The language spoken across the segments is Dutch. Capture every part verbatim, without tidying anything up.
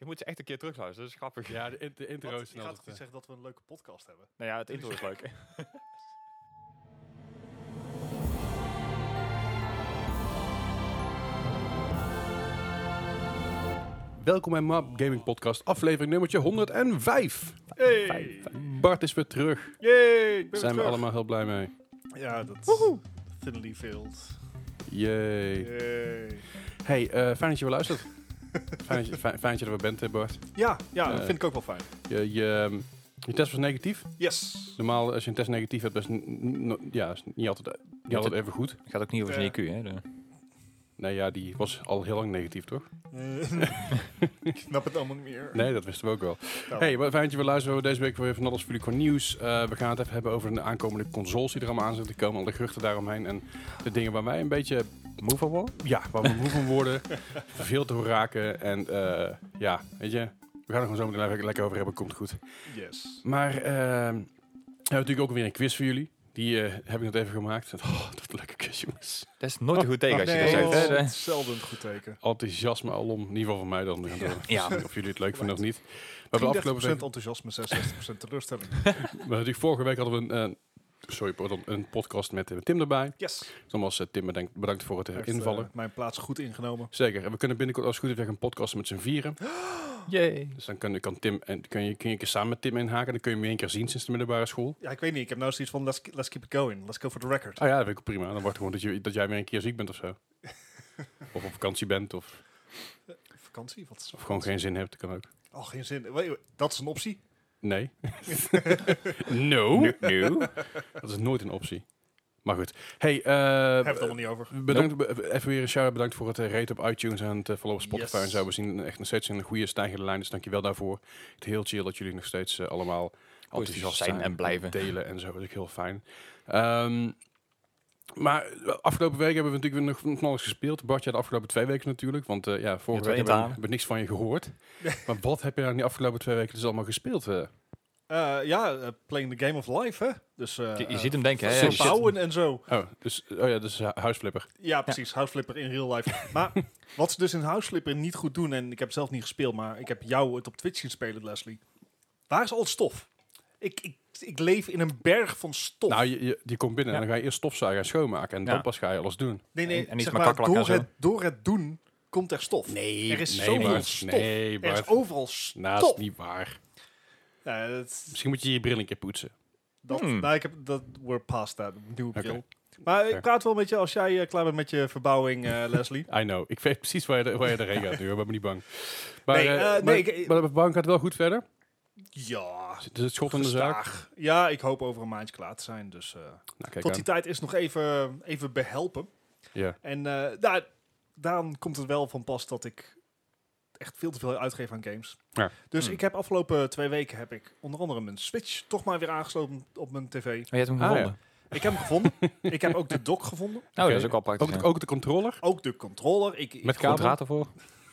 Je moet ze echt een keer terugluisteren, dat is grappig. Ja, de, in- de intro Wat? is Je snel. gaat toch niet zeggen dat we een leuke podcast hebben? Nou ja, het intro is leuk. Welkom bij Map Gaming Podcast, aflevering nummertje honderdvijf. Hey! Bart is weer terug. Yay! Ik ben Zijn we weer terug. allemaal heel blij mee. Ja, dat thinly veiled. Yay. Yay. Hey, eh, fijn dat je weer luistert. fijn, dat je, fijn, fijn dat je er weer bent, eh, Bart. Ja, ja, dat Eh. vind ik ook wel fijn. Je, je, ehm, je test was negatief. Yes. Normaal, als je een test negatief hebt, is, n- n- ja, is niet altijd, niet altijd even goed. Het gaat ook niet over zijn Ja. I Q, hè. De- Nee, ja, die was al heel lang negatief, toch? Ik snap het allemaal niet meer. Nee, dat wisten we ook wel. Nou, Hey, wat fijn dat je weer luistert. We hebben deze week weer van alles voor jullie qua nieuws. Uh, we gaan het even hebben over de aankomende consoles die er allemaal aan zitten te komen. Al de geruchten daaromheen. En de dingen waar wij een beetje Moe van worden? ja, waar we moe van worden. Veel te raken. En uh, ja, weet je, we gaan er gewoon zo meteen lekker, lekker over hebben. Komt goed. yes. Maar uh, we hebben natuurlijk ook weer een quiz voor jullie. Die uh, heb ik net even gemaakt. Oh, dat is een lekker quiz, jongens. Dat is nooit een goed teken als je Nee, dat dat zegt, hè. is De- zelden een goed teken. Enthousiasme alom. In ieder geval van mij dan. Ja. Ja. Of jullie het leuk vinden of niet. We hebben drieëndertig afgelopen procent week... enthousiasme, zesenzestig procent teleurstelling. Maar natuurlijk vorige week hadden we een... Uh, sorry, pardon, een podcast met uh, Tim erbij. Yes. Nogmaals, uh, Tim, bedankt, bedankt voor het uh, Hij heeft, invallen. uh, mijn plaats goed ingenomen. Zeker. En we kunnen binnenkort als het goed is weer een podcast met z'n vieren. Yay. Dus dan kan, kan Tim en kun je, kun je een keer samen met Tim inhaken. Dan kun je hem weer een keer zien sinds de middelbare school. Ja, ik weet niet. Ik heb nou zoiets van, let's, let's keep it going. Let's go for the record. Ah ja, dat vind ik prima. Dan wordt gewoon dat, je, dat jij weer een keer ziek bent of zo. Of op vakantie bent. Of, Vakantie? Wat is of gewoon geen zin hebt. Dat kan ook. Oh, geen zin. Wait, dat is een optie. Nee. no. Nu, nu. Dat is nooit een optie. Maar goed. Hey, uh, Hebben we het allemaal niet over. bedankt, be- even weer een shout-out. Bedankt voor het uh, rate op iTunes en het uh, follow op Spotify Yes. en zo. We zien echt nog steeds een goede stijgende lijn. Dus dankjewel daarvoor. Het is heel chill dat jullie nog steeds uh, allemaal enthousiast zijn zijn en blijven. delen en zo. Dat is ook heel fijn. Um, maar uh, afgelopen week hebben we natuurlijk weer nog van alles gespeeld. Bartje de afgelopen twee weken natuurlijk. Want uh, ja, vorige Ja, week twee hebben we, dagen. hebben we niks van je gehoord. Maar wat heb je nou die afgelopen twee weken dus allemaal gespeeld? Uh? Uh, ja, uh, playing the game of life, hè. Dus, uh, Je, je uh, ziet hem denken, hè. Shit. verbouwen en zo. Oh, dus, oh ja, dus uh, huisflipper. Ja, precies. Houseflipper in real life. Maar wat ze dus in Houseflipper niet goed doen, en ik heb het zelf niet gespeeld, maar ik heb jou het op Twitch zien spelen, Leslie. Waar is al het stof? Ik, ik, ik leef in een berg van stof. Nou, je, je, die komt binnen Ja. en dan ga je eerst stofzuigen en schoonmaken. En Ja. dan pas ga je alles doen. nee, nee, en- en niet zeg met maar, kakkelak door en zo. het, door het doen komt er stof. Nee, Er is nee, zoveel Bart. stof. Nee, Er is Bart. overal stof. Nou, dat is niet waar. Ja, dat, Misschien moet je je bril een keer poetsen. dat, Hmm. nou, ik heb, dat, we're past that. Nieuwe Oké. bril. Maar Fair. ik praat wel met je als jij uh, klaar bent met je verbouwing, uh, Leslie. I know. Ik weet precies waar je, er- waar je erheen gaat nu. Ik ben me niet bang. Maar, Nee, eh, eh, maar, nee, ik- maar de bank gaat wel goed verder. Ja, Dus het schot in de zaak. gestaag. Ja, ik hoop over een maandje klaar te zijn. Dus uh, Nou, kijk tot die aan. tijd is nog even, even behelpen. Ja. En uh, daar, daarom komt het wel van pas dat ik echt veel te veel uitgeef aan games. Ja. Dus Hmm. ik heb afgelopen twee weken heb ik onder andere mijn Switch toch maar weer aangesloten op mijn tv. Oh, je hebt hem Ah, gevonden. Ik heb hem gevonden. Ik heb ook de dock gevonden. Oh, dat is ook wel Ook, praktisch. de- ja. ook de controller. Ook de controller. Ik, ik, Met Gewoon kabel. draad ervoor.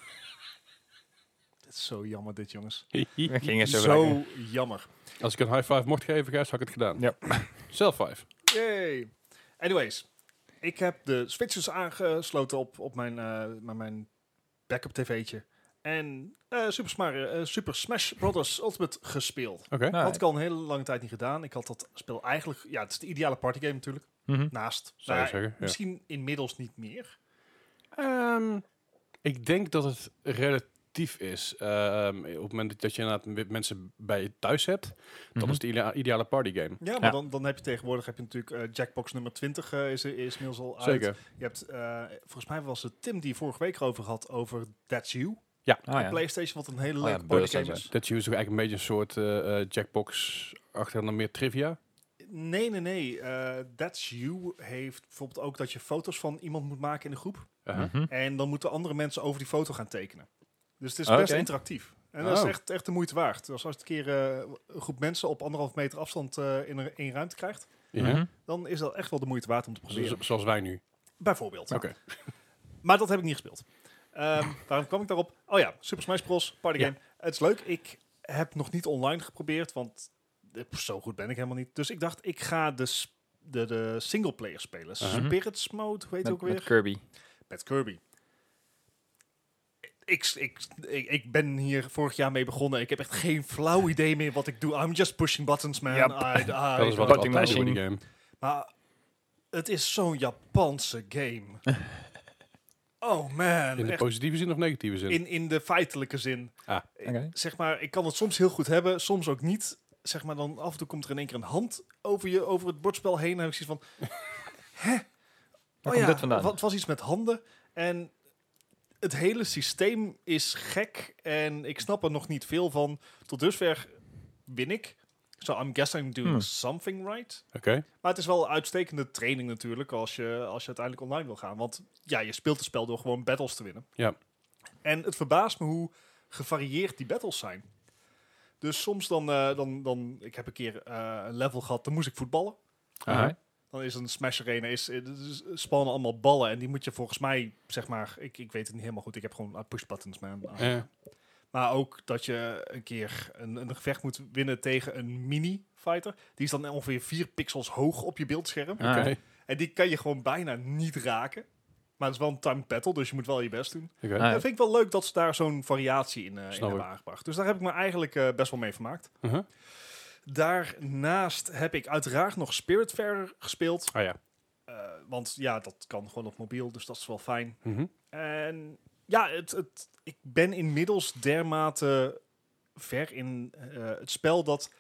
Het is zo jammer dit, jongens. Ik ging eens Zo, zo lekker. jammer. Als ik een high five mocht geven, Gijs, had ik het gedaan. Ja. Self five. Yay. Anyways, ik heb de Switches aangesloten op, op mijn, uh, mijn, mijn backup tv'tje. En uh, Super, Mario, uh, Super Smash Bros. Ultimate gespeeld. Oké. Nou, Had ik al een hele lange tijd niet gedaan. Ik had dat spel eigenlijk... Ja, het is de ideale partygame natuurlijk. mhm. Naast. Zou je Nou, zeggen, ja. Misschien inmiddels niet meer. Ehm, ik denk dat het relatief is. Ehm, op het moment dat je inderdaad m- mensen bij je thuis hebt, dan Mhm. is het de idea- ideale partygame. Ja, maar Ja. Dan, dan heb je tegenwoordig heb je natuurlijk uh, Jackbox nummer twintig uh, is, is inmiddels al uit. Zeker. Je hebt, uh, volgens mij was het Tim die vorige week erover had over That's You. Ah, Op ja. PlayStation, wat een hele Oh leuke ja, partygame Burst is. Dat je dus eigenlijk een beetje een soort eh, eh, Jackbox achter dan meer trivia. Nee, nee, nee. Uh, That's You heeft bijvoorbeeld ook dat je foto's van iemand moet maken in de groep. Uh-huh. Mhm. En dan moeten andere mensen over die foto gaan tekenen. Dus het is Oké. best interactief. En dat is Oh. echt, echt de moeite waard. Dus als je een keer uh, een groep mensen op anderhalf meter afstand uh, in een één ruimte krijgt, Ja. Mhm. dan is dat echt wel de moeite waard om te proberen. Zo- zoals wij nu. Bijvoorbeeld. Oké. Maar dat heb ik niet gespeeld. Um, waarom kwam ik daarop? Oh ja, Super Smash Bros. Party Ja. game. Het is leuk. Ik heb nog niet online geprobeerd, want eh, zo goed ben ik helemaal niet. Dus ik dacht, ik ga de, s- de, de singleplayer spelen. Uh-huh. Spirits Mode, hoe heet het ook Met, weer? met Kirby. Met Kirby. ik, ik, ik, ik ben hier vorig jaar mee begonnen. Ik heb echt geen flauw idee meer wat ik doe. I'm just pushing buttons, man. Yep. I, I, Dat is wat Button ik altijd machine. doe in die game. Maar het is zo'n Japanse game. Oh man. In de echt. positieve zin of negatieve zin? In, in de feitelijke zin. Ah, Oké. Zeg maar, ik kan het soms heel goed hebben, soms ook niet. Zeg maar, dan af en toe komt er in één keer een hand over, je, over het bordspel heen. En dan heb ik zoiets van, hè? Waar Oh komt ja, dit vandaan? wa- het was iets met handen. En het hele systeem is gek. En ik snap er nog niet veel van. Tot dusver win ik. So I'm guessing I'm doing Hmm. something right. oké. Maar het is wel een uitstekende training natuurlijk als je, als je uiteindelijk online wil gaan. Want ja, je speelt het spel door gewoon battles te winnen. Ja. En het verbaast me hoe gevarieerd die battles zijn. Dus soms dan, eh, dan, dan ik heb een keer eh, een level gehad, dan moest ik voetballen. Aha. Dan is een Smash Arena, is, is, is- spannen allemaal ballen. En die moet je volgens mij, zeg maar, ik, ik weet het niet helemaal goed. Ik heb gewoon uh, push buttons, man. Uh, Eh, Maar ook dat je een keer een, een gevecht moet winnen tegen een mini-fighter. Die is dan ongeveer vier pixels hoog op je beeldscherm. Oké. Ah. En die kan je gewoon bijna niet raken. Maar het is wel een timed battle, dus je moet wel je best doen. Oké. Ah, En dat vind ik wel leuk dat ze daar zo'n variatie in, eh, in Snap hebben ik. aangebracht. Dus daar heb ik me eigenlijk eh, best wel mee vermaakt. Uh-huh. Daarnaast heb ik uiteraard nog Spiritfarer gespeeld. Ah ja. Eh, want ja, dat kan gewoon op mobiel, dus dat is wel fijn. Mhm. En ja, het, het, ik ben inmiddels dermate ver in eh, het spel dat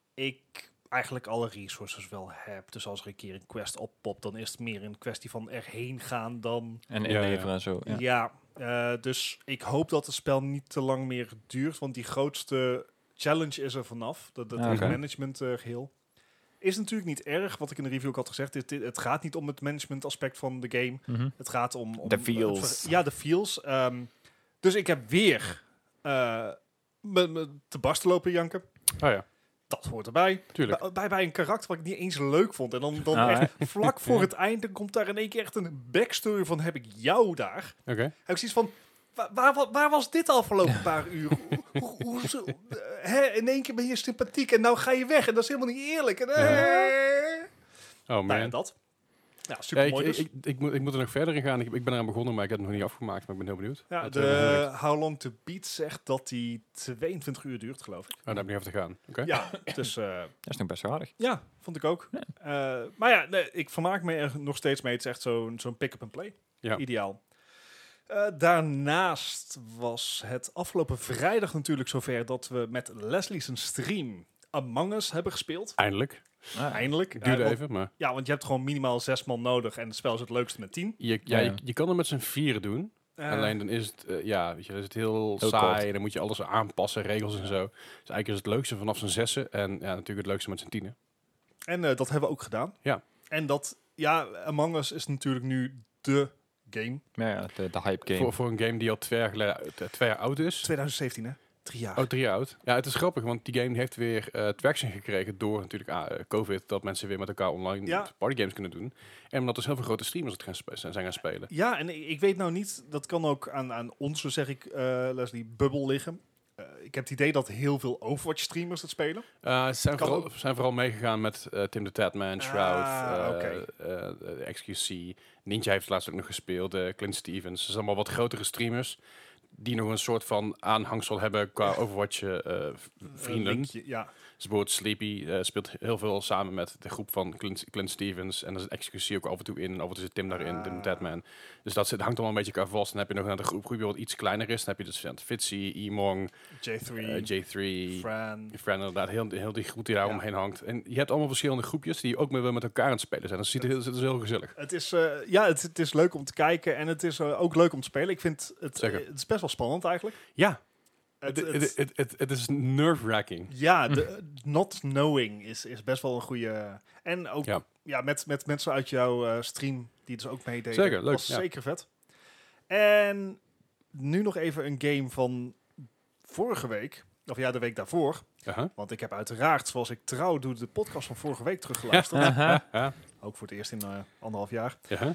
ik eigenlijk alle resources wel heb. Dus als er een keer een quest oppopt, dan is het meer een kwestie van erheen gaan dan... En Ja, inleveren ja. en zo. Ja. Ja, eh, dus ik hoop dat het spel niet te lang meer duurt, want die grootste challenge is er vanaf. Dat, dat Ah, hele oké. management eh, geheel. Is natuurlijk niet erg, wat ik in de review ook had gezegd. Het, het gaat niet om het management aspect van de game. Mhm. Het gaat om... om De feels. het ver- ja, de feels. Ehm, dus ik heb weer eh, me, me te barsten lopen janken. Oh ja, Dat hoort erbij. tuurlijk. Bij, bij, bij een karakter wat ik niet eens leuk vond. En dan, dan Ah, echt vlak voor het eind dan komt daar in één keer echt een backstory van heb ik jou daar. Oké. Heb ik zoiets van, waar, waar, waar was dit afgelopen paar uur? Hoe, hoe, hoe zo- eh, hè, in één keer ben je sympathiek en nou ga je weg. En dat is helemaal niet eerlijk. En, eh, Oh nou ja, man. dat. Ja, Ja, super ik, mooi ik, dus. ik, ik moet, ik moet er nog verder in gaan. Ik, ik ben eraan begonnen, maar ik heb het nog niet afgemaakt. Maar ik ben heel benieuwd. Ja, Dat, de eh, oh, How Long To Beat zegt dat die tweeëntwintig uur duurt, geloof ik. daar heb ik niet over te gaan. Oké. Ja, dus eh, Dat is nog best wel aardig. ja, vond ik ook. Eh, maar ja, nee, ik vermaak me er nog steeds mee. Het is echt zo'n zo'n pick-up-and-play. Ja. Ideaal. Eh, daarnaast was het afgelopen vrijdag natuurlijk zover dat we met Leslie's stream Among Us hebben gespeeld. Eindelijk. Ah. Eindelijk. Het duurde Eh, want- even, maar Ja, want je hebt gewoon minimaal zes man nodig en het spel is het leukste met tien. je, ja, Ja, ja. Je, je kan het met z'n vieren doen. Eh, Alleen dan is het, eh, ja, weet je, dan is het heel, Heel saai. kort. Dan moet je alles aanpassen, regels en zo. Dus eigenlijk is het leukste vanaf z'n zessen. En ja, natuurlijk het leukste met z'n tienen. En eh, dat hebben we ook gedaan. Ja. En dat, ja, Among Us is natuurlijk nu de game. Ja, ja, de, de hype game. Voor, voor een game die al twee jaar, geleden, eh, twee jaar oud is. twintig zeventien, hè? Drie jaar. Oh, drie jaar oud. Ja, het is grappig, want die game heeft weer uh, traction gekregen door natuurlijk ah, eh, COVID. Dat mensen weer met elkaar online Ja. partygames kunnen doen. En omdat dus heel veel grote streamers het gaan spe- zijn gaan spelen. Ja, en ik, ik weet nou niet, dat kan ook aan, aan ons, zo zeg ik, eh Leslie, bubbel liggen. Eh, ik heb het idee dat heel veel Overwatch-streamers het spelen. Uh, ze zijn Kan vooral, ook. zijn vooral meegegaan met uh, Tim the Tatman, Shroud, Ah, uh, oké. uh, uh, X Q C. Ninja heeft laatst ook nog gespeeld, uh, Clint Stevens. Dat zijn allemaal wat grotere streamers die nog een soort van aanhangsel hebben qua Overwatch uh, vrienden. Een linkje, ja. Dus bijvoorbeeld Sleepy uh, speelt heel veel samen met de groep van Clint, Clint Stevens. En daar zit X Q C ook af en toe in. En af en toe zit Tim daarin, Ah. Tim the Tatman. Dus dat zit, hangt allemaal een beetje elkaar vast. Dan heb je nog naar de groep, groep die wat iets kleiner is. Dan heb je dus ja, Fitzy, Emong, J drie, uh, J drie... Fran. Fran inderdaad, heel, heel die groep die daar Ja. omheen hangt. En je hebt allemaal verschillende groepjes die ook met, met elkaar aan het spelen zijn. Dus het ziet er heel, het is heel gezellig. Het is, eh, ja, het, het is leuk om te kijken en het is eh, ook leuk om te spelen. Ik vind het, Zeker. eh, het is best wel spannend eigenlijk. Ja, Het, het, het- het, het, het, het is nerve-wracking. ja, de, not knowing is, is best wel een goede... En ook Ja. ja. met, met mensen uit jouw eh, stream die dus ook meededen. Zeker, leuk, Was ja. zeker vet. En nu nog even een game van vorige week. Of ja, de week daarvoor. Uh-huh. Want ik heb uiteraard, zoals ik trouw doe, de podcast van vorige week teruggeluisterd. Aha. Ja, Ook voor het eerst in eh, anderhalf jaar. ja.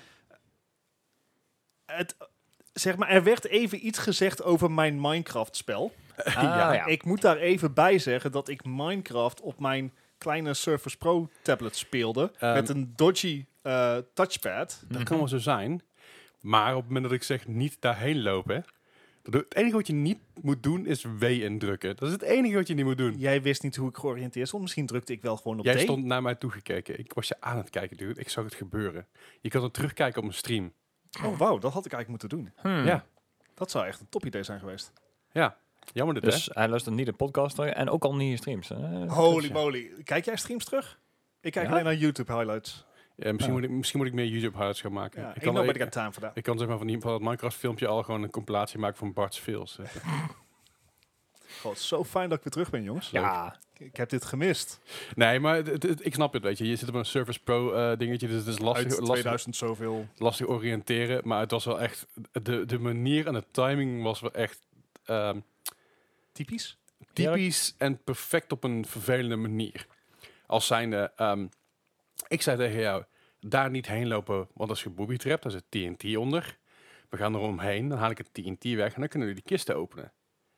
Het, zeg maar, er werd even iets gezegd over mijn Minecraft-spel. Ah, Ja, ja. Ik moet daar even bij zeggen dat ik Minecraft op mijn kleine Surface Pro tablet speelde. Ehm. met een dodgy eh, touchpad. Dat kan wel zo zijn. Maar op het moment dat ik zeg niet daarheen lopen, Het enige wat je niet moet doen is W indrukken. Dat is het enige wat je niet moet doen. Jij wist niet hoe ik georiënteerd stond. Misschien drukte ik wel gewoon op Jij D. stond naar mij toegekeken. Ik was je aan het kijken, dude. Ik zag het gebeuren. Je kan het terugkijken op een stream. Oh, wauw. Dat had ik eigenlijk moeten doen. Hmm. Ja, Dat zou echt een top idee zijn geweest. ja. Jammer dit, Dus hè? hij luistert niet de podcast terug en ook al niet je streams. Eh, Holy dus, ja. moly. Kijk jij streams terug? Ik kijk Ja? alleen naar YouTube highlights. Ja, misschien, Ja. moet ik, misschien moet ik meer YouTube highlights gaan maken. Ja, ik ik kan, nobody ik, got time for that. ik kan zeg maar van, die, van dat Minecraft filmpje al gewoon een compilatie maken van Bart's Fails. God, zo fijn dat ik weer terug ben, jongens. Ja, Ik heb dit gemist. Nee, maar het- het- ik snap het, weet je. Je zit op een Surface Pro eh, dingetje, dus het is lastig, Uit lastig, tweeduizend zoveel. lastig oriënteren. Maar het was wel echt... De, de manier en de timing was wel echt ehm, Typisch. typisch en perfect op een vervelende manier. Als zijnde... ehm ik zei tegen jou, daar niet heen lopen, want dat is gebooby-trapped. Daar zit T N T onder. We gaan er omheen, dan haal ik het T N T weg en dan kunnen we die kisten openen.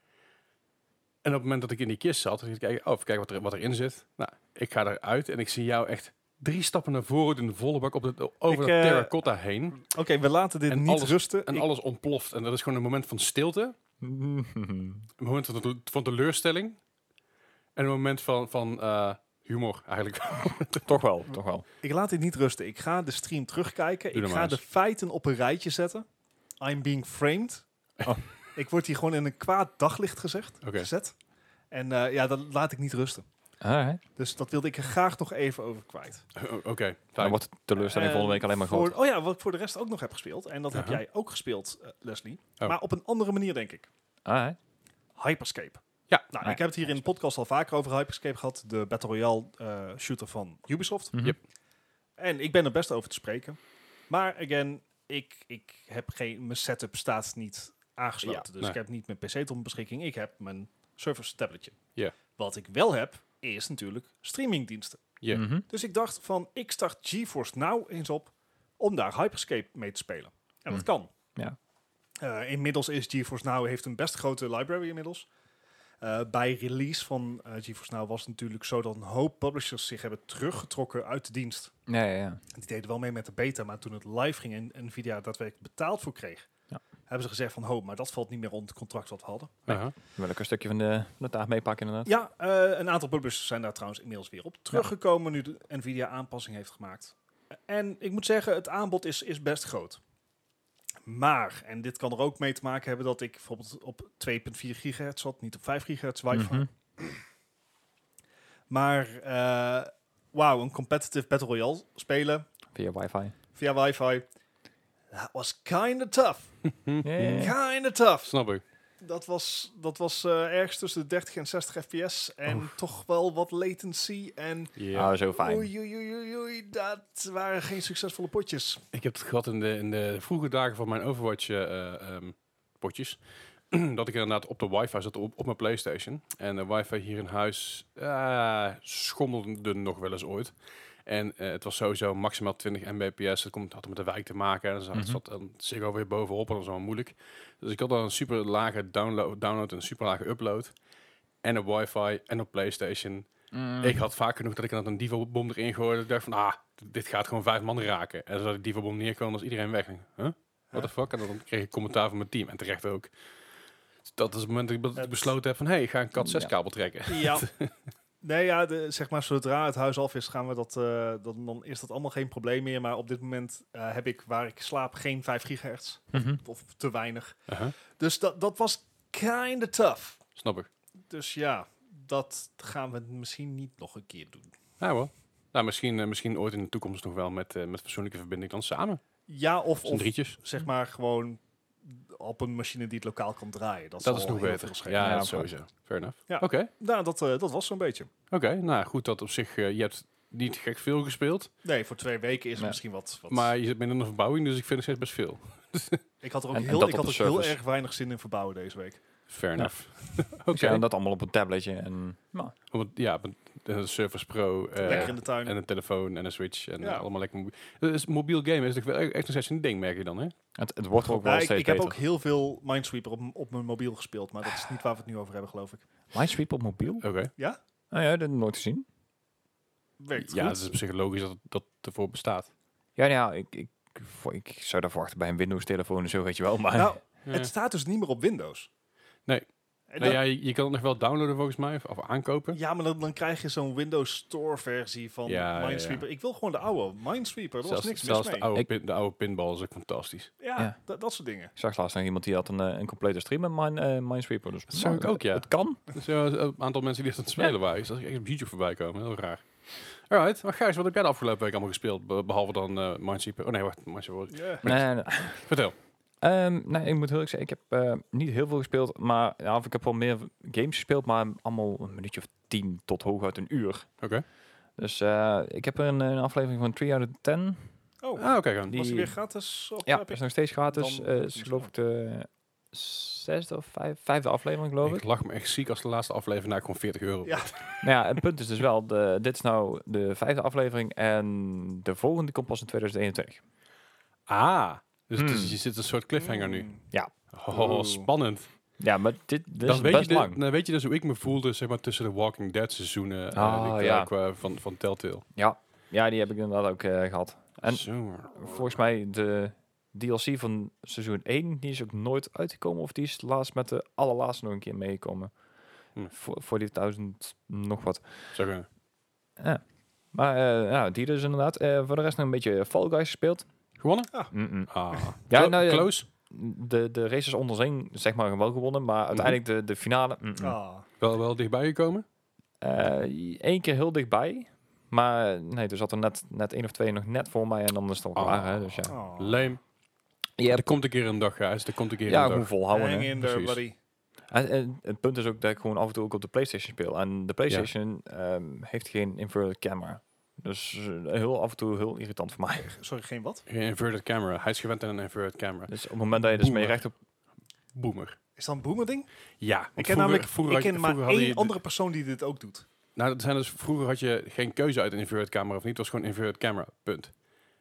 En op het moment dat ik in die kist zat, dacht ik, kijken, oh, even kijken wat, er, wat erin zit. Nou, ik ga eruit en ik zie jou echt drie stappen naar voren in de volle bak op de, over Ik, de eh, terracotta heen. Oké, we laten dit En niet alles- rusten. En Ik- alles ontploft. En dat is gewoon een moment van stilte. Een moment van, te- van teleurstelling. En een moment van, van eh, humor, eigenlijk. toch wel, toch wel. Ik laat dit niet rusten. Ik ga de stream terugkijken. Doe Ik dan ga maar de eens. feiten op een rijtje zetten. I'm being framed. Oh. Ik word hier gewoon in een kwaad daglicht gezegd, Oké. gezet. En eh, ja, dat laat ik niet rusten. Alright. Dus dat wilde ik er graag nog even over kwijt. Oké, okay, Dan wordt de teleurstelling En volgende week alleen maar voor, groot. Oh ja, wat ik voor de rest ook nog heb gespeeld. En dat heb Aha. jij ook gespeeld, eh, Leslie. Oh. Maar op een andere manier, denk ik. Alright. Hyperscape. Ja. Nou, Ja. ik heb het hier in de podcast al vaker over Hyperscape gehad. De Battle Royale eh, shooter van Ubisoft. Mhm. Yep. En ik ben er best over te spreken. Maar again, ik, ik heb geen, mijn setup staat niet aangesloten. Ja, dus nee. ik heb niet mijn P C tot mijn beschikking. Ik heb mijn Surface tabletje. Ja. Wat ik wel heb, is natuurlijk streamingdiensten. Ja. Mhm. Dus ik dacht van, ik start GeForce Now eens op om daar Hyperscape mee te spelen. En dat Hm. kan. Ja. Eh, inmiddels is GeForce Now heeft een best grote library inmiddels. Eh, bij release van eh, GeForce Now was het natuurlijk zo dat een hoop publishers zich hebben teruggetrokken uit de dienst. Ja, ja, ja. Die deden wel mee met de beta, maar toen het live ging en Nvidia daadwerkelijk betaald voor kreeg, Ja. hebben ze gezegd van, ho, maar dat valt niet meer onder het contract wat we hadden. Aha. Wil ik een stukje van de, van de taart meepakken inderdaad? Ja, eh, een aantal publishers zijn daar trouwens inmiddels weer op teruggekomen nu de Nvidia aanpassing heeft gemaakt. En ik moet zeggen, het aanbod is, is best groot. Maar, en dit kan er ook mee te maken hebben dat ik bijvoorbeeld op twee komma vier gigahertz zat, niet op vijf gigahertz wifi. Mhm. Maar, eh wauw, een competitive Battle Royale spelen Via wifi. via wifi, that was kinda tough. Yeah. Kinda tough. Snap ik. Dat was, dat was eh, ergens tussen de dertig en zestig F P S en Oef. toch wel wat latency en Ja. Oh, zo fijn. oei, oei, oei, oei, oei, dat waren geen succesvolle potjes. Ik heb het gehad in de, in de vroege dagen van mijn Overwatch eh, ehm, potjes. dat ik inderdaad op de wifi zat op, op mijn PlayStation. En de wifi hier in huis eh, schommelde nog wel eens ooit. En eh, het was sowieso maximaal twintig mbps. Dat komt, had met de wijk te maken. En dan zat, Mhm. zat dan Ziggo weer bovenop. En dat was wel moeilijk. Dus ik had dan een super lage download, download en een super lage upload. En op wifi en op PlayStation. Mm. Ik had vaak genoeg dat ik dan een Divo-bom erin gooide. Ik dacht van, ah, dit gaat gewoon vijf man raken. En zodat ik Divo-bom neerkwam, was iedereen weg. Ik, Huh? What the fuck? En dan kreeg ik commentaar van mijn team. En terecht ook. Dus dat is het moment dat ik be- Het- besloten heb van, hey, ik ga een cat zes Ja. kabel trekken. Ja. Nee, ja, de, zeg maar, zodra het huis af is, gaan we dat, eh, dan, dan is dat allemaal geen probleem meer. Maar op dit moment eh, heb ik, waar ik slaap, geen vijf gigahertz. Mhm. Of te weinig. Uh-huh. Dus dat, dat was kinda tough. Snap ik. Dus ja, dat gaan we misschien niet nog een keer doen. Ja, wel. Nou, misschien, eh, misschien ooit in de toekomst nog wel met, eh, met fatsoenlijke verbinding dan samen. Ja, of, Z'n of drietjes. zeg maar gewoon op een machine die het lokaal kan draaien. Dat, Dat zal is nog heel beter. veel schelen. Ja, Ja, dat sowieso. Fair enough. Ja. Oké, Nou, dat, eh, dat was zo'n beetje. oké. Nou, goed dat op zich, eh, je hebt niet gek veel gespeeld. Nee, voor twee weken is het Nee. misschien wat... wat Maar je zit binnen een verbouwing, dus ik vind het steeds best veel. ik had er ook, En- en heel, dat ik op had de ook heel service. erg weinig zin in verbouwen deze week. Fair Ja. enough. Oké. Oké. En dat allemaal op een tabletje. En, nou, Want, ja, met een Surface Pro eh, Lekker in de tuin. en een telefoon en een Switch en Ja. eh, allemaal lekker mobiel. Dus mobiel gamen is toch wel echt nog steeds een ding, merk je dan, hè? het, het wordt er ook wel Ja, ik steeds ik heb beter. ook heel veel Minesweeper op, m- op mijn mobiel gespeeld, maar dat is niet waar we het nu over hebben, geloof ik. Minesweeper op mobiel? Oké. Ja? Nou ja, dat heb ik nooit gezien. Werkt Ja, goed. het is op zich logisch dat dat ervoor bestaat. Ja, ja ik, ik, ik zou daar verwachten bij een Windows telefoon en zo, weet je wel. Maar Nou, Ja. Het staat dus niet meer op Windows. Nee. En Nou dat- ja, je, je kan het nog wel downloaden volgens mij, of, of aankopen. ja, maar dan, dan krijg je zo'n Windows Store versie van Ja, ja, Minesweeper. ja. Ik wil gewoon de oude Minesweeper. Er was zelfs niks mis zelfs mee. de, oude Ik- pin, de oude pinball is ook fantastisch. Ja, Ja. Dat, dat soort dingen. Ik zag laatst nog iemand die had een, eh, een complete stream met Mine, eh, Minesweeper. Dus Dat zag ik ook, ja. Het kan. Dus ja, een aantal mensen die het aan het spelen waren. Dus dat ik echt op YouTube voorbij komen. Heel raar. Alright, maar Gijs, wat heb jij de afgelopen week allemaal gespeeld? Be- behalve dan uh, Minesweeper. Oh nee, wacht. Minesweeper. Ja. Nee, nee, nee. Vertel. Ehm, nee, ik moet heel erg zeggen, ik heb eh, niet heel veel gespeeld, maar ja, of ik heb wel meer games gespeeld, maar allemaal een minuutje of tien tot hooguit een uur. Oké. Dus eh, ik heb er een, een aflevering van drie out of ten. Oh, Ah, oké. gaan. Die- was die weer gratis? Op Ja, Epic? is nog steeds gratis. Dan Eh, moet is ik geloof ik de zesde of vijf, vijfde aflevering, geloof ik. Ik lach me echt ziek als de laatste aflevering naar gewoon veertig euro. Ja. Nou ja, het punt is dus wel, de, dit is nou de vijfde aflevering en de volgende komt pas in tweeduizend eenentwintig. Ah, dus, dus Hmm. je zit een soort cliffhanger nu. Mm. Oh, Oeh. spannend. Ja, maar dit, dit Dan is weet, je best de- lang. dan weet je dus hoe ik me voelde zeg maar, tussen de Walking Dead seizoenen eh, Ah, die ik, ja. eh, qua- van, van Telltale. Ja, ja, die heb ik inderdaad ook eh, gehad. En Zo. volgens mij de D L C van seizoen één, die is ook nooit uitgekomen. Of die is laatst met de allerlaatste nog een keer meegekomen. Hm. Voor, voor die duizend nog wat. Zo kunnen. Ja. Maar eh, ja, die dus inderdaad. Eh, voor de rest nog een beetje Fall Guys gespeeld. Gewonnen? Mm-mm. Ah. Ja, Clo- nou ja, Close? De, de races onder zijn, zeg maar, wel gewonnen. Maar uiteindelijk de, de finale... mm-mm. Ah. Wel, wel dichtbij gekomen? Eén keer heel dichtbij. Maar nee, er zat er net, net één of twee nog net voor mij. En dan is het al Ah. klaar. Hè, dus ja. Oh. Leem. Je Er hebt, komt een keer een dag, Gijs. Er komt een keer ja, een gewoon dag. volhouden. Hang Hè. in there, Precies. buddy. En, en het punt is ook dat ik gewoon af en toe ook op de PlayStation speel. En de PlayStation ehm, heeft geen inverted camera. Dus eh, heel af en toe heel irritant voor mij. Sorry, geen wat? Geen inverted camera. Hij is gewend aan een inverted camera. Dus op het moment dat je dus mee Boomer. recht op... Boomer. Is dat een boomer ding? Ja. Ik want ken vroeger- namelijk vroeger ik had je- ken maar vroeger hadden één je- andere persoon die dit ook doet. Nou, dat zijn dus, vroeger had je geen keuze uit een inverted camera of niet. Het was gewoon inverted camera. Punt.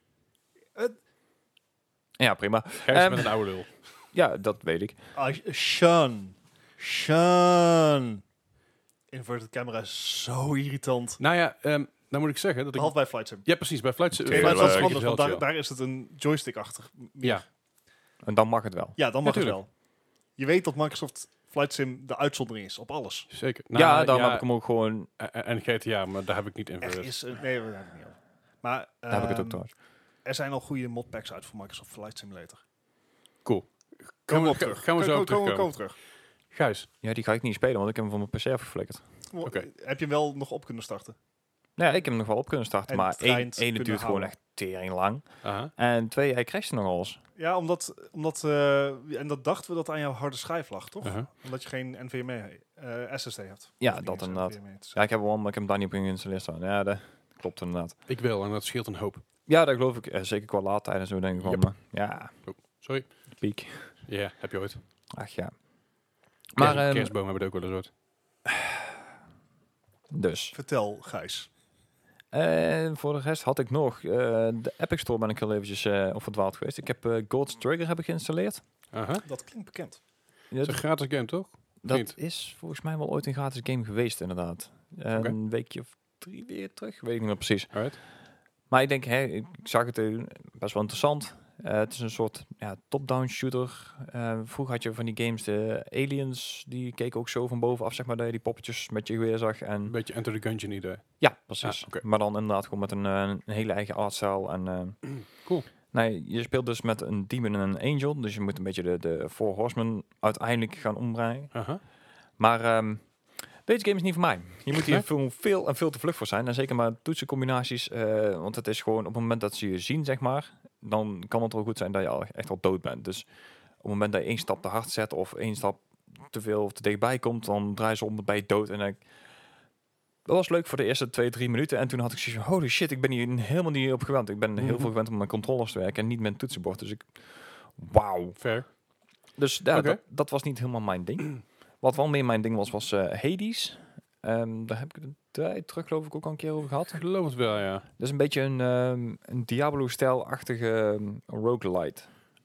Ja, prima. Gijs Ehm, met een oude lul. Ja, dat weet ik. Ah, Sean. Sean. Inverted camera is zo irritant. Nou ja, ehm, dan moet ik zeggen dat ik... Behalve bij Flight Sim. Ja, precies. Bij Flight Sim... Tuurlijk. Maar Flight dat Sim is is anders, wel want daar, chill. daar is het een joystick-achtig. Ja. En dan mag het wel. Ja, dan mag Ja, het tuurlijk. wel. Je weet dat Microsoft Flight Sim de uitzondering is op alles. Zeker. ja, Nou, dan heb ik hem ook gewoon... En, en G T A, maar daar heb ik niet Er inverted. is een, nee, we hebben het niet over. Maar Daar heb ik het ook ehm, trouwens. er zijn al goede modpacks uit voor Microsoft Flight Simulator. Cool. Komen Gaan we we, op terug. gaan we zo Komen- op komen- terugkomen. komen we terug. Gijs. Ja, die ga ik niet spelen, want ik heb hem van mijn P C afgeflikkerd. Oké. Heb je hem wel nog op kunnen starten? Ja, ik heb hem nog wel op kunnen starten, En maar het één, eind één het kunnen duurt gewoon houden. echt tering lang. Aha. En twee, hij crashte nogal eens. Ja, omdat, omdat uh, en dat dachten we dat aan jouw harde schijf lag, toch? Aha. Omdat je geen N V M E, uh, S S D hebt. Ja, Of niet dat eens inderdaad. N V M E, het is- Ja, ik heb hem wel, maar ik heb hem daar niet op geïnstalleerd staan. Ja, dat klopt inderdaad. Ik wil, en dat scheelt een hoop. Ja, dat geloof ik. Eh, zeker qua laadtijd en zo denk ik wel. Yep. Maar ja, Sorry. de piek. Ja, heb je ooit. Ach ja. Maar Maar, ehm, kerstboom hebben we het ook wel eens ooit. dus. Vertel, Gijs. En voor de rest had ik nog... eh, de Epic Store ben ik heel eventjes eh op verdwaald geweest. Ik heb eh God's Trigger heb ik geïnstalleerd. Aha. Dat klinkt bekend. Ja, Het is een gratis game, toch? dat niet? is volgens mij wel ooit een gratis game geweest, inderdaad. Een Oké. weekje of drie weer terug. Weet ik niet meer precies. Alright. Maar ik denk, hè, ik zag het eh, best wel interessant. Eh, het is een soort ja, top-down shooter. Eh, vroeger had je van die games, de aliens, die keken ook zo van bovenaf, zeg maar, dat je die poppetjes met je geweer zag. En Een beetje Enter the Gungeon idee. ja, precies. Ah, oké. Maar dan inderdaad gewoon met een, eh, een hele eigen artstyle. En, eh, Cool. Nee, je speelt dus met een demon en een angel. Dus je moet een beetje de, de Four Horsemen uiteindelijk gaan ombrengen. Aha. Maar ehm, deze game is niet voor mij. Je moet hier Nee? veel, veel en veel te vlug voor zijn. En zeker maar toetsencombinaties. eh, want het is gewoon op het moment dat ze je zien, zeg maar, dan kan het wel goed zijn dat je al echt al dood bent. Dus op het moment dat je één stap te hard zet of één stap te veel of te dichtbij komt, dan draai je ze om, ben je dood. En dan, dat was leuk voor de eerste twee, drie minuten. En toen had ik zoiets van, holy shit, ik ben hier helemaal niet op gewend. Ik ben heel Mhm. veel gewend om mijn controllers te werken en niet met een toetsenbord. Dus ik, wauw. Fair. Dus ja, Oké. dat, dat was niet helemaal mijn ding. Wat wel meer mijn ding was, was eh, Hades. Ehm, daar heb ik het een tijd terug geloof ik ook al een keer over gehad. Ik geloof het wel, ja. Dat is een beetje een, ehm, een Diablo-stijl-achtige um, roguelite.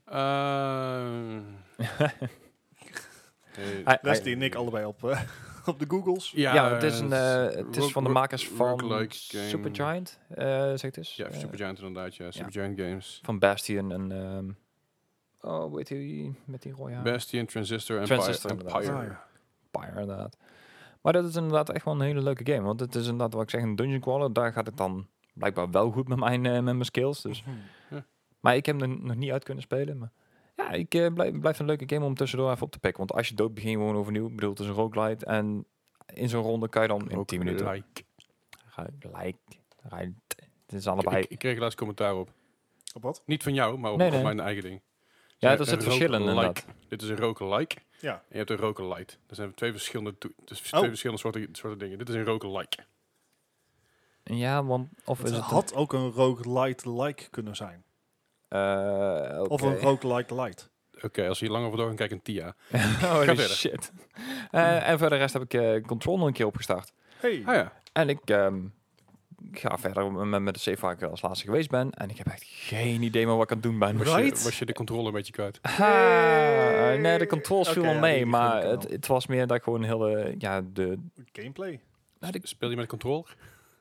Uh, hey. Hij- Leslie hij- en ik allebei op, eh, op de Googles. ja, het is, een, eh, eh, het is rogue- van de makers van roguelike game. Supergiant, eh zeg het eens. Ja, Eh, Supergiant inderdaad, ja. Supergiant Games. van Bastion en... ehm, Oh, weet je, met die rode haar. Bastion, Transistor en Transistor, Empire. inderdaad. Empire. Ah, ja. Empire, inderdaad. Maar dat is inderdaad echt wel een hele leuke game. Want het is inderdaad, wat ik zeg, een dungeon crawler. Daar gaat het dan blijkbaar wel goed met mijn, uh, met mijn skills. Dus. Mhm. Maar ik heb hem er nog niet uit kunnen spelen. Maar ja, ik uh, blijf, blijft een leuke game om tussendoor even op te pikken. Want als je dood begin je gewoon overnieuw. Ik bedoel, het is een roguelite. En in zo'n ronde kan je dan in tien minuten... Like. Like. Right. Het is allebei... Ik, ik kreeg laatst commentaar op. Op wat? Niet van jou, maar op, Nee, op nee. mijn eigen ding. Ja, Een er zit verschillen roguelike. inderdaad. Dit is een roguelike. Ja. En je hebt een roguelite. Er zijn twee verschillende, toe- dus Oh. twee verschillende soorten, soorten dingen. Dit is een roguelike. Ja, want... Of Het is het... had ook een roguelite-like kunnen zijn. Uh, Of een roguelike-light. Oké, okay, als je hier langer over door kan kijken, Tia. Holy verder. shit. Uh, en voor de rest heb ik uh, Control nog een keer opgestart. Hey. Ah ja. En ik um, ga verder met, met de save waar ik als laatste geweest ben. En ik heb echt geen idee meer wat ik aan het doen ben. Was, Right? je, was je de controle een beetje kwijt? Ah, nee, de controls Oké, viel wel ja, mee. die- die maar gun ik het, wel. het was meer dat ik gewoon heel... Uh, ja, de... Gameplay. Nou, de Speel je met de controller?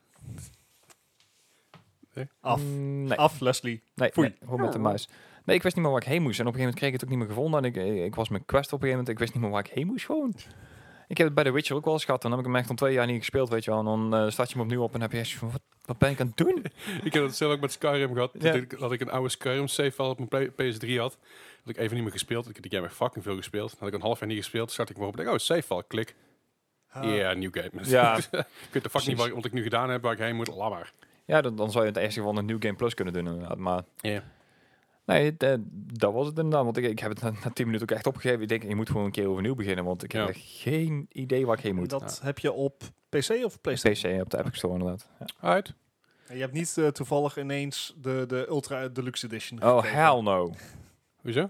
Af. Mm, nee. Af, Leslie. Nee, Foei. nee, gewoon met de muis. Nee, ik wist niet meer waar ik heen moest. En op een gegeven moment kreeg ik het ook niet meer gevonden. En ik, ik, ik was mijn quest op een gegeven moment. Ik wist niet meer waar ik heen moest gewoon. Ik heb het bij The Witcher ook wel eens gehad. Dan heb ik hem echt al twee jaar niet gespeeld, weet je wel. En dan uh, start je hem opnieuw op en heb je echt van, wat, wat ben ik aan het doen? Ik heb het zelf ook met Skyrim gehad. Ja. Dat, ik, dat ik een oude Skyrim save file op mijn play- P S drie had. Dat ik even niet meer gespeeld. Ik heb die game echt fucking veel gespeeld. Dan had ik een half jaar niet gespeeld. Start ik me op en denk, oh, save file, klik. Ja, Ah. yeah, nieuw game. Ja. Ik weet de fuck niet waar, wat ik nu gedaan heb, waar ik heen moet. Laat maar. Ja, dan, dan zou je het eerste geval een New Game Plus kunnen doen inderdaad. Maar Ja. nee, d- dat was het inderdaad. Want ik, ik heb het na, na tien minuten ook echt opgegeven. Ik denk, je moet gewoon een keer overnieuw beginnen. Want ik Ja. heb echt geen idee waar ik heen moet. Dat heb je op P C of PlayStation? P C op de Epic Store inderdaad. Ja. Uit. En je hebt niet uh, toevallig ineens de, de Ultra Deluxe Edition Oh, gekregen. hell no. Hoezo?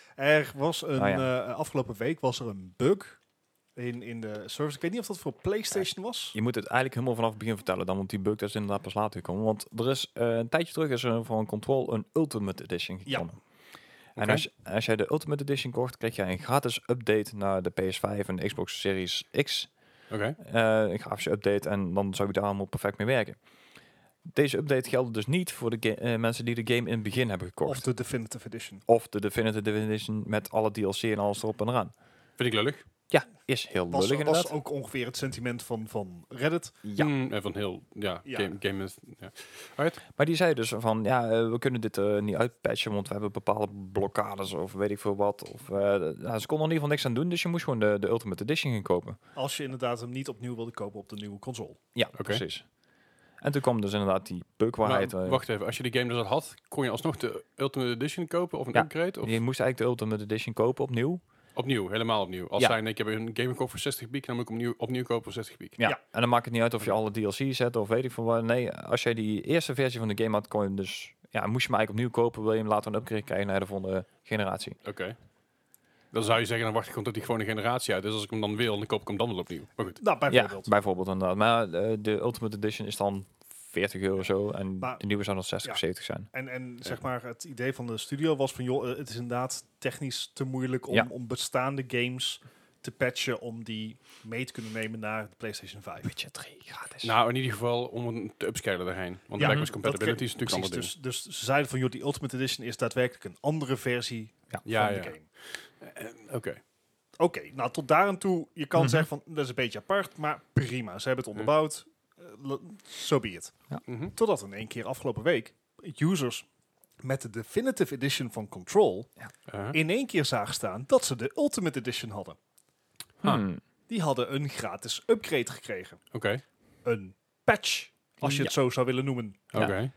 Er was een, Oh, ja. uh, afgelopen week was er een bug in, in de service. Ik weet niet of dat voor PlayStation was. Je moet het eigenlijk helemaal vanaf het begin vertellen. Dan moet die bug dus inderdaad pas later komen. Want er is uh, een tijdje terug is er van Control een Ultimate Edition gekomen. Ja. En Okay. als, als jij de Ultimate Edition kocht, kreeg jij een gratis update naar de P S vijf en de Xbox Series X. Oké. Okay. Uh, een grafische update en dan zou je daar allemaal perfect mee werken. Deze update geldt dus niet voor de uh, mensen die de game in het begin hebben gekocht. Of de Definitive Edition. Of de Definitive Edition met alle D L C en alles erop en eraan. Vind ik lullig. Ja, is heel Was, lullig was inderdaad. ook ongeveer het sentiment van, van Reddit. Ja. Mm, en van heel, ja, Ja. game, game is, ja. Alright. Maar die zei dus van, ja, uh, we kunnen dit uh, niet uitpatchen, want we hebben bepaalde blokkades of weet ik veel wat. Of, uh, nou, ze konden er in ieder geval niks aan doen, dus je moest gewoon de, de Ultimate Edition gaan kopen. Als je inderdaad hem niet opnieuw wilde kopen op de nieuwe console. Ja, okay. precies. En toen kwam dus inderdaad die bugwaarheid. Maar, wacht even, als je de game dus al had, kon je alsnog de Ultimate Edition kopen of een Ja. upgrade? Of Je moest eigenlijk de Ultimate Edition kopen opnieuw. opnieuw, helemaal opnieuw. Als Ja. zijn, ik heb een game gekocht voor zestig piek, dan moet ik hem opnieuw, opnieuw kopen voor zestig piek. Ja. Ja. En dan maakt het niet uit of je alle D L C zet of weet ik veel wat. Nee, als jij die eerste versie van de game had, kon je hem dus, ja, moest je hem eigenlijk opnieuw kopen. Wil je hem later een upgrade krijgen naar de volgende generatie. Oké. Okay. Dan zou je zeggen, dan wacht ik tot die gewoon een generatie uit. Dus als ik hem dan wil, dan koop ik hem dan wel opnieuw. Maar goed. Nou, bijvoorbeeld. Ja, bijvoorbeeld inderdaad. Maar uh, de Ultimate Edition is dan veertig euro zo. En Maar- de nieuwe zou dan zestig ja. of zeventig zijn. En, en zeg maar, het idee van de studio was van, joh, eh, het is inderdaad technisch te moeilijk om, Ja. om bestaande games te patchen om die mee te kunnen nemen naar de PlayStation vijf. Witcher drie gratis. Nou, in ieder geval om hem te upscalen daarheen. Want Ja, de backwards dat compatibility is natuurlijk een ander Precies, ding. dus, dus ze zeiden van, joh, die Ultimate Edition is daadwerkelijk een andere versie Ja. Ja, van ja. de game. Eh, Oké. Oké, nou tot daar aan toe, je kan Mhm. zeggen van, dat is een beetje apart, maar prima. Ze hebben het onderbouwd, uh, so be it. Mhm. Totdat in één keer afgelopen week users met de Definitive Edition van Control Uh-huh. in één keer zagen staan dat ze de Ultimate Edition hadden. Hmm. Die hadden een gratis upgrade gekregen. Oké. Een patch, als je Ja. het zo zou willen noemen. Ja. Oké.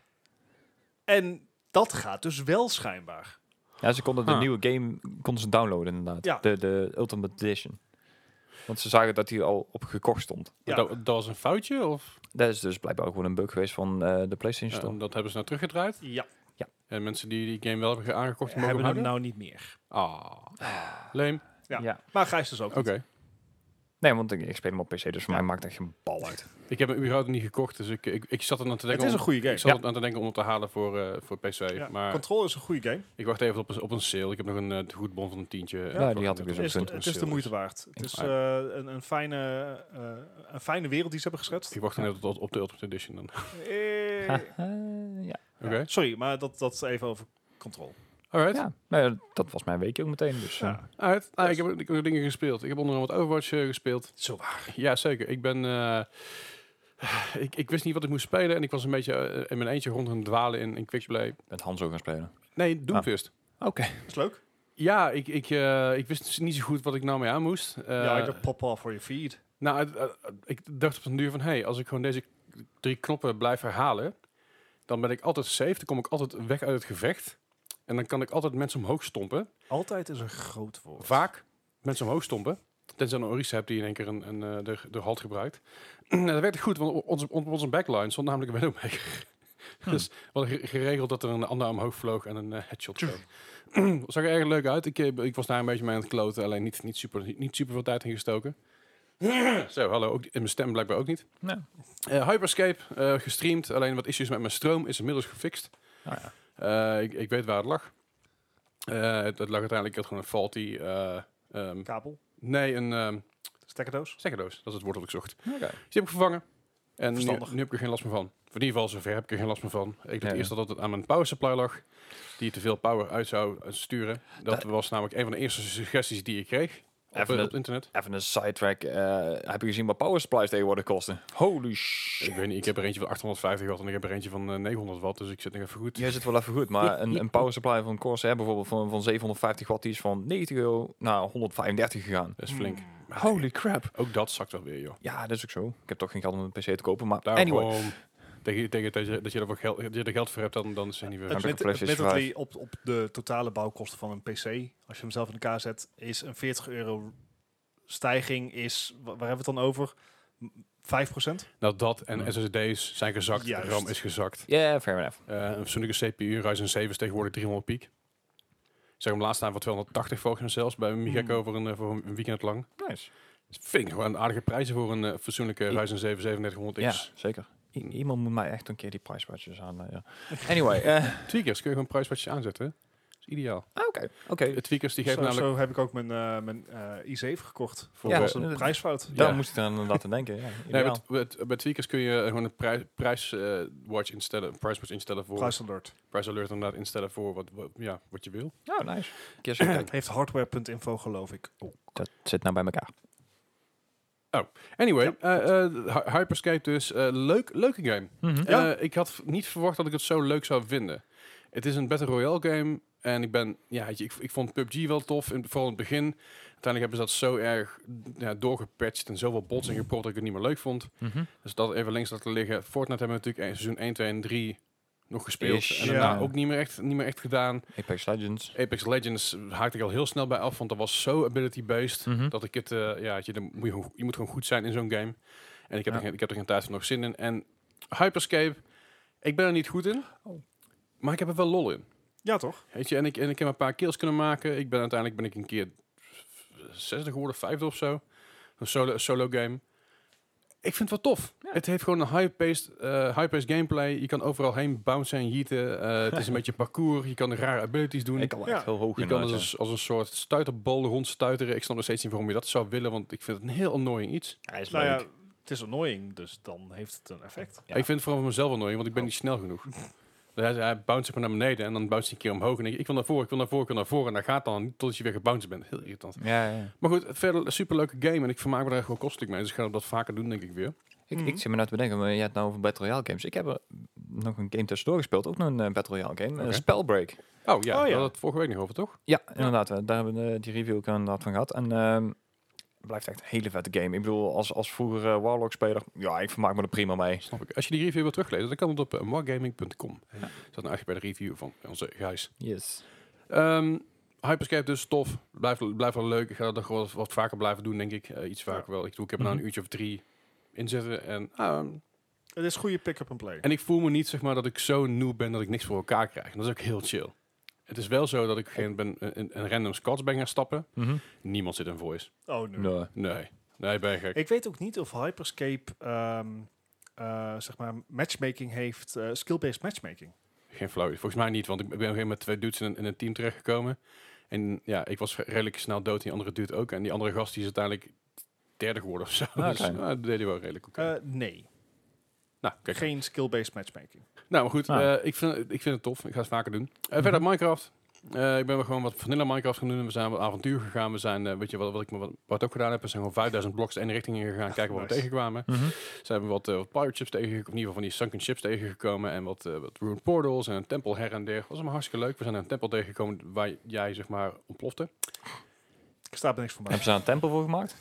En dat gaat dus wel schijnbaar. Ja, ze konden de Huh. nieuwe game konden ze downloaden inderdaad. Ja. De, de Ultimate Edition. Want ze zagen dat die al op gekocht stond. Ja. Dat, dat was een foutje? Of Dat is dus blijkbaar ook gewoon een bug geweest van uh, de PlayStation ja, Store. dat hebben ze nou teruggedraaid? Ja, En mensen die die game wel hebben aangekocht, mogen hebben hem hem houden? nou niet meer. Ah. Leem. Ja. Maar Gijs dus ook Oké. niet. Nee, want ik, ik speel hem op P C, dus voor Ja. mij maakt echt geen bal uit. Ik heb hem überhaupt niet gekocht, dus ik, ik, ik zat er aan te Het denken is een om, goede game. ik zat Ja. aan te denken om het te halen voor, uh, voor P C. Ja, Maar Control is een goede game. ik wacht even op een, op een sale. Ik heb nog een uh, goedbon van een tientje. Ja, uh, die had ik dus Het is, punt. het is de moeite waard. Het is Ah. uh, een, een, fijne, uh, een fijne wereld die ze hebben geschetst. Ik wacht dan even op, op de Ultimate Edition dan. Eh, Haha, ja. Oké. Sorry, maar dat, dat even over Control. Alright. Ja, nou ja, dat was mijn weekje ook meteen. Dus, uh, Ja. Alright. Ah, ik, heb, ik heb dingen gespeeld. Ik heb onder andere wat Overwatch uh, gespeeld. Zo waar. Ja, zeker. Ik ben... Uh, ik, ik wist niet wat ik moest spelen en ik was een beetje uh, in mijn eentje rond aan het dwalen in, in Quickplay. met Hanzo gaan spelen. Nee, Doomfist. Oké. Okay. Is leuk. Ja, ik, ik, uh, ik wist niet zo goed wat ik nou mee aan moest. Uh, ja, ik dacht pop-off voor je feed. Nou, uh, uh, ik dacht op een duur van, hé, hey, als ik gewoon deze drie knoppen blijf herhalen, dan ben ik altijd safe, dan kom ik altijd weg uit het gevecht. En dan kan ik altijd mensen omhoog stompen. Altijd is een groot woord. Vaak mensen omhoog stompen. Tenzij je een Orisa hebt die in één keer een, een, uh, de, de halt gebruikt. En dat werkt goed, want onze, onze backline stond namelijk een Widowmaker. Hm. Dus we hadden geregeld dat er een ander omhoog vloog en een uh, headshot kreeg. Zag er erg leuk uit. Ik, ik was daar een beetje mee aan het kloten, alleen niet, niet, super, niet, niet super veel tijd in gestoken. Zo, hallo. Ook, en mijn stem blijkbaar ook niet. Ja. Uh, Hyperscape, uh, gestreamd. Alleen wat issues met mijn stroom is inmiddels gefixt. Oh, ja. uh, ik, ik weet waar het lag. Uh, het, het lag uiteindelijk het gewoon een faulty... Uh, um, Kabel? Nee, een... Um, Stekkerdoos? Stekkerdoos, dat is het woord dat ik zocht. Okay. Dus die heb ik vervangen. En nu, Verstandig. nu heb ik er geen last meer van. In ieder geval zover heb ik er geen last meer van. Ik dacht Ja, eerst ja. dat het aan mijn power supply lag. Die te veel power uit zou uh, sturen. Dat Da- was namelijk een van de eerste suggesties die ik kreeg. Op, Even uh, het- op het internet. Even een sidetrack. Uh, heb je gezien wat power supplies tegenwoordig kosten? Holy shit. Ik weet niet, ik heb er eentje van achthonderdvijftig watt en ik heb er eentje van uh, negenhonderd watt. Dus ik zit nog even goed. Jij zit wel even goed, maar een, een power supply van Corsair bijvoorbeeld van, van zevenhonderdvijftig watt, die is van negentig euro naar honderdvijfendertig gegaan. Dat is flink. Hmm. Holy crap. Ook dat zakt wel weer, joh. Ja, dat is ook zo. Ik heb toch geen geld om een P C te kopen, maar Daarom anyway. tegen, tegen dat, je, dat je er geld, dat je er geld voor hebt, dan, dan is het niet Het weer. Heb ik met, een PlayStation admittedly op, op de totale bouwkosten van een P C, als je hem zelf in elkaar zet, is een veertig euro stijging is, wa- waar hebben we het dan over? M- vijf procent? Nou, dat en Ja. S S D's zijn gezakt, Juist. RAM is gezakt. Ja, yeah, fair enough. Uh, een fatsoenlijke C P U, Ryzen zeven is tegenwoordig driehonderd piek. Ik zeg hem laatst aan voor tweehonderdtachtig volgens mij zelfs, bij Migekko Hmm. voor, een, uh, voor een weekend lang. Nice. Dat vind ik gewoon aardige prijzen voor een uh, fatsoenlijke I- Ryzen zeven zevenendertighonderd Ja, X. zeker. I- iemand moet mij echt een keer die price watches aan. Uh, ja. Anyway. eh, Tweakers kun je gewoon prijswatches aanzetten. Dat is ideaal. Oké, oké. De tweakers die geven Zo, namelijk... zo heb ik ook mijn, eh, mijn eh, i zeven gekocht. Voor Ja, was een dat- prijsfout. Daar Ja. moest ik dan inderdaad aan denken. Ja, Nee, ideaal. met, met, bij tweakers kun je gewoon een prij, prijswatch instellen, een price watch instellen voor... Price alert. Price alert inderdaad instellen voor wat, wat, ja, wat je wil. Oh, nice. Een keer zo kijken. Heeft hardware punt info geloof ik. Oh. Dat zit nou bij elkaar. Anyway, uh, uh, Hy- Hyperscape dus. Uh, leuk, leuke game. Mhm. Ja. Uh, ik had niet verwacht dat ik het zo leuk zou vinden. Het is een Battle Royale game. En ik ben, ja, weet je, ik, ik vond P U B G wel tof, in, vooral in het begin. Uiteindelijk hebben ze dat zo erg ja, doorgepatcht en zoveel bots ingepropt dat ik het niet meer leuk vond. Mhm. Dus dat even links laten liggen. Fortnite hebben we natuurlijk in seizoen één, twee en drie nog gespeeld. Is, en daarna ja. ook niet meer, echt, niet meer echt gedaan. Apex Legends. Apex Legends haakte ik al heel snel bij af, want dat was zo ability-based. Mhm. Dat ik het, uh, ja, weet je, dan moet je, gewoon- je moet gewoon goed zijn in zo'n game. En ik heb, Ja. er geen, ik heb er geen tijd voor nog zin in. En Hyperscape, ik ben er niet goed in. Oh. Maar ik heb er wel lol in. Ja toch? Weet je, en ik, en ik heb een paar kills kunnen maken. Ik ben uiteindelijk ben ik een keer zesde geworden, vijfde of zo. Een solo, solo game. Ik vind het wel tof. Ja. Het heeft gewoon een high-paced, uh, high-paced gameplay. Je kan overal heen bouncen en yeeten. Uh, het is een beetje parcours. Je kan de rare abilities doen. Ik kan wel Ja. echt heel hoog Je in. kan dus als, als een soort stuiterbal rondstuiteren. Ik snap nog steeds niet waarom je dat zou willen, want ik vind het een heel annoying iets. Hij is Nou leuk. ja, het is annoying, dus dan heeft het een effect. Ja. Ik vind het vooral voor mezelf annoying, want ik ben Oh. niet snel genoeg. Dus hij, hij bounce zeg maar naar beneden en dan bounce hij een keer omhoog. En ik, ik wil naar voren, ik wil naar voren, ik wil naar voren. En dan gaat dan niet tot je weer gebounced bent. Heel irritant. Ja, ja. Maar goed, verder een superleuke game en ik vermaak me daar gewoon kostelijk mee. Dus ik ga dat vaker doen, denk ik weer. Ik, Mhm. ik zit me nou te bedenken, maar je hebt het nou over Battle Royale games. Ik heb er nog een game tussendoor gespeeld, ook nog een uh, Battle Royale game, Oké. een Spellbreak. Oh ja, Oh, we ja. hadden het vorige week nog over, toch? Ja, inderdaad. uh, Daar hebben we uh, die review ook inderdaad van gehad. En ehm, het blijft echt een hele vette game. Ik bedoel, als, als vroeger uh, Warlock-speler, ja, ik vermaak me er prima mee. Snap ik. Als je die review wil teruglezen, dan kan het op uh, wargaming punt com. Ja. Dat is een uitgebreide review van onze Gijs. Yes. Um, Hyperscape dus tof. Blijft, blijft wel leuk. Ik ga dat nog wat, wat vaker blijven doen, denk ik. Uh, iets vaker wel. Ik, doe, ik heb er nou een uurtje of drie in zitten. En, um, Het is goede pick-up and play. en ik voel me niet, zeg maar, dat ik zo noob ben dat ik niks voor elkaar krijg. En dat is ook heel chill. Het is wel zo dat ik geen ben, een, een random squads ben gaan stappen. Mhm. Niemand zit in voice. Oh nee. Nee. Nee. Nee, ben je gek. Ik weet ook niet of Hyperscape ehm, uh, zeg maar matchmaking heeft, uh, skill-based matchmaking. Geen flauw. Volgens mij niet, want ik ben op een gegeven moment met twee dudes in een, in een team terechtgekomen. En ja, ik was redelijk snel dood, die andere dude ook. En die andere gast die is uiteindelijk derde geworden of zo. Ah, Dus oké. uh, dat deed hij wel redelijk oké. Uh, nee, nou, kijk. geen skill-based matchmaking. Nou, maar goed. Ah. eh, ik, vind, ik vind het tof. Ik ga het vaker doen. Uh, Verder Minecraft. Uh, ik ben wel gewoon wat vanilla Minecraft gaan doen. We zijn wat avontuur gegaan. We zijn, uh, weet je wat, wat ik wat, wat ook gedaan heb? We zijn gewoon vijfduizend bloks de ene richting in gegaan. Kijken wat nice. we tegenkwamen. Mm-hmm. Zijn we wat, uh, wat pirate ships tegengekomen. In ieder geval van die sunken ships tegengekomen. En wat, uh, wat ruined portals en een tempel her en der. Was allemaal hartstikke leuk. We zijn naar een tempel tegengekomen waar jij zeg maar ontplofte. Ik sta er niks voor mij. Hebben ze daar een tempel voor gemaakt?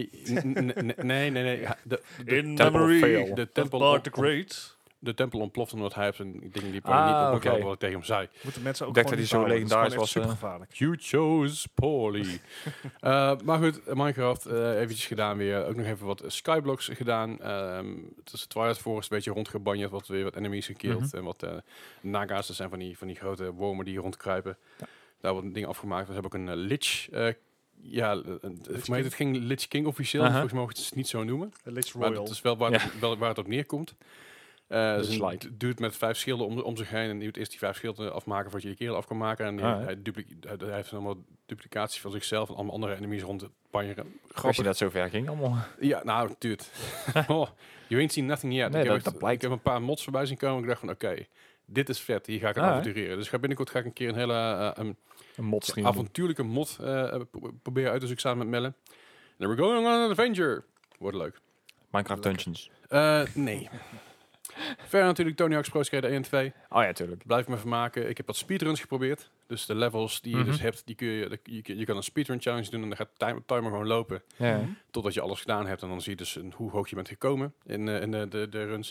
Nee, nee, nee. De, de In memory de tempel Bart the Great. De tempel ontploft omdat hij heeft zijn dingen die ah, niet oké. okay. wat ik tegen hem zei. Moeten mensen ook ik dacht dat hij zo legendarisch was. Super gevaarlijk. You chose poorly. uh, maar goed, Minecraft uh, eventjes gedaan weer. Ook nog even wat Skyblocks gedaan. Um, het is Twilight Forest, een beetje rondgebanjerd. Wat weer wat enemies gekild. Mm-hmm. En wat uh, naga's, dat zijn van die, van die grote wormen die rondkruipen. Ja. Daar worden dingen afgemaakt. We hebben ook een uh, Lich... Uh, Ja, uh, voor mij het ging Lich King officieel. Uh-huh. Volgens mij mag je het niet zo noemen. Lich Royal. Maar het is wel waar, ja. het, wel waar het op neerkomt. Uh, dus een dude met vijf schilden om, om zich heen. En die moet eerst die vijf schilden afmaken voordat je de kerel af kan maken. En ah, hij, hij, dupli- hij, hij heeft allemaal duplicatie van zichzelf en allemaal andere enemies rond het banjeren. Als je dat zo ver ging allemaal. Ja, nou, dude. oh, you ain't seen nothing yet. Nee, ik, dat, heb dat ik heb een paar mods voorbij zien komen. Ik dacht van, oké, okay, dit is vet. Hier ga ik het ah, avontureren. Dus ga binnenkort ga ik een keer een hele uh, um, een mod ja, avontuurlijke mod uh, pro- proberen uit te zoeken samen met Melle. And we're going on an adventure. Wordt leuk. Minecraft Dungeons. Uh, nee. Verder natuurlijk Tony Hawk's Pro Skater één en twee. Oh ja, tuurlijk. Blijf me vermaken. Ik heb wat speedruns geprobeerd. Dus de levels die je mm-hmm. dus hebt, die kun je, je, je kan een speedrun challenge doen en dan gaat de time, timer gewoon lopen. Ja. Totdat je alles gedaan hebt en dan zie je dus een, hoe hoog je bent gekomen in, uh, in de, de, de runs.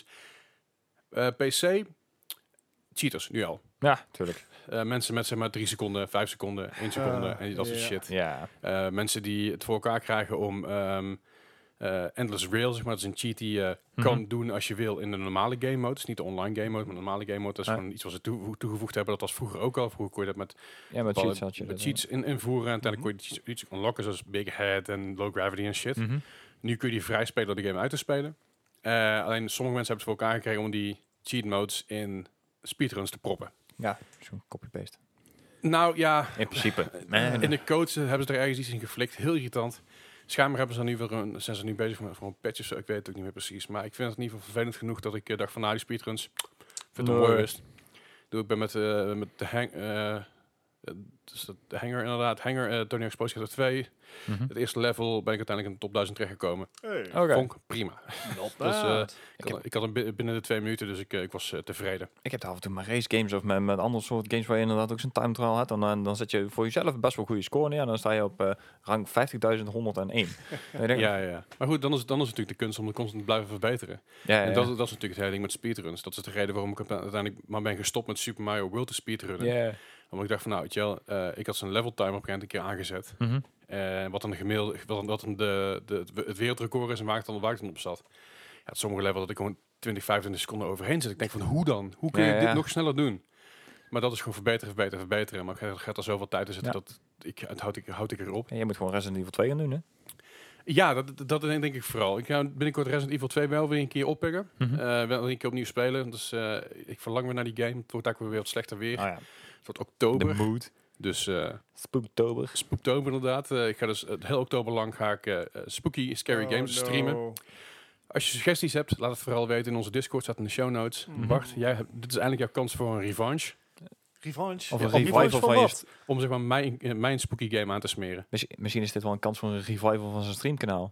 Uh, P C, cheaters, nu al. Ja, tuurlijk. Uh, mensen met zeg maar drie seconden, vijf seconden, één seconde uh, en dat soort yeah. shit. Ja. Uh, mensen die het voor elkaar krijgen om um, uh, Endless Rail, zeg maar, dat is een cheat die je mm-hmm. kan doen als je wil in de normale game mode. Het is niet de online game mode, maar de normale game mode. Dat is ja. gewoon iets wat ze toe, toegevoegd hebben. Dat was vroeger ook al. Vroeger kon je dat met, ja, met cheats, had je met dat, cheats in, invoeren. En uiteindelijk mm-hmm. kon je iets unlocken, zoals Big Head en Low Gravity en shit. Mm-hmm. Nu kun je die vrij spelen door de game uit te spelen. Uh, alleen sommige mensen hebben het voor elkaar gekregen om die cheat modes in speedruns te proppen. Ja, zo'n copy-paste. Nou ja, in principe. In de code hebben ze er ergens iets in geflikt. Heel irritant. Schijnbaar hebben ze nu weer een, zijn ze nu bezig met voor een patch of zo. Ik weet het ook niet meer precies. Maar ik vind het in ieder geval vervelend genoeg dat ik uh, dacht van nou die speedruns. Vind het nee. worst. Doe ik ben met, uh, met de hang, uh, dus de hanger inderdaad. Hanger uh, Tony Hawk's Pro Skater twee. Mm-hmm. Het eerste level ben ik uiteindelijk in de top duizend terechtgekomen. Hey. Okay. Vond ik prima. dus, uh, ik, had, ik had hem binnen de twee minuten, dus ik, uh, ik was uh, tevreden. Ik heb af en toe maar race games of met, met andere soort games waar je inderdaad ook zo'n time trial had. En dan, dan zet je voor jezelf best wel goede score neer. En dan sta je op uh, rang vijftigduizend honderdéén. ja, ja. Maar goed, dan is, dan is het natuurlijk de kunst om de constant te blijven verbeteren. Ja, ja, en dat, ja. dat is natuurlijk het hele ding met speedruns. Dat is de reden waarom ik uiteindelijk maar ben gestopt met Super Mario World te speedrunnen. Yeah. Omdat ik dacht van nou, weet je wel, uh, ik had zo'n level timer op een gegeven moment een keer aangezet. Mm-hmm. Uh, wat dan de gemiddelde, wat, wat dan de, de, de, het wereldrecord is en waar ik dan, waar ik dan op zat. Ja, sommige level dat ik gewoon twintig, vijfentwintig seconden overheen zit. Ik denk van hoe dan? Hoe kun je ja, ja. dit nog sneller doen? Maar dat is gewoon verbeteren, verbeteren, verbeteren. Maar het gaat er zoveel tijd in zitten ja. dat ik, het houd ik, houd ik erop. En je moet gewoon Resident Evil twee gaan doen, hè? Ja, dat, dat denk ik vooral. Ik ga binnenkort Resident Evil twee wel weer een keer oppikken. Mm-hmm. Uh, wel een keer opnieuw spelen. Dus uh, ik verlang weer naar die game. Het wordt eigenlijk weer wat slechter weer. Oh, ja. Het wordt oktober. De mood. Dus uh, Spooktober. Spooktober inderdaad. Uh, ik ga dus uh, heel oktober lang ga ik uh, spooky scary oh, games no. streamen. Als je suggesties hebt, laat het vooral weten in onze Discord. Staat in de show notes. Mm-hmm. Bart, jij hebt, dit is eindelijk jouw kans voor een revanche. Revanche? Of een ja, revival revanche van, van je... Om zeg maar mijn, uh, mijn spooky game aan te smeren. Misschien, misschien is dit wel een kans voor een revival van zijn streamkanaal.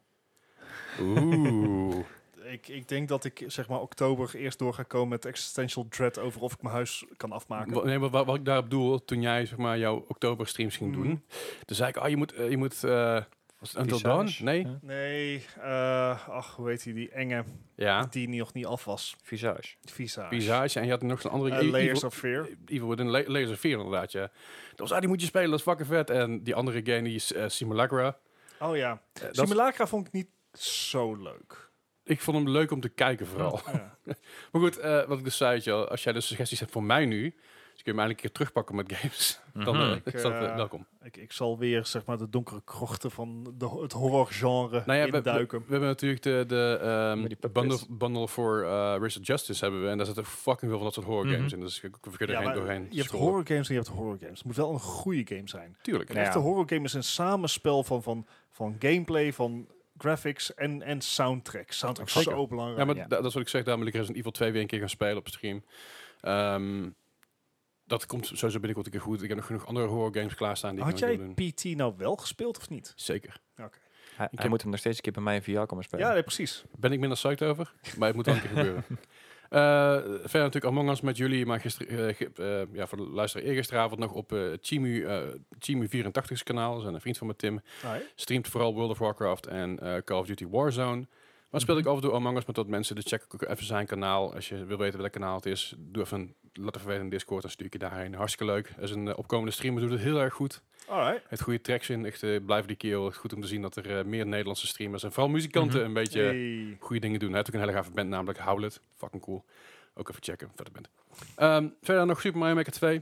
Oeh. Ik, ik denk dat ik zeg maar oktober eerst door ga komen met existential dread over of ik mijn huis kan afmaken. Wat, nee, wat, wat ik daarop doe, toen jij zeg maar jouw oktober streams ging mm. doen, toen zei ik, oh je moet, uh, je moet, uh, was het Until Dawn? Nee? Ja. Nee, uh, ach hoe heet die, die enge, ja. die nog niet af was. Visage. Visage. Visage en je had nog een andere. Uh, Layers Evil, of Fear. Evil Within La- Layers of Fear inderdaad, ja. Dat was, ah, die moet je spelen, dat is fucking vet. En die andere game die is uh, Simulacra. Oh ja, uh, Simulacra vond ik niet zo leuk. Ik vond hem leuk om te kijken vooral. Ja. Maar goed, uh, wat ik dus zei, je, als jij dus suggesties hebt voor mij nu, dus kun je me eigenlijk een keer terugpakken met games. Mm-hmm. Dan uh, ik, is dat uh, welkom. Ik, ik zal weer zeg maar de donkere krochten van de, het horrorgenre nou ja, induiken. We, we, we hebben natuurlijk de, de um, bundle, bundle voor uh, Racial Justice hebben we en daar zitten fucking veel van dat soort horror games mm-hmm. in. Dus ik kun er ja, doorheen. Je hebt horror games en je hebt horror games. Het moet wel een goede game zijn. Tuurlijk. Een echte ja. horror game is een samenspel van, van, van gameplay, van graphics en, en soundtrack. Soundtrack is zo belangrijk. Ja, maar ja. Da- dat is wat ik zeg. Daarom wil ik Resident Evil twee weer een keer gaan spelen op stream. Um, dat komt sowieso binnenkort een keer goed. Ik heb nog genoeg andere horror games klaarstaan die Had ik nog jij wil doen. P T nou wel gespeeld of niet? Zeker. Hij, Ik hij heb- moet hem nog steeds een keer bij mij in V R komen spelen. Ja, nee, precies. Ben ik minder psyched over, maar het moet wel een keer gebeuren. Uh, verder natuurlijk Among Us met jullie, maar gister, uh, ge- uh, ja, voor de luisteraar eergisteravond nog op uh, Chimu, uh, Chimu vierentachtig's kanaal. Dat is een vriend van me, Tim. Alright. Streamt vooral World of Warcraft en uh, Call of Duty Warzone. Maar speel ik af en toe Among Us met wat mensen, dus check ook even zijn kanaal. Als je wil weten welk kanaal het is, doe even een, laat even weten in Discord, dan stuur ik je daarheen. Hartstikke leuk. Er is een uh, opkomende streamer, doet het heel erg goed. Alright. Het goede tracks in, echt uh, blijven die kerel. Goed om te zien dat er uh, meer Nederlandse streamers en vooral muzikanten Mhm. een beetje Hey. goede dingen doen. Hij heeft ook een hele gave band, namelijk Howlet. Fucking cool. Ook even checken, verder band. Um, verder nog Super Mario Maker twee.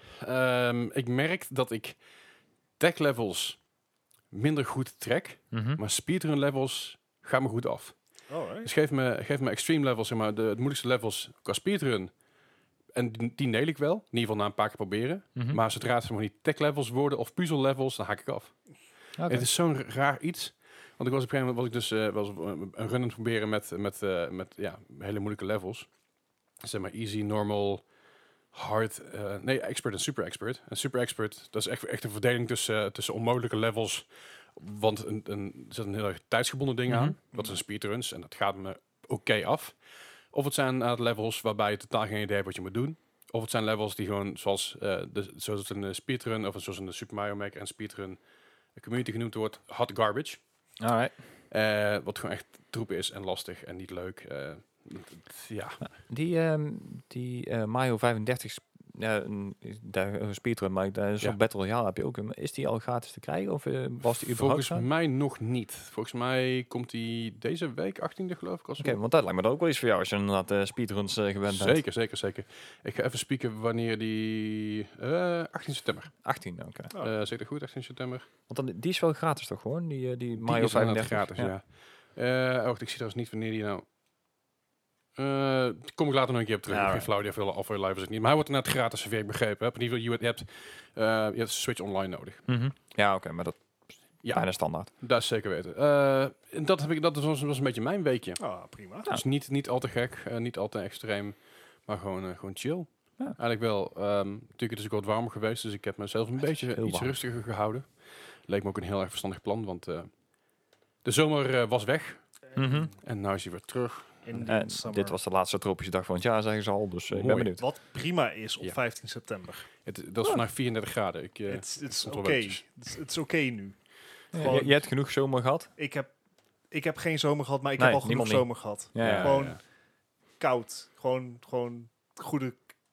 Um, ik merk dat ik tech levels minder goed trek, Mhm. maar speedrun levels gaan me goed af. Alright. Dus geef me, geef me extreme levels, zeg maar, de het moeilijkste levels qua speedrun. En die, die nail ik wel. In ieder geval na een paar keer proberen. Mhm. Maar zodra het zeg maar, die tech levels worden of puzzel levels, dan haak ik af. Oké. Het is zo'n raar iets. Want ik was op een gegeven moment was ik dus uh, was een run aan het proberen met, met, uh, met ja, hele moeilijke levels. Zeg maar easy, normal, hard. Uh, nee, expert en super expert. En super expert, dat is echt, echt een verdeling tussen, uh, tussen onmogelijke levels. Want een, een, er zit een heel erg tijdsgebonden ding Mhm. aan. Dat zijn speedruns en dat gaat me oké okay af. Of het zijn uh, levels waarbij je totaal geen idee hebt wat je moet doen. Of het zijn levels die gewoon zoals, uh, de, zoals een uh, speedrun of zoals een Super Mario Maker en speedrun community genoemd wordt, hot garbage. Alright. Uh, wat gewoon echt troep is en lastig en niet leuk. Uh, ja. Die, ehm, die uh, Mario vijfendertig, ja, een, daar een speedrun, maar daar is Ja. zo'n Battle Royale heb je ook. Is die al gratis te krijgen of uh, was die überhaupt Volgens zo? Oké, mij nog niet. Volgens mij komt die deze week, achttiende geloof ik. Als we- want dat lijkt me dan ook wel iets voor jou als je inderdaad uh, speedruns uh, gewend bent. Zeker, zeker, zeker. Ik ga even spieken wanneer die... Uh, achttien september. achttien, oké. Oh. Uh, zeker goed, achttien september. Want dan, die is wel gratis toch gewoon, die, uh, die Die Mario is inderdaad vijfendertig? gratis, ja. Uh, oh, ik zie trouwens niet wanneer die nou... Uh, kom ik later nog een keer op terug. Ja, Ik right. geef Flauw die veel af voor je live is het niet. Maar hij wordt inderdaad gratis, zover ik begrepen heb. In ieder geval, je hebt, uh, je hebt Switch Online nodig. Mhm. Ja, oké, maar dat is Ja. bijna standaard. Dat is zeker weten. Uh, en dat, heb ik, dat was, was een beetje mijn weekje. Ah, prima. Ja. Dus niet, niet al te gek, uh, niet al te extreem, maar gewoon, uh, gewoon chill. Ja. Eigenlijk wel. Um, natuurlijk het is ook wat warmer geweest, dus ik heb mezelf een beetje heel iets warm. rustiger gehouden. Leek me ook een heel erg verstandig plan, want uh, de zomer uh, was weg Mhm. en nu is hij weer terug. Indian En summer. dit was de laatste tropische dag van het jaar, zeggen ze al. Dus uh, ik ben Mooi. benieuwd. Wat prima is op Ja. vijftien september. Het, dat is vandaag vierendertig graden. Ik, uh, Het is komt oké. wel welletjes. Het is oké nu. Ja, Gewoon- je, je hebt genoeg zomer gehad? Ik heb, ik heb geen zomer gehad, maar ik Nee, heb al genoeg niemand niet. zomer gehad. Ja, ja, Gewoon ja. koud. Gewoon, gewoon goede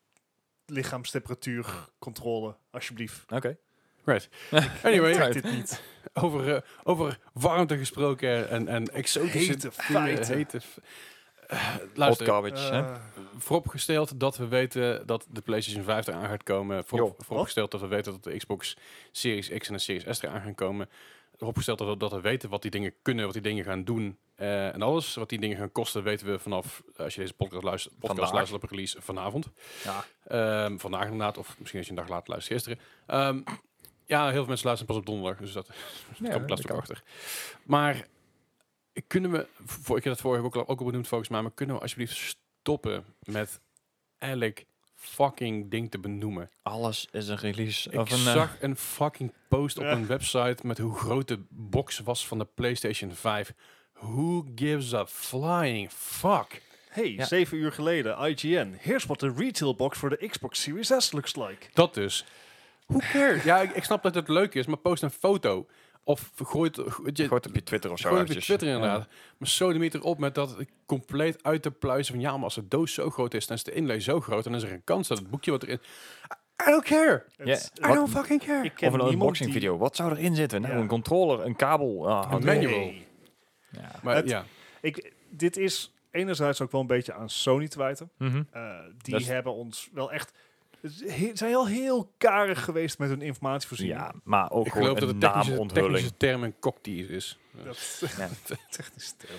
lichaamstemperatuurcontrole, alsjeblieft. Oké. Right. Anyway, Ik trek Right. dit niet. over, uh, over warmte gesproken en, en exotische Hete dingen, feiten. hete f- Uh, Hot luister, garbage, hè? Eh, vooropgesteld dat we weten dat de PlayStation vijf eraan gaat komen. Voorop, Jo, vooropgesteld dat we weten dat de Xbox Series X en de Series S eraan gaan komen. Vooropgesteld dat we, dat we weten wat die dingen kunnen, wat die dingen gaan doen. Uh, en alles wat die dingen gaan kosten weten we vanaf, als je deze podcast luistert, podcast Vandaag. luistert op release, vanavond. Ja. Um, vandaag inderdaad, of misschien als je een dag later luistert, gisteren. Um, ja, heel veel mensen luisteren pas op donderdag, dus dat Ja, kom ik dat laatst ook kan. achter. Maar kunnen we, voor, ik heb dat vorige ook al, ook al benoemd volgens mij, maar kunnen we alsjeblieft stoppen met elk fucking ding te benoemen? Alles is een release. Ik of een, uh, zag een fucking post op Ja. een website met hoe groot de box was van de PlayStation vijf. Who gives a flying fuck? Hey, Ja. zeven uur geleden, I G N. Here's what the retail box voor de Xbox Series S looks like. Dat dus. Who cares? Ja, ik, ik snap dat het leuk is, maar post een foto. Of gooi het, gooi het, je, Gooit op je Twitter of zo. gooi het op je eventjes. Twitter inderdaad. Maar sodemieter op met dat compleet uit te pluizen van ja, maar als de doos zo groot is, dan is de inlay zo groot, dan is er een kans dat het boekje wat erin... I don't care. Het- Ja. het- I don't fucking care. ik ken Of een niemand unboxing die- video. Wat zou erin zitten? Nou, Ja. een controller, een kabel. Ah, Een nee. manual. Nee. Ja. Maar Het- ja, Ik, dit is enerzijds ook wel een beetje aan Sony te wijten. Mhm. Uh, die Dat is- hebben ons wel echt... Ze zijn al heel karig geweest met hun informatievoorziening. Ja, maar ook ik gewoon geloof dat een de technische, naamonthulling. technische term een cocktease is. Dat Ja. technisch term.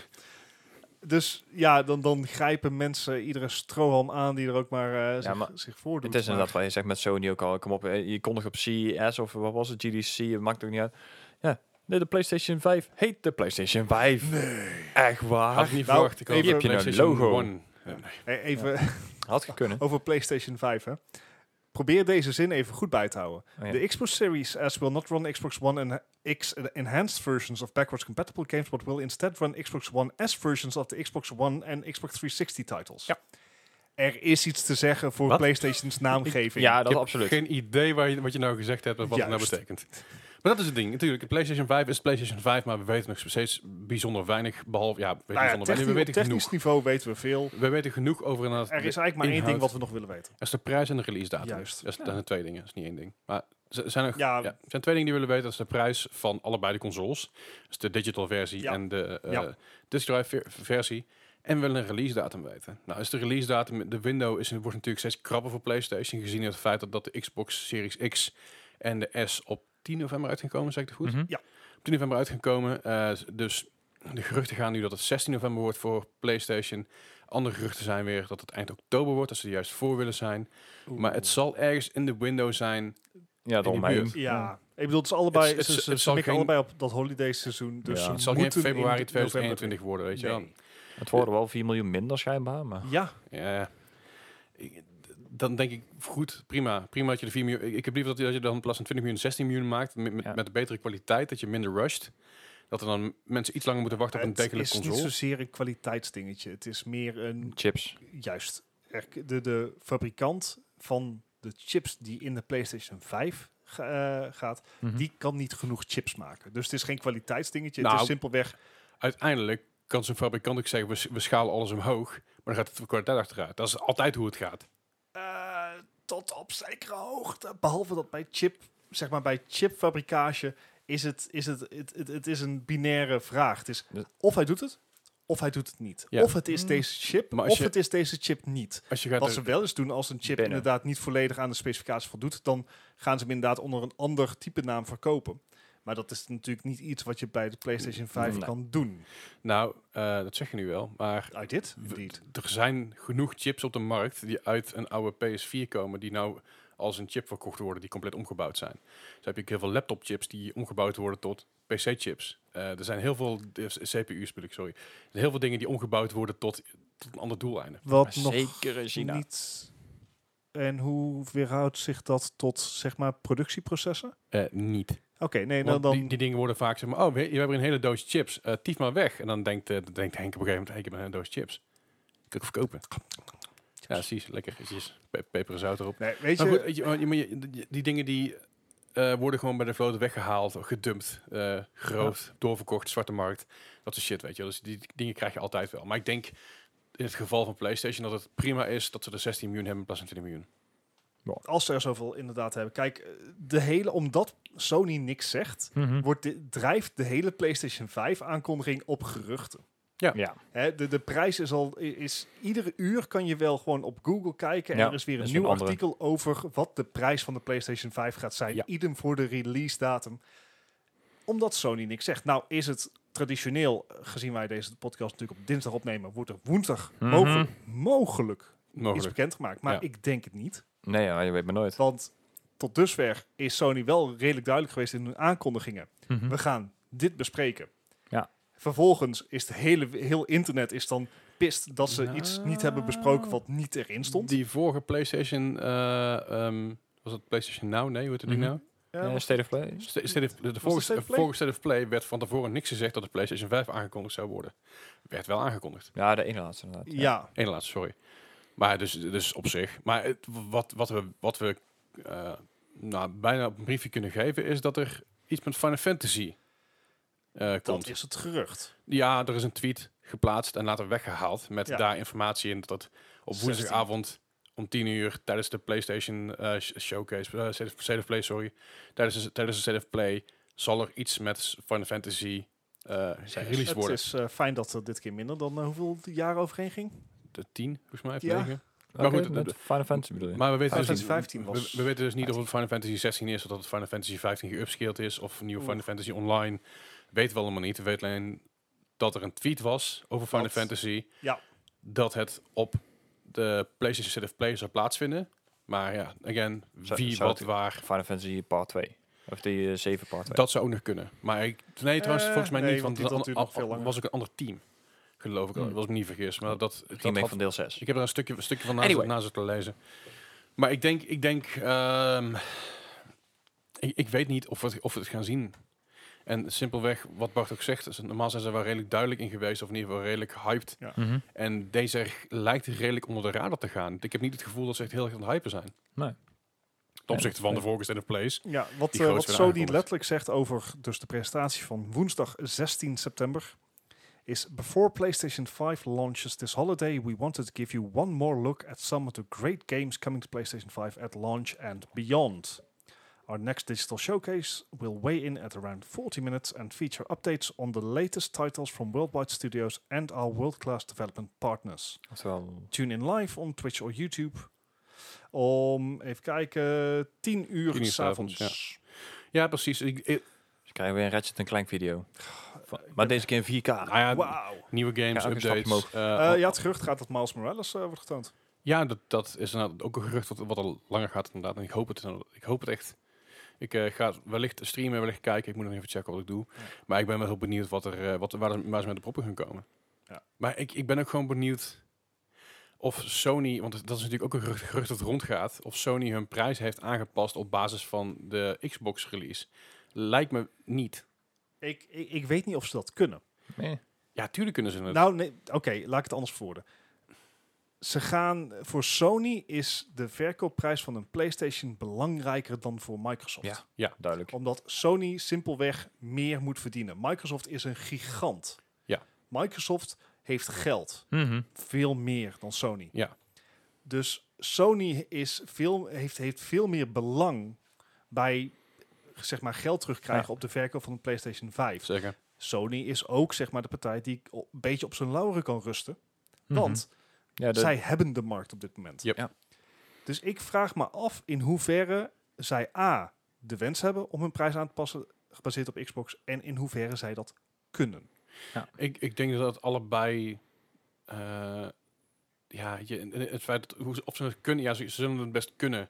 Dus ja, dan, dan grijpen mensen iedere strohalm aan die er ook maar, uh, zich, maar zich voordoet. Het is Maar- inderdaad wat je zegt met Sony ook al. Kom op, eh, je kondigt op C E S of wat was het, G D C, het maakt ook niet uit. Ja, nee, de PlayStation vijf heet de PlayStation vijf. Nee. Echt waar? Had ik niet Nou, verwacht. Ik had even- de Heb je een PlayStation logo? One. Eh, nee. Hey, even Had kunnen. over PlayStation vijf. Hè. probeer deze zin even goed bij te houden. Oh, ja. The Xbox Series S will not run Xbox One and X enhanced versions of backwards compatible games, but will instead run Xbox One S versions of the Xbox One en Xbox driehonderdzestig titles. Ja. Er is iets te zeggen voor Wat? PlayStation's naamgeving. Ja, Ik dat heb absoluut. geen idee waar je, wat je nou gezegd hebt en wat het nou Juist. betekent. Maar dat is het ding. Natuurlijk, de PlayStation vijf is PlayStation vijf, maar we weten nog steeds bijzonder weinig. Behalve, ja, we weten, Nou ja, bijzonder weinig. technisch, we op weten technisch genoeg. niveau weten we veel. We weten genoeg over inderdaad. Er is de eigenlijk maar één inhoud. ding wat we nog willen weten. Dat is de prijs en de release datum. Juist. Dat, is, Ja. dat zijn twee dingen. Dat is niet één ding. Maar er zijn, nog, Ja. ja, er zijn twee dingen die we willen weten. Dat is de prijs van allebei de consoles. Dus de digital versie Ja. en de uh, Ja. disk drive ver- versie. En we willen een release datum weten. Nou, is de release datum, de window is, wordt natuurlijk steeds krapper voor PlayStation. Gezien het feit dat, dat de Xbox Series X en de S op tien november uit gaan komen, zeg ik het goed? Mhm. Op tien november uit gaan komen. Uh, dus de geruchten gaan nu dat het zestien november wordt voor PlayStation. Andere geruchten zijn weer dat het eind oktober wordt, dat ze er juist voor willen zijn. Oeh. Maar het zal ergens in de window zijn. Ja, in die daaromheen. buurt. Ja, ik bedoel, het is allebei, Het- het- ze, het ze, ze zal mikken geen- allebei op dat holiday seizoen. Dus Ja. ze Het Het zal geen moeten in februari november tweeduizend eenentwintig worden, weet je wel. Nee. Het worden wel vier miljoen minder schijnbaar, maar... Ja, Ja, ik- dan denk ik, goed, prima. Prima dat je de vier miljoen... Ik, ik heb liever dat je, dat je dan in plaats van twintig miljoen zestien miljoen maakt. Met, met, Ja. met een betere kwaliteit, dat je minder rusht. Dat er dan mensen iets langer moeten wachten op een het degelijke is niet console. zozeer een kwaliteitsdingetje. Het is meer een, Chips. juist, er- de, de fabrikant van de chips die in de PlayStation vijf ga- eh, gaat, Mhm. die kan niet genoeg chips maken. Dus het is geen kwaliteitsdingetje. Nou, het is simpelweg, Uiteindelijk kan zo'n fabrikant ook zeggen, we, s- we schalen alles omhoog. Maar dan gaat het de kwaliteit achteruit. Dat is altijd hoe het gaat. eh, tot op zekere hoogte. Behalve dat bij chip, zeg maar bij chipfabrikage, is het, is het, het, het, het is een binaire vraag. Het is Dus- of hij doet het, of hij doet het niet. Ja. Of het is Mm. deze chip, Maar als of je- het is deze chip niet. Als je gaat Wat er- ze wel eens doen als een chip Binnen. inderdaad niet volledig aan de specificatie voldoet, dan gaan ze hem inderdaad onder een ander type naam verkopen. Maar dat is natuurlijk niet iets wat je bij de PlayStation vijf Nee. kan doen. Nou, eh, dat zeg je nu wel. Maar I did, w- indeed. er zijn genoeg chips op de markt die uit een oude P S vier komen, die nou als een chip verkocht worden, die compleet omgebouwd zijn. Dus heb je ook heel veel laptopchips die omgebouwd worden tot P C-chips. er zijn heel veel eh, C P U's, bedoel ik, sorry. Er zijn heel veel dingen die omgebouwd worden tot, tot een ander doeleinde. Wat Maar nog zeker in China. niet... En hoe weerhoudt zich dat tot, zeg maar, productieprocessen? Eh, niet. Oké, nee, Want dan... dan die, die dingen worden vaak zeg maar, oh, we, we hebben een hele doos chips, eh tief maar weg. En dan denkt, eh, dan denkt Henk op een gegeven moment, hey, ik heb een doos chips. Kan ik verkopen? Ja, precies, lekker. Etjes, pe peper en zout erop. nee, weet Maar je... goed, weet je, maar je, maar je- die, die dingen die eh, worden gewoon bij de vloot weggehaald, gedumpt, eh groot, doorverkocht, zwarte markt. Dat is shit, weet je wel. Dus die dingen krijg je altijd wel. Maar ik denk in het geval van PlayStation dat het prima is dat ze er zestien miljoen hebben in plaats van twintig miljoen. als ze er zoveel inderdaad hebben. Kijk, eh, de hele, omdat Sony niks zegt, Mhm. wordt de, drijft de hele PlayStation vijf aankondiging op geruchten. Ja. Hè, de, de prijs is al, i- is iedere uur kan je wel gewoon op Google kijken en Ja, er is weer dat een is nieuw een andere. artikel over wat de prijs van de PlayStation vijf gaat zijn. Ja. Idem voor de release datum. Omdat Sony niks zegt. Nou is het traditioneel, eh, gezien wij deze podcast natuurlijk op dinsdag opnemen, wordt er woensdag Mhm. mogelijk, mogelijk iets Mogelijk. bekendgemaakt. Maar Ja. ik denk het niet. Nee, ja, je weet maar nooit. Want tot dusver is Sony wel redelijk duidelijk geweest in hun aankondigingen. Mhm. We gaan dit bespreken. Ja. Vervolgens is het hele heel internet is dan pist dat ze Nou. iets niet hebben besproken wat niet erin stond. Die vorige PlayStation, eh, ehm, was het PlayStation Now? Nee, hoe heet het ding Mhm. nou? Ja, Ja, was- State of Play. Sta- State of- de, de het vorige, State of de Play? vorige State of Play werd van tevoren niks gezegd dat de PlayStation vijf aangekondigd zou worden. Werd wel aangekondigd. Ja, de ene laatste inderdaad. ja. Eén laatste, sorry. Maar dus, dus op zich. Maar het, wat, wat we, wat we eh, nou, bijna op een briefje kunnen geven, is dat er iets met Final Fantasy eh, Dat komt. is het gerucht. Ja, er is een tweet geplaatst en later weggehaald met Ja. daar informatie in dat het op zestien. woensdagavond om tien uur tijdens de PlayStation eh, sh- showcase, eh, State of- State of Play, sorry, tijdens de, tijdens de State of Play zal er iets met Final Fantasy eh gereleased Het worden. is eh, fijn dat er dit keer minder dan eh, hoeveel jaar overheen ging. De tien, volgens mij, of Ja. negen. Oké, Maar goed, met de- Final Fantasy bedoel je? Maar we weten, Final dus Fantasy niet, vijftien we, was we weten dus niet of het Final Fantasy zestien is of dat het Final Fantasy vijftien geupscaled is of een nieuwe Oeh. Final Fantasy Online. Weten we allemaal niet. We weten alleen dat er een tweet was over Final Dat- Fantasy. Ja. Dat het op de PlayStation State of Play zou plaatsvinden. Maar ja, again, Zou- wie, zou wat, het- waar. Final Fantasy Part twee. Of die uh, zeven Part twee. Dat zou ook nog kunnen. Maar ik, nee, trouwens, Eh, volgens mij nee, niet. want Want die het duurt an- nog veel an- langer. was ook een ander team. Geloof ik. Hmm. Dat was me niet vergis. Maar dat, dat Remake had- van deel zes. ik heb er een stukje, een stukje van naast, Anyway. naast te lezen. Maar ik denk, ik denk, ehm, ik, ik weet niet of we, het, of we het gaan zien. En simpelweg, wat Bart ook zegt, is, normaal zijn ze wel redelijk duidelijk in geweest, of in ieder geval redelijk hyped. Mhm. En deze r- lijkt redelijk onder de radar te gaan. Ik heb niet het gevoel dat ze echt heel erg aan het hypen zijn. Nee. Ten opzichte van de vorige State of Plays. Ja, wat, Die eh, groots wat werden Sony aangekondigd. letterlijk zegt over dus de presentatie van woensdag zestien september is: Before PlayStation five launches this holiday, we wanted to give you one more look at some of the great games coming to PlayStation five at launch and beyond. Our next digital showcase will weigh in at around forty minutes and feature updates on the latest titles from worldwide studios and our world-class development partners. Oftewel, Tune in live on Twitch or YouTube. Om, even kijken, tien uur Tien uur 's avonds. s'avonds, Ja, precies. Ik, ik, dus krijgen we weer een Ratchet en Clank video. Van- ik maar ben- deze keer in vier K. nou ja, Wauw. nieuwe games, Ja, ook een stapje updates. omhoog. eh, Eh, ja, het gerucht gaat dat Miles Morales eh, wordt getoond. Ja, dat, dat is inderdaad ook een gerucht wat, wat al langer gaat inderdaad. En ik hoop het, ik hoop het echt. Ik eh, ga wellicht streamen, wellicht kijken. Ik moet nog even checken wat ik doe. Ja. Maar ik ben wel heel benieuwd wat er, eh, wat, waar, de- waar ze met de proppen gaan komen. Ja. Maar ik, ik ben ook gewoon benieuwd of Sony, want dat is natuurlijk ook een gerucht, gerucht dat rondgaat, of Sony hun prijs heeft aangepast op basis van de Xbox release. Lijkt me niet. Ik, ik, ik weet niet of ze dat kunnen. Nee. Ja, tuurlijk kunnen ze het. Nou, nee, oké, laat ik het anders verwoorden. Ze gaan, voor Sony is de verkoopprijs van een PlayStation belangrijker dan voor Microsoft. Ja. Ja. Duidelijk. Omdat Sony simpelweg meer moet verdienen. Microsoft is een gigant. Ja. Microsoft heeft geld. Mhm. Veel meer dan Sony. Ja. Dus Sony is veel, heeft, heeft veel meer belang bij zeg maar, geld terugkrijgen Ja. op de verkoop van een PlayStation vijf. Zeker. Sony is ook zeg maar, de partij die o- een beetje op zijn lauren kan rusten. Mhm. Want ja, de, zij hebben de markt op dit moment. Yep. Ja. Dus ik vraag me af in hoeverre zij A, de wens hebben om hun prijs aan te passen gebaseerd op Xbox. En in hoeverre zij dat kunnen. Ik, ik denk dat het allebei. eh, ja, je, het feit dat hoe ze, of ze het kunnen, ja, ze, ze zullen het best kunnen.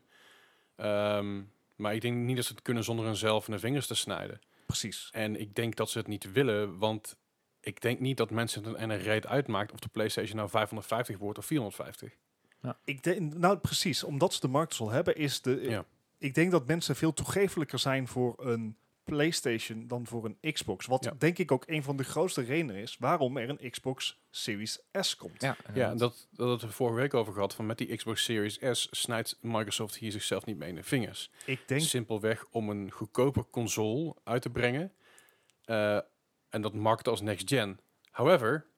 Ehm, maar ik denk niet dat ze het kunnen zonder hun zelf in de vingers te snijden. Precies. En ik denk dat ze het niet willen, want ik denk niet dat mensen het en een reet uitmaakt of de PlayStation nou vijfhonderdvijftig wordt of vierhonderdvijftig. Ik denk, nou precies, omdat ze de markt al hebben, is de. Ja. Ik denk dat mensen veel toegefelijker zijn voor een PlayStation dan voor een Xbox. Wat Ja. denk ik ook een van de grootste redenen is waarom er een Xbox Series S komt. ja, Ja, inderdaad. dat, dat hadden we vorige week over gehad. Van met die Xbox Series S snijdt Microsoft hier zichzelf niet mee in de vingers. Ik denk, Simpelweg om een goedkoper console uit te brengen. eh, en dat markten als next gen. However,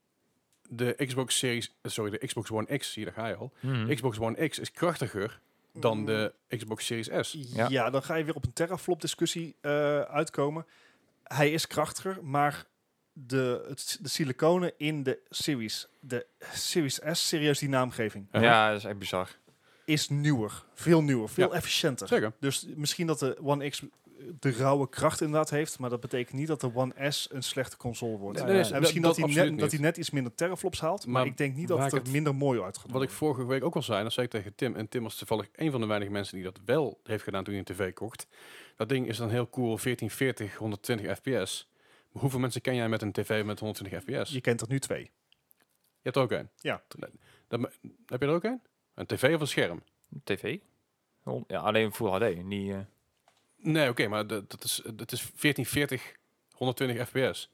de Xbox Series, sorry, de Xbox One X, hier daar ga je al. Mhm. Xbox One X is krachtiger dan de Xbox Series S. ja. Ja. dan ga je weer op een teraflop discussie eh, uitkomen. Hij is krachtiger, maar de, het, de siliconen in de Series, de Series S, serieus die naamgeving, Uh-huh. Ja, dat is echt bizar. is nieuwer. Veel nieuwer, veel Ja. efficiënter. Zeker. Dus misschien dat de One X de rauwe kracht inderdaad heeft, maar dat betekent niet dat de One S een slechte console wordt. Nee, nee, en dat- misschien dat dat, hij absoluut net, dat niet. hij net iets minder teraflops haalt, maar, Maar ik denk niet dat waar het ik er het- minder mooi uit gaat Wat ik worden. vorige week ook al zei, dat zei ik tegen Tim. En Tim was toevallig een van de weinige mensen die dat wel heeft gedaan toen hij een tv kocht. Dat ding is dan heel cool, veertien veertig, honderdtwintig fps. Maar hoeveel mensen ken jij met een tv met honderdtwintig fps? Je kent er nu twee. Je hebt er ook een. Ja. Dat, heb je er ook een? Een tv of een scherm? T V? Oh, ja, alleen Full H D. Niet, eh, Nee, oké, maar dat, dat, is, dat is veertien veertig, honderdtwintig fps.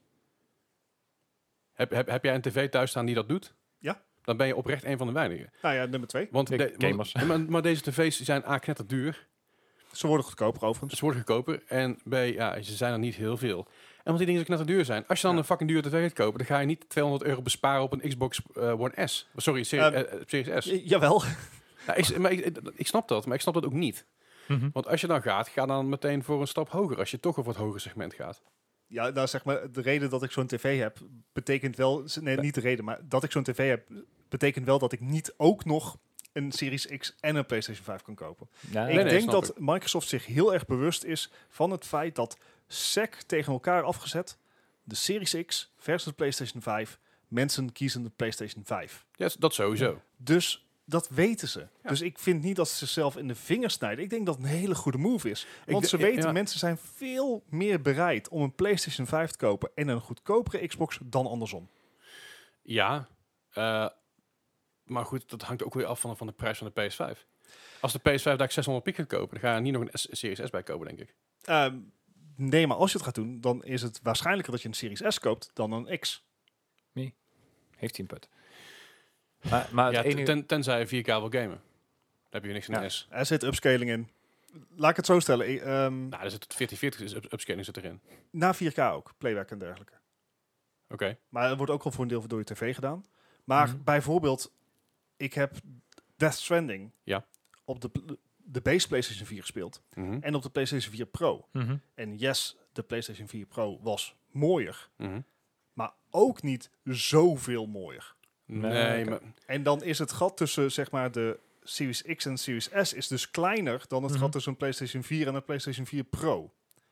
Heb, heb, heb jij een tv thuis staan die dat doet? Ja. Dan ben je oprecht een van de weinigen. Nou ja, nummer twee. Want, Ik- de- gamers. want- maar, maar deze tv's zijn a knetterduur. Ze worden goedkoper overigens. Ze worden goedkoper en B, ja, ze zijn er niet heel veel. En omdat die dingen zo knetterduur zijn. Als je dan Ja. een fucking dure tv gaat kopen, dan ga je niet tweehonderd euro besparen op een Xbox eh, One S. Sorry, serie, Ehm, eh, Series S. J- jawel. Nou, ik, maar ik, ik snap dat, maar ik snap dat ook niet. mhm. Want als je dan gaat, ga dan meteen voor een stap hoger. Als je toch over het hogere segment gaat. Ja, nou zeg maar, de reden dat ik zo'n tv heb, betekent wel... Nee, Ja. niet de reden, maar dat ik zo'n tv heb, betekent wel dat ik niet ook nog een Series X en een PlayStation vijf kan kopen. Ja, ik nee, denk snap dat ik. Microsoft zich heel erg bewust is van het feit dat S E C tegen elkaar afgezet, de Series X versus de PlayStation vijf, mensen kiezen de PlayStation vijf. Ja, dat sowieso. Dus dat weten ze. Ja. Dus ik vind niet dat ze zichzelf in de vingers snijden. Ik denk dat het een hele goede move is. Want de- ze weten, ja. mensen zijn veel meer bereid om een PlayStation vijf te kopen en een goedkopere Xbox dan andersom. Ja, eh, maar goed, dat hangt ook weer af van, van de prijs van de P S vijf. Als de P S vijf daar zeshonderd piek gaat kopen, dan ga je niet nog een S- Series S bij kopen, denk ik. Ehm, nee, maar als je het gaat doen, dan is het waarschijnlijker dat je een Series S koopt dan een X. Heeft hij een put. Maar, maar Ja, het enige... ten, tenzij je vier K wil gamen. Dan heb je niks in Ja. de S. Er zit upscaling in. Laat ik het zo stellen. Ik, ehm, Nou, er zit veertien veertig is up- upscaling zit erin. na vier K ook, playback en dergelijke. Oké. Maar het wordt ook al voor een deel door je tv gedaan. Maar Mhm. bijvoorbeeld, ik heb Death Stranding Ja. op de, pl- de base PlayStation vier gespeeld. Mhm. En op de PlayStation vier Pro. Mhm. En yes, de PlayStation vier Pro was mooier. Mhm. Maar ook niet zoveel mooier. Nee, Nee, oké. maar... En dan is het gat tussen zeg maar de Series X en Series S is dus kleiner dan het Mhm. gat tussen een PlayStation vier en een PlayStation vier Pro.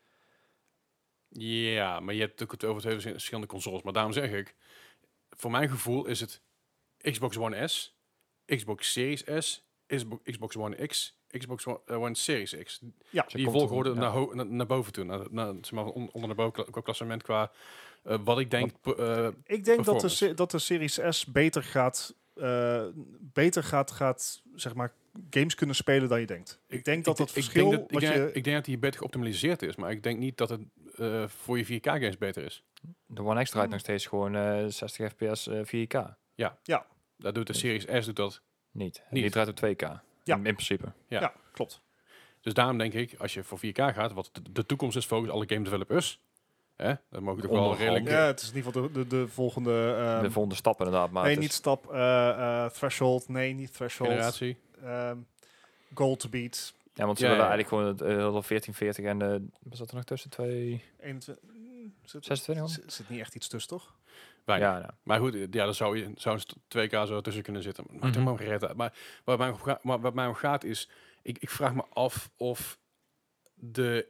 Ja, maar je hebt ook het over twee verschillende consoles. Maar daarom zeg ik, voor mijn gevoel is het Xbox One S, Xbox Series S, Xbox, Xbox One X, Xbox One, eh, One Series X. Ja, Die komt volgorde er, ja. naar, ho- naar, naar boven toe. Naar, naar, zeg maar, on- onder de boven qua klassement qua eh, wat ik denk. eh, ik denk dat de, performance. se- dat de Series S beter gaat, eh, beter gaat, gaat zeg maar, games kunnen spelen dan je denkt. Ik denk dat dat ik verschil denk dat, wat ik, denk, je... ik denk dat die beter geoptimaliseerd is, maar ik denk niet dat het eh, voor je vier K games beter is. De One X draait nog steeds gewoon eh, zestig F P S eh, vier K. Dat doet de Series S doet dat. Niet. Niet. Die draait op twee K. Ja. In, in principe. Ja. Ja, klopt. Dus daarom denk ik, als je voor vier K gaat, wat de, de toekomst is volgens alle game developers, hè, dat mogen toch wel Onderhand. redelijk. Ja, het is in ieder geval de, de, de volgende... ehm, de volgende stap inderdaad. Maar nee, het is- niet stap. eh, eh, threshold. Nee, niet threshold. Generatie. Ehm, goal to beat. Ja, want ze Ja, willen ja. eigenlijk gewoon het eh, hele veertien veertig en de... Was dat er nog tussen? twee eenentwintig. mm, Zit, zesentwintig? zit, zit niet echt iets tussen, toch? Weinig. Ja, nou. Maar goed, ja, daar zou je zou een twee K zo tussen kunnen zitten. Maakt Mhm. helemaal geen reet uit. Maar wat mij, om ga- maar wat mij om gaat is, ik, ik vraag me af of de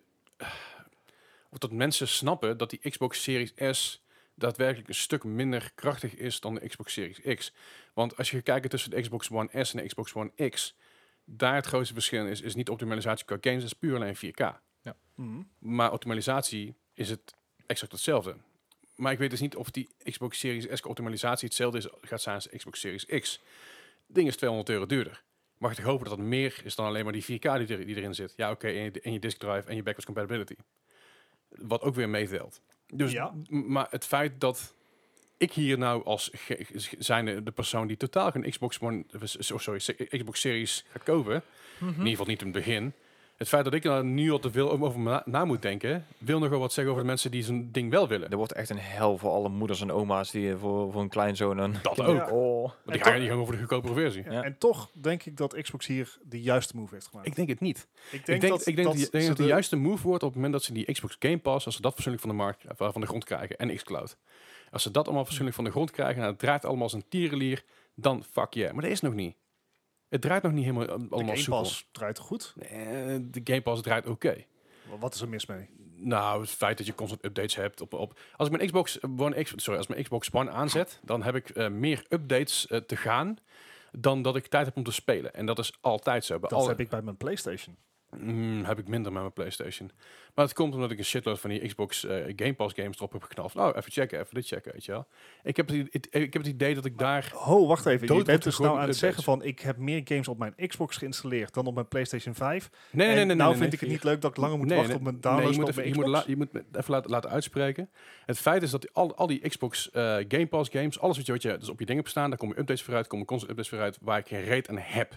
of dat mensen snappen dat die Xbox Series S daadwerkelijk een stuk minder krachtig is dan de Xbox Series X. Want als je gaat kijken tussen de Xbox One S en de Xbox One X, daar het grootste verschil is, is niet optimalisatie qua games, het is puur alleen vier K. Mhm. Maar optimalisatie is het exact hetzelfde. Maar ik weet dus niet of die Xbox Series S optimalisatie hetzelfde is, gaat zijn als de Xbox Series X. Het ding is tweehonderd euro duurder. Mag ik toch hopen dat dat meer is dan alleen maar die vier K die, er, die erin zit. Ja, oké, en, je- en je disk drive en je backwards compatibility. Wat ook weer meetelt. Dus, Ja. m- maar het feit dat ik hier nou als ge- zijnde de persoon die totaal geen Xbox One, oh, sorry, Xbox Series gaat kopen, in ieder geval niet in het begin. Het feit dat ik er nu al te veel over me na, na moet denken, wil nog wel wat zeggen over de mensen die zo'n ding wel willen. Er wordt echt een hel voor alle moeders en oma's die voor, voor een kleinzoon een... Dat Ja. ook. Oh. Want die En gaan toch- niet gaan over de goedkopere versie. Ja. En toch denk ik dat Xbox hier de juiste move heeft gemaakt. Ik denk het niet. Ik Ik denk, dat, ik denk dat, die- ik denk ze dat de de- juiste move wordt op het moment dat ze die Xbox Game Pass, als ze dat fatsoenlijk van de markt, eh, van de grond krijgen, en xCloud. Als ze dat allemaal fatsoenlijk van de grond krijgen en het draait allemaal als een tierenlier, dan fuck yeah. Maar dat is nog niet. Het draait nog niet helemaal eh, de allemaal Game soepel. Pass draait goed. Eh, de Game Pass draait oké. Wat is er mis mee? Nou, het feit dat je constant updates hebt op, op als ik mijn Xbox One X, sorry, als mijn Xbox One aanzet, dan heb ik eh, meer updates eh, te gaan dan dat ik tijd heb om te spelen. En dat is altijd zo. Bij Dat alle- heb ik bij mijn PlayStation. Mm, heb ik minder met mijn PlayStation. Maar het komt omdat ik een shitload van die Xbox eh, Game Pass games erop heb geknald. Nou, even checken, even dit checken, weet je wel. Ik heb het, het- ik heb het idee dat ik daar... Oh, wacht even. Dood Je bent wordt dus gewoon nou aan het updates. zeggen van ik heb meer games op mijn Xbox geïnstalleerd dan op mijn PlayStation vijf. Nee, nee, en nee, nee. nou nee, vind nee, ik het niet leuk dat ik langer moet Nee, wachten nee, op mijn nee, downloads je moet op even, mijn je moet, Xbox. la- je moet me even laten, laten uitspreken. Het feit is dat die, al, al die Xbox eh, Game Pass games, alles wat je, wat je dus op je dingen hebt staan, daar komen updates vooruit, komen constant updates vooruit, waar ik geen reet aan heb.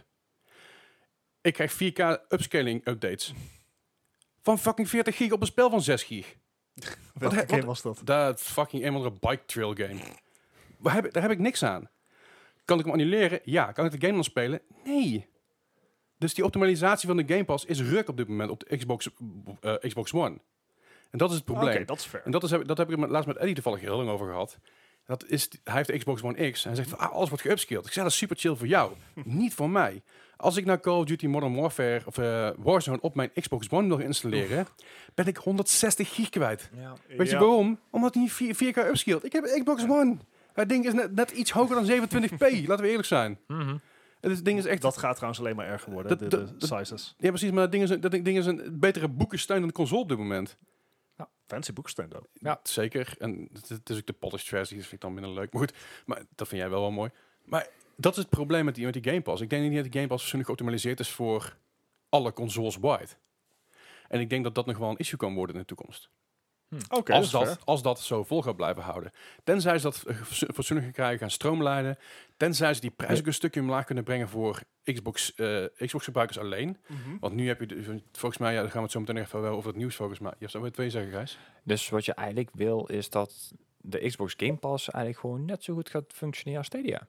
Ik krijg vier K upscaling updates. Van fucking veertig gig op een spel van zes gig. Welke wat- game was dat? Dat fucking een of andere bike trail game. Waar heb, ik- daar heb ik niks aan. Kan ik hem annuleren? Ja. Kan ik de game dan spelen? Nee. Dus die optimalisatie van de Game Pass is ruk op dit moment op de Xbox, eh, Xbox One. En dat is het probleem. Oké, dat is fair. En dat, is, dat heb ik er laatst met Eddie toevallig heel lang over gehad. Dat is, hij heeft de Xbox One X en hij zegt van, ah, alles wordt geupscaled. Ik zeg, dat is super chill voor jou. Niet voor mij. Als ik naar Call of Duty Modern Warfare of eh, Warzone op mijn Xbox One wil installeren, ben ik honderdzestig gig kwijt. Ja. Weet je Ja. waarom? Omdat hij niet vier- 4K upscaled. Ik heb een Xbox One. Het ding is net, net iets hoger dan zevenentwintig p. Laten we eerlijk zijn. Mhm. Het is- ding is echt... Dat gaat trouwens alleen maar erger worden, Dat- de, dat- de sizes. Ja, precies. Maar dat ding is, een- dat ding is een betere boekensteun dan de console op dit moment. Ja, fancy boeksteun dan. Ja. Zeker. En het, het is ook de polished versie. Dat vind ik dan minder leuk. Maar goed, maar dat vind jij wel wel mooi. Maar Dat is het probleem met die, met die Game Pass. Ik denk niet dat die Game Pass fatsoenlijk geoptimaliseerd is voor alle consoles wide. En ik denk dat dat nog wel een issue kan worden in de toekomst. Oké, als, dat is dat, fair. als dat zo vol gaat blijven houden. Tenzij ze dat eh, fatso- fatsoenlijk gaan krijgen, gaan stroomlijnen. Tenzij ze die prijs ook een stukje omlaag kunnen brengen voor Xbox, eh, Xbox gebruikers alleen. Mhm. Want nu heb je, de- volgens mij, ja, dan gaan we het zo meteen even wel over het nieuws volgens mij. Je hebt zo weer twee zeggen, Gijs. Dus wat je eigenlijk wil, is dat de Xbox Game Pass eigenlijk gewoon net zo goed gaat functioneren als Stadia.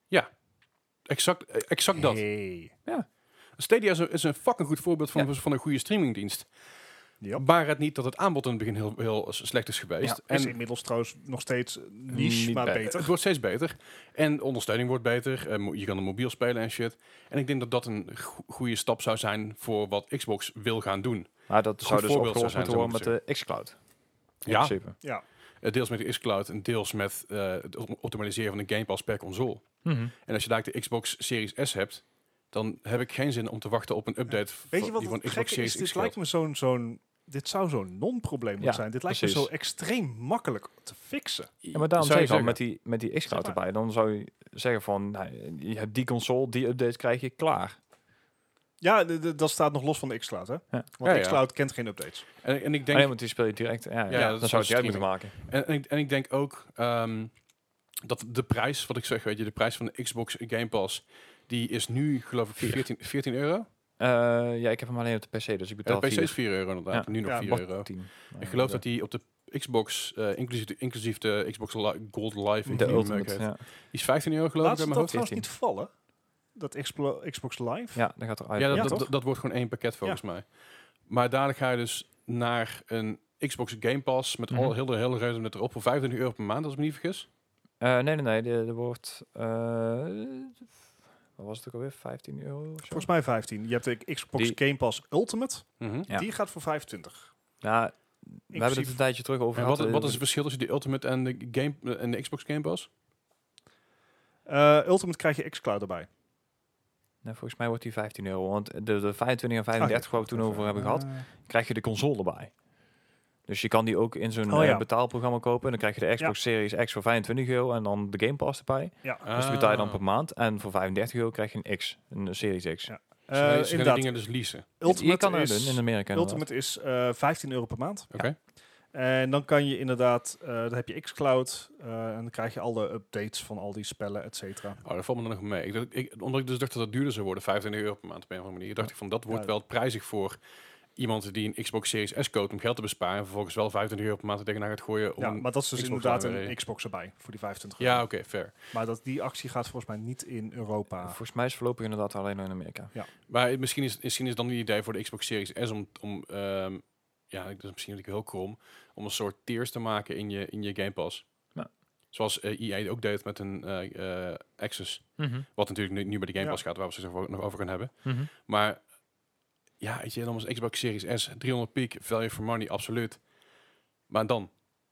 Exact, eh, exact dat. Hey. Stadia is een, is een fucking goed voorbeeld van, Ja. van een goede streamingdienst. Ja. Waar het niet dat het aanbod in het begin heel, heel s- slecht is geweest. En is inmiddels trouwens nog steeds niche, niet maar be- beter. Het wordt steeds beter. En de ondersteuning wordt beter. Eh, mo- je kan er mobiel spelen en shit. En ik denk dat dat een go- goede stap zou zijn voor wat Xbox wil gaan doen. Maar dat Goed zou dus voorbeeld opgelost zou moeten zijn, worden met de xCloud. In Ja, principe. Ja. eh, deels met de xCloud en deels met eh, het optimaliseren van de Game Pass per console. Mhm. En als je daar de Xbox Series S hebt, dan heb ik geen zin om te wachten op een update Weet van, je wat die van het Xbox gekke Series is? Dit X lijkt geldt. me zo'n... zo'n dit zou zo'n non-probleem moeten Ja, zijn. Dit lijkt precies. me zo extreem makkelijk te fixen. Ja, maar daarom Zou zeg je ik al, zeggen. met die, met die xCloud Zeg maar. erbij, dan zou je zeggen van, nou, je hebt die console, die update krijg je klaar. Ja, d- d- dat staat nog los van de xCloud, hè? Ja. Want Ja, ja. xCloud kent geen updates. En, en ik denk, Alleen want die speel je direct, ja, ja, Ja, dat dan is zou je het uit streaming. moeten maken. En, en, ik, en ik denk ook ehm, dat de prijs, wat ik zeg, weet je, de prijs van de Xbox Game Pass, die is nu geloof ik Vier. veertien, veertien euro. Eh, ja, ik heb hem alleen op de P C, dus ik Ja, betaal de P C is vier. vier euro inderdaad. Ja. Nu nog Ja, vier wat- euro. tien. Ik geloof dat die op de Xbox, eh, inclusief, de, inclusief de Xbox Li- Gold Live, ik de weet niet meer Ultimate, heet, ja. die is vijftien euro geloof Laat ik ze uit dat mijn trouwens veertien. niet vallen. Dat Xplo- Xbox Live. Ja, dat gaat eruit. Ja, dat, Ja, dat, toch? dat, dat wordt gewoon één pakket volgens mij. Maar dadelijk ga je dus naar een Xbox Game Pass met Mhm. al heel de hele reuze met erop voor vijfentwintig euro per maand, als ik me niet vergis. Eh, nee, nee, nee, de- er wordt, eh, wat was het ook alweer, vijftien euro of zo? Volgens mij vijftien. Je hebt de Xbox Die- Game Pass Ultimate. Mhm. Ja. Die gaat voor vijfentwintig. Ja, we hebben het Inclusief- een tijdje terug over En gehad. wat, eh, wat is het verschil tussen de Ultimate en de, game, eh, en de Xbox Game Pass? Eh, Ultimate krijg je xCloud erbij. Nee, volgens mij wordt die vijftien euro, want de, de vijfentwintig en vijfendertig, waar we het toen over hebben gehad, Eh, krijg je de console erbij. Dus je kan die ook in zo'n Oh, eh, ja. betaalprogramma kopen. En dan krijg je de Xbox Series X voor vijfentwintig euro en dan de Game Pass erbij. ja. Dus die betaal je dan Ah. per maand. En voor vijfendertig euro krijg je een X, een Series X. Ja. Ze Eh, gaan- ze gaan die inderdaad, dingen dus leasen. je Ultimate kan dat is, doen in Amerika. inderdaad. Ultimate is eh, vijftien euro per maand. Oké. En dan kan je inderdaad, eh, dan heb je xCloud. eh en dan krijg je alle updates van al die spellen, et cetera. Oh, dat valt me dan nog mee. Ik, dacht- ik, omdat ik dus dacht dat het duurder zou worden, vijfentwintig euro per maand op een of andere manier. dacht ik van, dat wordt Ja. wel prijzig voor iemand die een Xbox Series S koopt om geld te besparen. En vervolgens wel vijfentwintig euro per maand er tegenaan gaat gooien. Om Ja, een- maar dat is dus Xbox inderdaad library. een Xbox erbij voor die vijfentwintig ja, euro. oké, fair. Maar dat, die actie gaat volgens mij niet in Europa. Volgens mij is het voorlopig inderdaad alleen nog in Amerika. Maar misschien is, misschien is dan een idee voor de Xbox Series S om, om ehm, ja, dat is misschien heel krom, om een soort tiers te maken in je, in je Game Pass. Ja. Zoals eh, E A ook deed met een eh, eh, Access. Mhm. Wat natuurlijk nu, nu bij de Game Ja. Pass gaat, waar we het straks nog over gaan hebben. Mhm. Maar ja, weet je, dan als Xbox Series S, driehonderd piek, value for money, absoluut. Maar dan?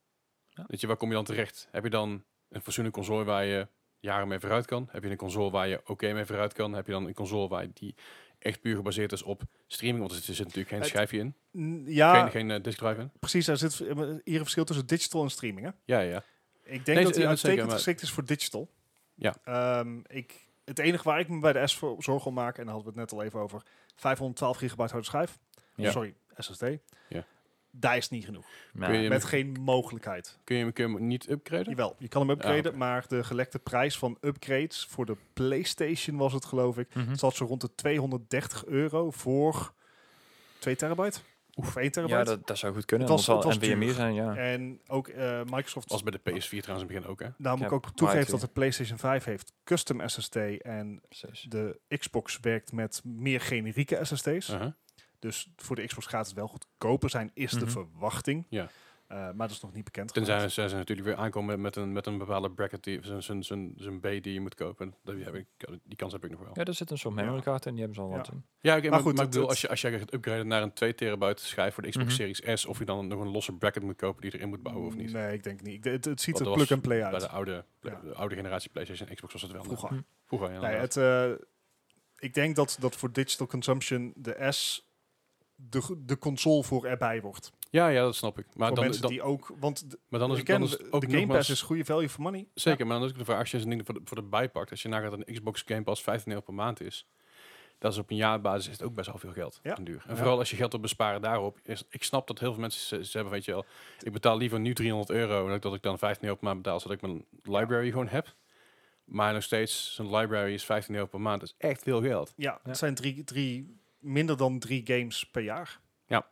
Ja. Weet je, waar kom je dan terecht? Heb je dan een fatsoenlijke console waar je jaren mee vooruit kan? Heb je een console waar je oké mee vooruit kan? Heb je dan een console waar die echt puur gebaseerd is op streaming? Want er zit natuurlijk geen Het- schijfje in. N- Ja, Geen, geen uh, disk drive in. precies. Er zit eh, hier een verschil tussen digital en streaming. Hè? Ja, ja. Ik denk Nee, dat z- die ja, uitstekend zeker, maar- geschikt is voor digital. Ja. Ehm, ik, het enige waar ik me bij de S voor zorgen om maak, en daar hadden we het net al even over, vijfhonderdtwaalf gigabyte harde schijf. Ja. Sorry, S S D. Ja. Daar is niet genoeg. Ja. Kun je- Met geen mogelijkheid. Kun je, hem- kun je hem niet upgraden? Jawel, je kan hem upgraden, Ah, oké. maar de gelekte prijs van upgrades voor de PlayStation was het, geloof ik, Mhm. zat zo rond de tweehonderddertig euro voor twee terabyte. Of één terabyte. Ja, dat, dat zou goed kunnen. Het Het was- was, het was N V M E duur. zijn, ja. En ook eh, Microsoft, Was bij de P S vier trouwens in het begin ook, hè? nou moet ik Ja, ook toegeven White, dat de PlayStation vijf heeft custom S S D en Precies. de Xbox werkt met meer generieke S S D's. Uh-huh. Dus voor de Xbox gaat het wel goedkoper zijn, is de Mhm. verwachting. Ja. Uh, maar dat is nog niet bekend. Tenzij gemaakt. ze, ze natuurlijk weer aankomen met een, met een bepaalde bracket, die- zo'n zo'n zo'n zo'n B die je moet kopen. Dat heb ik, die kans heb ik nog wel. Ja, er zit een soort memory card in, die hebben ze al Ja. wat in. Ja, oké, Maar maar, goed, maar ik het- bedoel, het- als je, als je gaat upgraden naar een twee terabyte schijf voor de Xbox Mhm. Series S, of je dan nog een losse bracket moet kopen die erin moet bouwen of niet. Nee, ik denk niet. Ik- Het, het ziet Want er dat was plug-and-play Bij uit. de oude, Ja. de oude generatie PlayStation en Xbox was het wel. Vroeger. Hm. Vroeger, ja. Nee, inderdaad. het, eh, ik denk dat, dat voor digital consumption de S de, go- de console voor erbij wordt. Ja, ja, dat snap ik. Maar voor dan, mensen dan, die ook... Want de, maar dan is, je dan kent, is het de ook Game nogmaals- Pass is goede value for money. Zeker, maar dan is ook de vraag, als je zo'n ding voor de, voor de bijpakt, als je nagaat dat een Xbox Game Pass vijftien euro per maand is, dat is op een jaarbasis is het ook best wel veel geld. Ja. En duur. En Ja. vooral als je geld wil besparen daarop. Is, ik snap dat heel veel mensen ze, ze hebben, weet je wel, ik betaal liever nu driehonderd euro dan dat ik dan vijftien euro per maand betaal, zodat ik mijn library gewoon heb. Maar nog steeds, zo'n library is vijftien euro per maand. Dat is echt veel geld. Ja, Ja. het zijn drie, drie, minder dan drie games per jaar. Ja.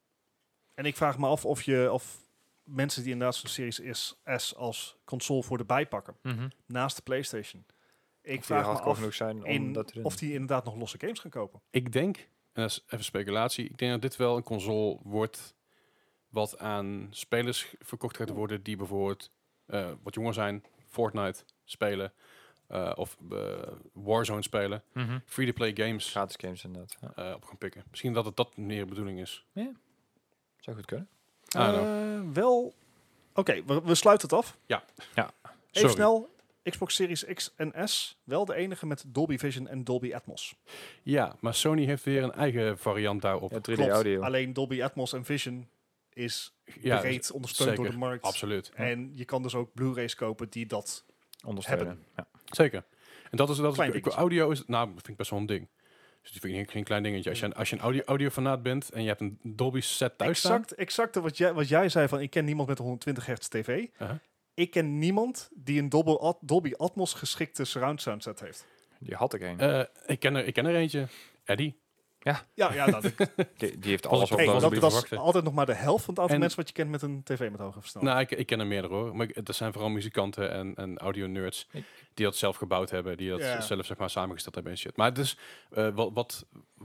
En ik vraag me af of je... Of mensen die inderdaad zo'n Series S als console voor de bijpakken, Mhm. naast de PlayStation. Ik Of die vraag me hardcore af genoeg zijn om in, dat te doen. of die inderdaad nog losse games gaan kopen. Ik denk, en dat is even speculatie, ik denk dat dit wel een console wordt wat aan spelers g- verkocht gaat worden die bijvoorbeeld eh, wat jonger zijn, Fortnite spelen eh, of eh, Warzone spelen, Mhm. free-to-play games Gratis games inderdaad. Ja. eh, op gaan pikken. Misschien dat het dat meer de bedoeling is. Zou goed kunnen. I don't Eh, wel... Oké, we, we sluiten het af. Ja. Even Sorry. snel. Xbox Series X en S. Wel de enige met Dolby Vision en Dolby Atmos. Ja, maar Sony heeft weer een eigen variant daarop. Ja, drie D Klopt. audio. Alleen Dolby Atmos en Vision is Ja, breed ondersteund door de zeker. markt. Absoluut. En je kan dus ook Blu-rays kopen die dat... Ondersteunen. Ja. Zeker. En dat is, dat Klein is qua dingetje. audio is, nou, vind ik best wel een ding. Dus die vind ik geen, geen klein dingetje. Als je een, als je een audio, audiofanaat bent en je hebt een Dolby set thuis staan. Exact, exact wat jij, wat jij zei van ik ken niemand met een honderdtwintig hertz tv. Uh-huh. Ik ken niemand die een Dolby, At- Dolby Atmos geschikte surround sound set heeft. Die had ik een. Eh, ik, ken er, ik ken er eentje. Eddie. Ja, ja dat, die, die heeft Was alles het op hey, was dat, het dat is verwachten. altijd nog maar de helft van het aantal En- mensen wat je kent met een tv met hoge versnelling. Nou, ik, ik ken er meerdere hoor. Maar ik- er zijn vooral muzikanten en, en audio-nerds Ik- die dat zelf gebouwd hebben. Die dat Ja. zelf zeg maar samengesteld hebben en shit. Maar dus, eh, wat, wat,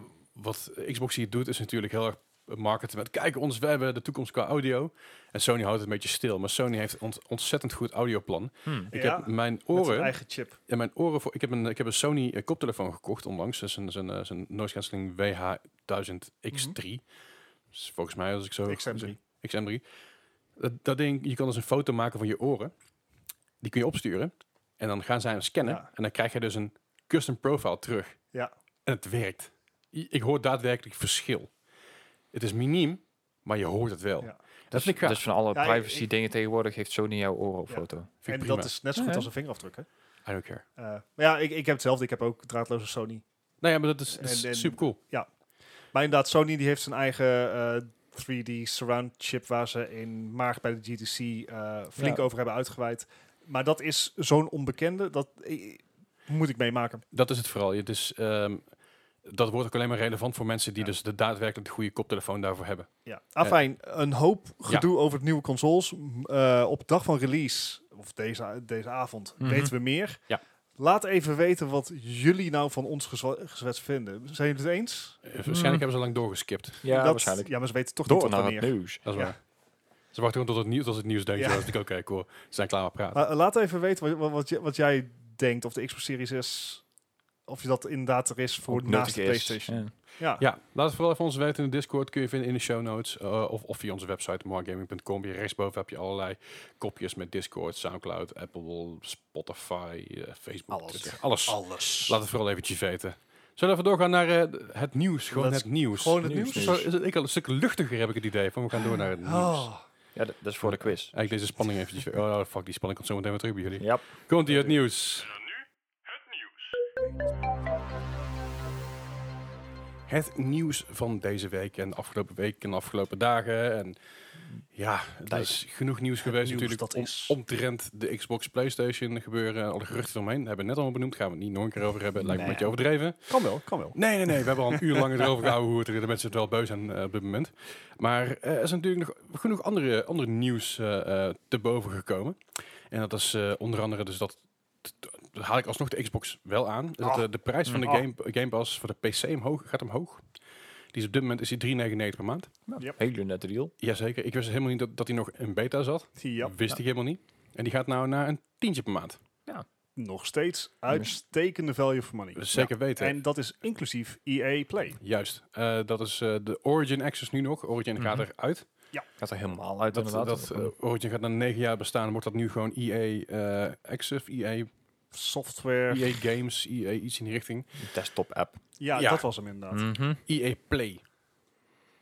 wat Xbox hier doet is natuurlijk heel erg marketen met kijk ons, we hebben de toekomst qua audio. En Sony houdt het een beetje stil. Maar Sony heeft een ont- ontzettend goed audioplan. Hmm. Ik Ja, heb mijn met een oren... eigen chip. Ja, mijn oren voor. Ik heb een, ik heb een Sony eh, koptelefoon gekocht onlangs. Dat is een, zijn, uh, zijn noise cancelling W H duizend X drie. Dus volgens mij als ik zo X M drie. X M drie. Dat, dat ding, je kan dus een foto maken van je oren. Die kun je opsturen en dan gaan zij hem scannen Ja. en dan krijg je dus een custom profile terug. Ja. En het werkt. I- Ik hoor daadwerkelijk verschil. Het is miniem, maar je hoort het wel. Ja. Dat Dus, vind ik gaaf. dus van alle Ja, ik- privacy ik- dingen tegenwoordig heeft Sony jouw oren op Ja. foto. Vind ik En prima. dat is net zo goed Ja, als ja. een vingerafdruk. Hè? I don't care. Uh, maar ja, ik, ik heb hetzelfde. Ik heb ook draadloze Sony. Nou ja, maar dat is, dat is En- en- super cool. Maar inderdaad, Sony die heeft zijn eigen eh, drie D surround chip waar ze in maart bij de G T C eh, flink Ja. over hebben uitgeweid. Maar dat is zo'n onbekende, dat eh, moet ik meemaken. Dat is het vooral. Het is, ehm, dat wordt ook alleen maar relevant voor mensen die Ja. dus de daadwerkelijk de goede koptelefoon daarvoor hebben. Ja. Afijn, een hoop gedoe over het nieuwe consoles. M, eh, op de dag van release, of deze, deze avond, Mhm. weten we meer. Ja. Laat even weten wat jullie nou van ons gezwa- gezwets vinden. Zijn jullie het eens? Eh, waarschijnlijk hebben ze lang doorgeskipt. Ja, Dat- waarschijnlijk. Ja, maar ze weten toch Door niet tot naar wanneer. het nieuws. Dat is Ja. waar. Ze wachten gewoon tot het nieuws, tot het nieuws denkt. Ja. Ja. Dat ik oké, cool. Ze zijn klaar met praten. Maar, eh, laat even weten wat, wat, wat, j- wat jij denkt of de Xbox Series S, of je dat inderdaad er is voor Ook naast de nuttig is. PlayStation. Ja. Ja. Ja, laat het vooral even ons weten in de Discord. Kun je vinden in de show notes. eh, of, of via onze website moagaming punt com. Hier rechtsboven heb je allerlei kopjes met Discord, Soundcloud, Apple, Spotify, eh, Facebook. Alles. Twitter. Alles. Alles. Laat het vooral eventjes weten. Zullen we even doorgaan naar eh, het nieuws? Gewoon Let's- het nieuws. gewoon het Nieuws, nieuws. Zo is het, ik al een stuk luchtiger heb ik het idee van we gaan door naar het nieuws. Oh. Ja, dat dat is voor de quiz. Eigenlijk deze spanning eventjes. Oh fuck, die spanning komt zo meteen weer terug bij jullie. Ja. Komt hier het nieuws. Het nieuws van deze week en de afgelopen week en de afgelopen dagen. En ja, er Tijd. is genoeg nieuws geweest nieuws natuurlijk dat om, is. omtrent de Xbox, PlayStation gebeuren. Alle geruchten eromheen. Hebben we net allemaal benoemd. Gaan we het niet nog een keer over hebben. Lijkt me Nee. een beetje overdreven. Kan wel, kan wel. Nee, nee, nee. We hebben al een uur lang erover gehouden hoe het er de mensen het wel beu zijn eh, op dit moment. Maar eh, er is natuurlijk nog genoeg andere, andere nieuws eh, eh, te boven gekomen. En dat is eh, onder andere dus dat, dat haal ik alsnog de Xbox wel aan. Is dat Ah. de, de prijs van de Ah. game, Game Pass voor de P C omhoog, gaat omhoog. Die is op dit moment is die drie negenennegentig per maand. Yep. Hele nette deal. Jazeker. Ik wist helemaal niet dat, dat die nog in beta zat. Ja. Wist ik helemaal niet. En die gaat nou naar een tientje per maand. Nog steeds uitstekende value for money. Dus zeker weten. En dat is inclusief E A Play. Juist. Eh, dat is eh, de Origin Access nu nog. Origin gaat Mhm. eruit. Gaat er helemaal uit Dat, inderdaad. dat eh, Origin gaat na negen jaar bestaan. Wordt dat nu gewoon E A eh Access, E A, Software. E A Games, E A iets in die richting. Een desktop app. Ja, Ja. dat was hem inderdaad. Mhm. E A Play.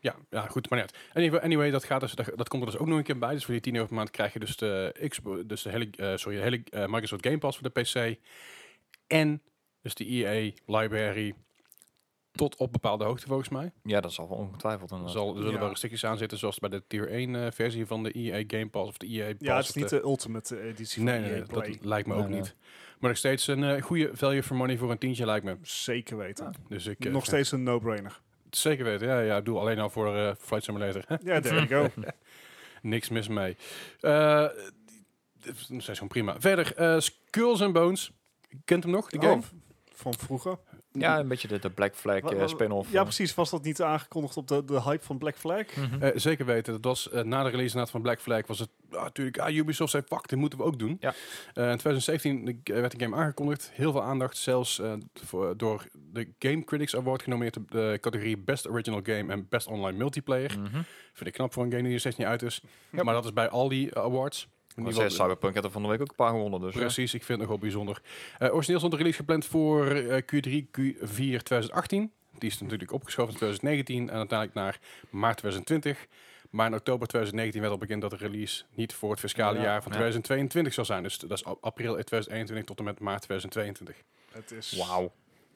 Ja, ja, goed, maar net. Anyway, anyway dat, gaat dus, dat, dat komt er dus ook nog een keer bij. Dus voor die tien euro per maand krijg je dus de, Xbox, dus de hele, uh, sorry, de hele uh, Microsoft Game Pass voor de P C. En dus de E A library tot op bepaalde hoogte volgens mij. Ja, dat zal wel ongetwijfeld. Er, inderdaad. zal, er zullen Ja. wel restricties aan zitten, zoals bij de tier één uh, versie van de E A Game Pass of de E A Pass. Ja, het is of niet de, de ultimate editie nee, van nee, E A nee, Play. dat lijkt me Nee, ook nee. niet. Maar nog steeds een uh, goede value for money voor een tientje lijkt me. Zeker weten. Dus ik, uh, Nog steeds een no-brainer. Zeker weten, ja, ja. Ik doe alleen al voor uh, Flight Simulator. Ja, there you go. Niks mis mee. Uh, dat is gewoon prima. Verder, uh, Skulls and Bones. Kent hem nog, de game? Oh, van vroeger. Ja, een beetje de, de Black Flag Wa- uh, wa- spin-off. Ja, uh. precies. Was dat niet aangekondigd op de, de hype van Black Flag? Mhm. Uh, zeker weten. Dat was uh, na de release inderdaad van Black Flag was het ah, natuurlijk. Ah, Ubisoft zei, fuck, dit moeten we ook doen. Ja. Uh, in twintig zeventien de- werd de game aangekondigd. Heel veel aandacht, zelfs uh, voor, door de Game Critics Award genomineerd op de categorie Best Original Game en Best Online Multiplayer. Mhm. Vind ik knap voor een game die er steeds niet uit is. Ja. Maar dat is bij al die awards. In Ik ieder wou geval- zeggen, Cyberpunk had er van de week ook een paar gewonnen. Dus, Precies, ik vind het nog wel bijzonder. Uh, origineel stond de release gepland voor uh, Q drie, Q vier twintig achttien. Die is natuurlijk opgeschoven in twintig negentien en uiteindelijk naar maart twintig twintig. Maar in oktober twintig negentien werd al bekend dat de release niet voor het fiscale Ja. jaar van Ja. twintig tweeëntwintig zal zijn. Dus dat is ap- april twintig eenentwintig tot en met maart twintig tweeëntwintig. Het is... Wauw.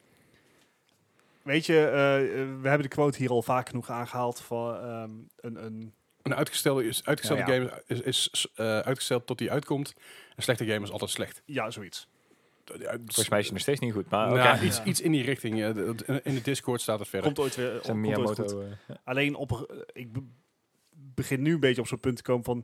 Weet je, uh, we hebben de quote hier al vaak genoeg aangehaald van um, een... een Een uitgestelde, is, uitgestelde Ja, ja. game is, is uh, uitgesteld tot die uitkomt. Een slechte game is altijd slecht. ja, zoiets. Volgens mij is het nog steeds niet goed. Maar Nou, oké. iets, Ja. iets in die richting. Uh, de- de- in de Discord staat het verder. Komt ooit weer, Zijn komt ooit goed. Miyamoto. uh, Alleen op, uh, ik be- begin nu een beetje op zo'n punt te komen van,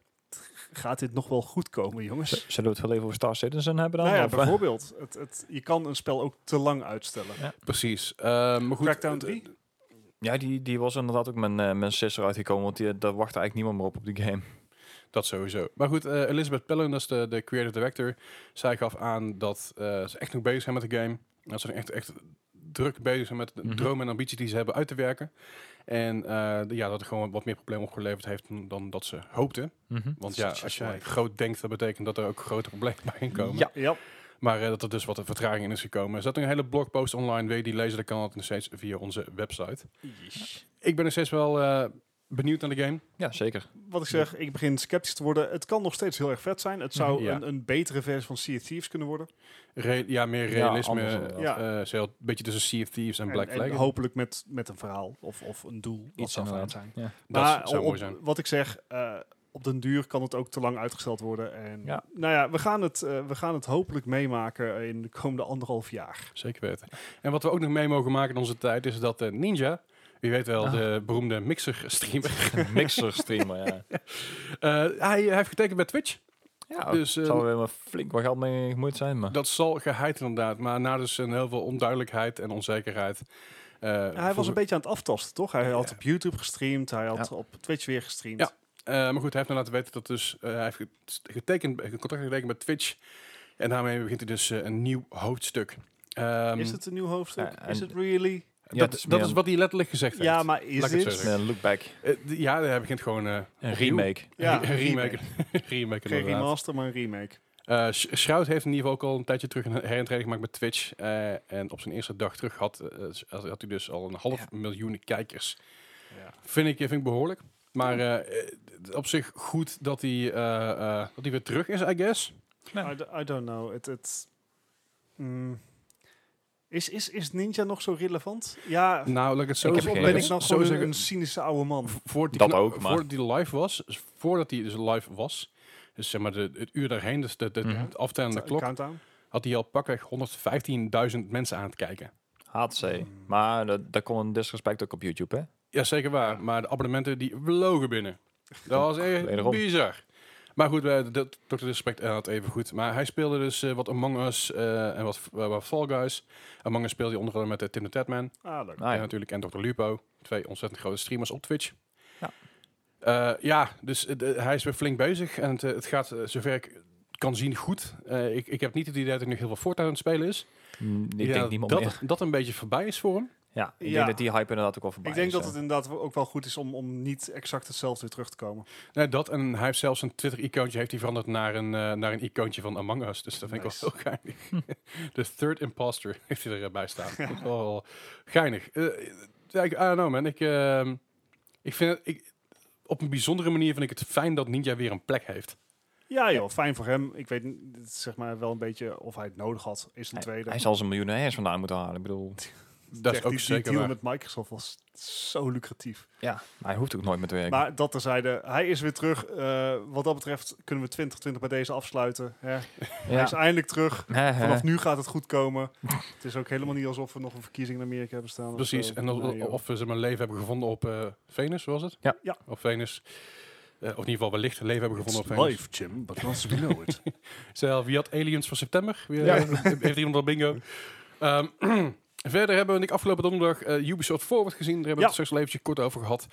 gaat dit nog wel goed komen, jongens? z- Zullen we het wel even over Star Citizen hebben dan? Nou ja, Of, uh, bijvoorbeeld. Het, het, je kan een spel ook te lang uitstellen. Ja. Precies. Uh, maar goed, Crackdown uh, drie? Ja, die, die was inderdaad ook mijn, uh, mijn sis eruit gekomen. Want die, daar wachtte eigenlijk niemand meer op op die game. Dat sowieso. Maar goed, uh, Elizabeth Pellen, dat is de, de creative director, zij gaf aan dat uh, ze echt nog bezig zijn met de game. Dat ze echt, echt druk bezig zijn met de Mhm. droom en ambitie die ze hebben uit te werken. En uh, de, ja, dat het gewoon wat meer problemen opgeleverd heeft dan, dan dat ze hoopten. Mhm. Want ja, Such als a jij life. groot denkt, dat betekent dat er ook grote problemen bij komen. Ja. Ja. Maar uh, dat er dus wat een vertraging in is gekomen. Er staat een hele blogpost online. Wil je die lezen, dan kan dat nog steeds via onze website. Ik ben nog steeds wel uh, benieuwd naar de game. Ja, zeker. Wat ik zeg, ik begin sceptisch te worden. Het kan nog steeds heel erg vet zijn. Het zou Ja. een, een betere versie van Sea of Thieves kunnen worden. Re- ja, meer Ja, realisme. anders Ja, inderdaad. uh, zo een beetje tussen Sea of Thieves en En, Black en Flag. hopelijk met, met een verhaal of, of een doel. Dat Iets zou fijn inderdaad. zijn. Ja. Dat Maar zou op- mooi zijn. Wat ik zeg, uh, op den duur kan het ook te lang uitgesteld worden. En Ja. nou ja, we gaan, het, uh, we gaan het hopelijk meemaken in de komende anderhalf jaar. Zeker weten. En wat we ook nog mee mogen maken in onze tijd is dat uh, Ninja, wie weet wel, Ah. de beroemde mixer-streamer, Mixer streamer, ja. uh, hij, hij heeft getekend bij Twitch. Ja, Dus, dus, eh, zal er weer maar flink wat geld mee gemoeid zijn. Maar. Dat zal geheid inderdaad, maar na dus een heel veel onduidelijkheid en onzekerheid. Uh, Ja, hij was een beetje aan het aftasten, toch? Hij had Ja. op YouTube gestreamd, hij had Ja. op Twitch weer gestreamd. Ja. Uh, maar goed, hij heeft nou laten weten dat dus, uh, hij heeft get- getekend, een contract getekend met Twitch. En daarmee begint hij dus uh, een nieuw hoofdstuk. Um, Is het een nieuw hoofdstuk? Ja, is en- het really? Ja, dat het is dat meer is wat hij letterlijk gezegd Ja, heeft. maar is Laat ik het zo het? zeggen. Een look back. Uh, d- ja, hij begint gewoon uh, Een opnieuw. remake. Ja, Een remake. remake Geen inderdaad. remaster, maar een remake. Uh, Sh- Shroud heeft in ieder geval ook al een tijdje terug een herintrede gemaakt met Twitch. Uh, en op zijn eerste dag terug had, uh, had had hij dus al een half miljoen kijkers. Ja. Vind ik, vind ik behoorlijk. Maar uh, uh, op zich goed dat hij, uh, uh, dat hij weer terug is, I guess. Ja. I, d- I don't know. Het, het, mm, is, is, is Ninja nog zo relevant? Ja, Nou, laat ik het zo Ik heb of geen ben idee. ik nog zo gewoon een, zeggen. een cynische oude man? V- Voor die Dat kna- ook, maar- Voordat hij live was, dus voordat hij dus live was, dus zeg maar de, het uur daarheen, dus de, de, Mhm. het aftellende klok, Countdown? had hij al pakweg honderdvijftienduizend mensen aan het kijken. H C. Maar dat, dat kon een disrespect ook op YouTube, hè? Ja, zeker waar. Maar de abonnementen die vlogen binnen. Dat was echt Wederom. bizar. Maar goed, uh, dat dokter Disrespect had even goed. Maar hij speelde dus uh, wat Among Us uh, en wat, uh, wat Fall Guys. Among Us speelde hij onder andere met uh, Tim the Tatman. Ah, leuk. Ah, En ja. natuurlijk en dokter Lupo. Twee ontzettend grote streamers op Twitch. Ja. Uh, ja, dus uh, de- hij is weer flink bezig. En het, uh, het gaat, uh, zover ik kan zien, goed. Uh, ik, ik heb niet het idee dat hij nu heel veel Fortnite aan het spelen is. Mm, Ik Ja, denk niemand dat, meer. dat een beetje voorbij is voor hem. Ja, ik Ja. denk dat die hype inderdaad ook al voorbij Ik denk is. dat hè. het inderdaad ook wel goed is om, om niet exact hetzelfde weer terug te komen. Nee, dat en hij heeft zelfs een Twitter-icoontje heeft hij veranderd naar een, uh, naar een icoontje van Among Us. Dus dat vind Nice. ik wel heel geinig. De third imposter heeft hij erbij staan. Dat is wel geinig. Uh, ja, ik, I don't know man. Ik, uh, Ik vind het, ik, op een bijzondere manier vind ik het fijn dat Ninja weer een plek heeft. Ja joh, fijn voor hem. Ik weet niet, het is zeg maar wel een beetje of hij het nodig had, is een Hij, tweede. hij zal zijn miljonairs vandaan moeten halen. Ik bedoel, Dat is Echt, ook die, die zeker deal waar. met Microsoft was zo lucratief. ja, maar hij hoeft ook nooit meer te werken. Maar dat terzijde, hij is weer terug. Uh, wat dat betreft kunnen we twintig twintig bij deze afsluiten. Hè? Hij is eindelijk terug. Vanaf nu gaat het goed komen. Het is ook helemaal niet alsof we nog een verkiezing in Amerika hebben staan. Precies, Of, en uh, of, nee, joh. of we ze maar leven hebben gevonden op uh, Venus, was het? Ja. Ja. Op Venus. Uh, of in ieder geval wellicht leven hebben gevonden It's op Venus. live, Jim, but once we know it. Stel, wie had Aliens voor september? Wie, Ja. uh, heeft iemand al bingo? Um, verder hebben we ik afgelopen donderdag uh, Ubisoft Forward gezien. Daar hebben we Ja. het straks al eventjes kort over gehad.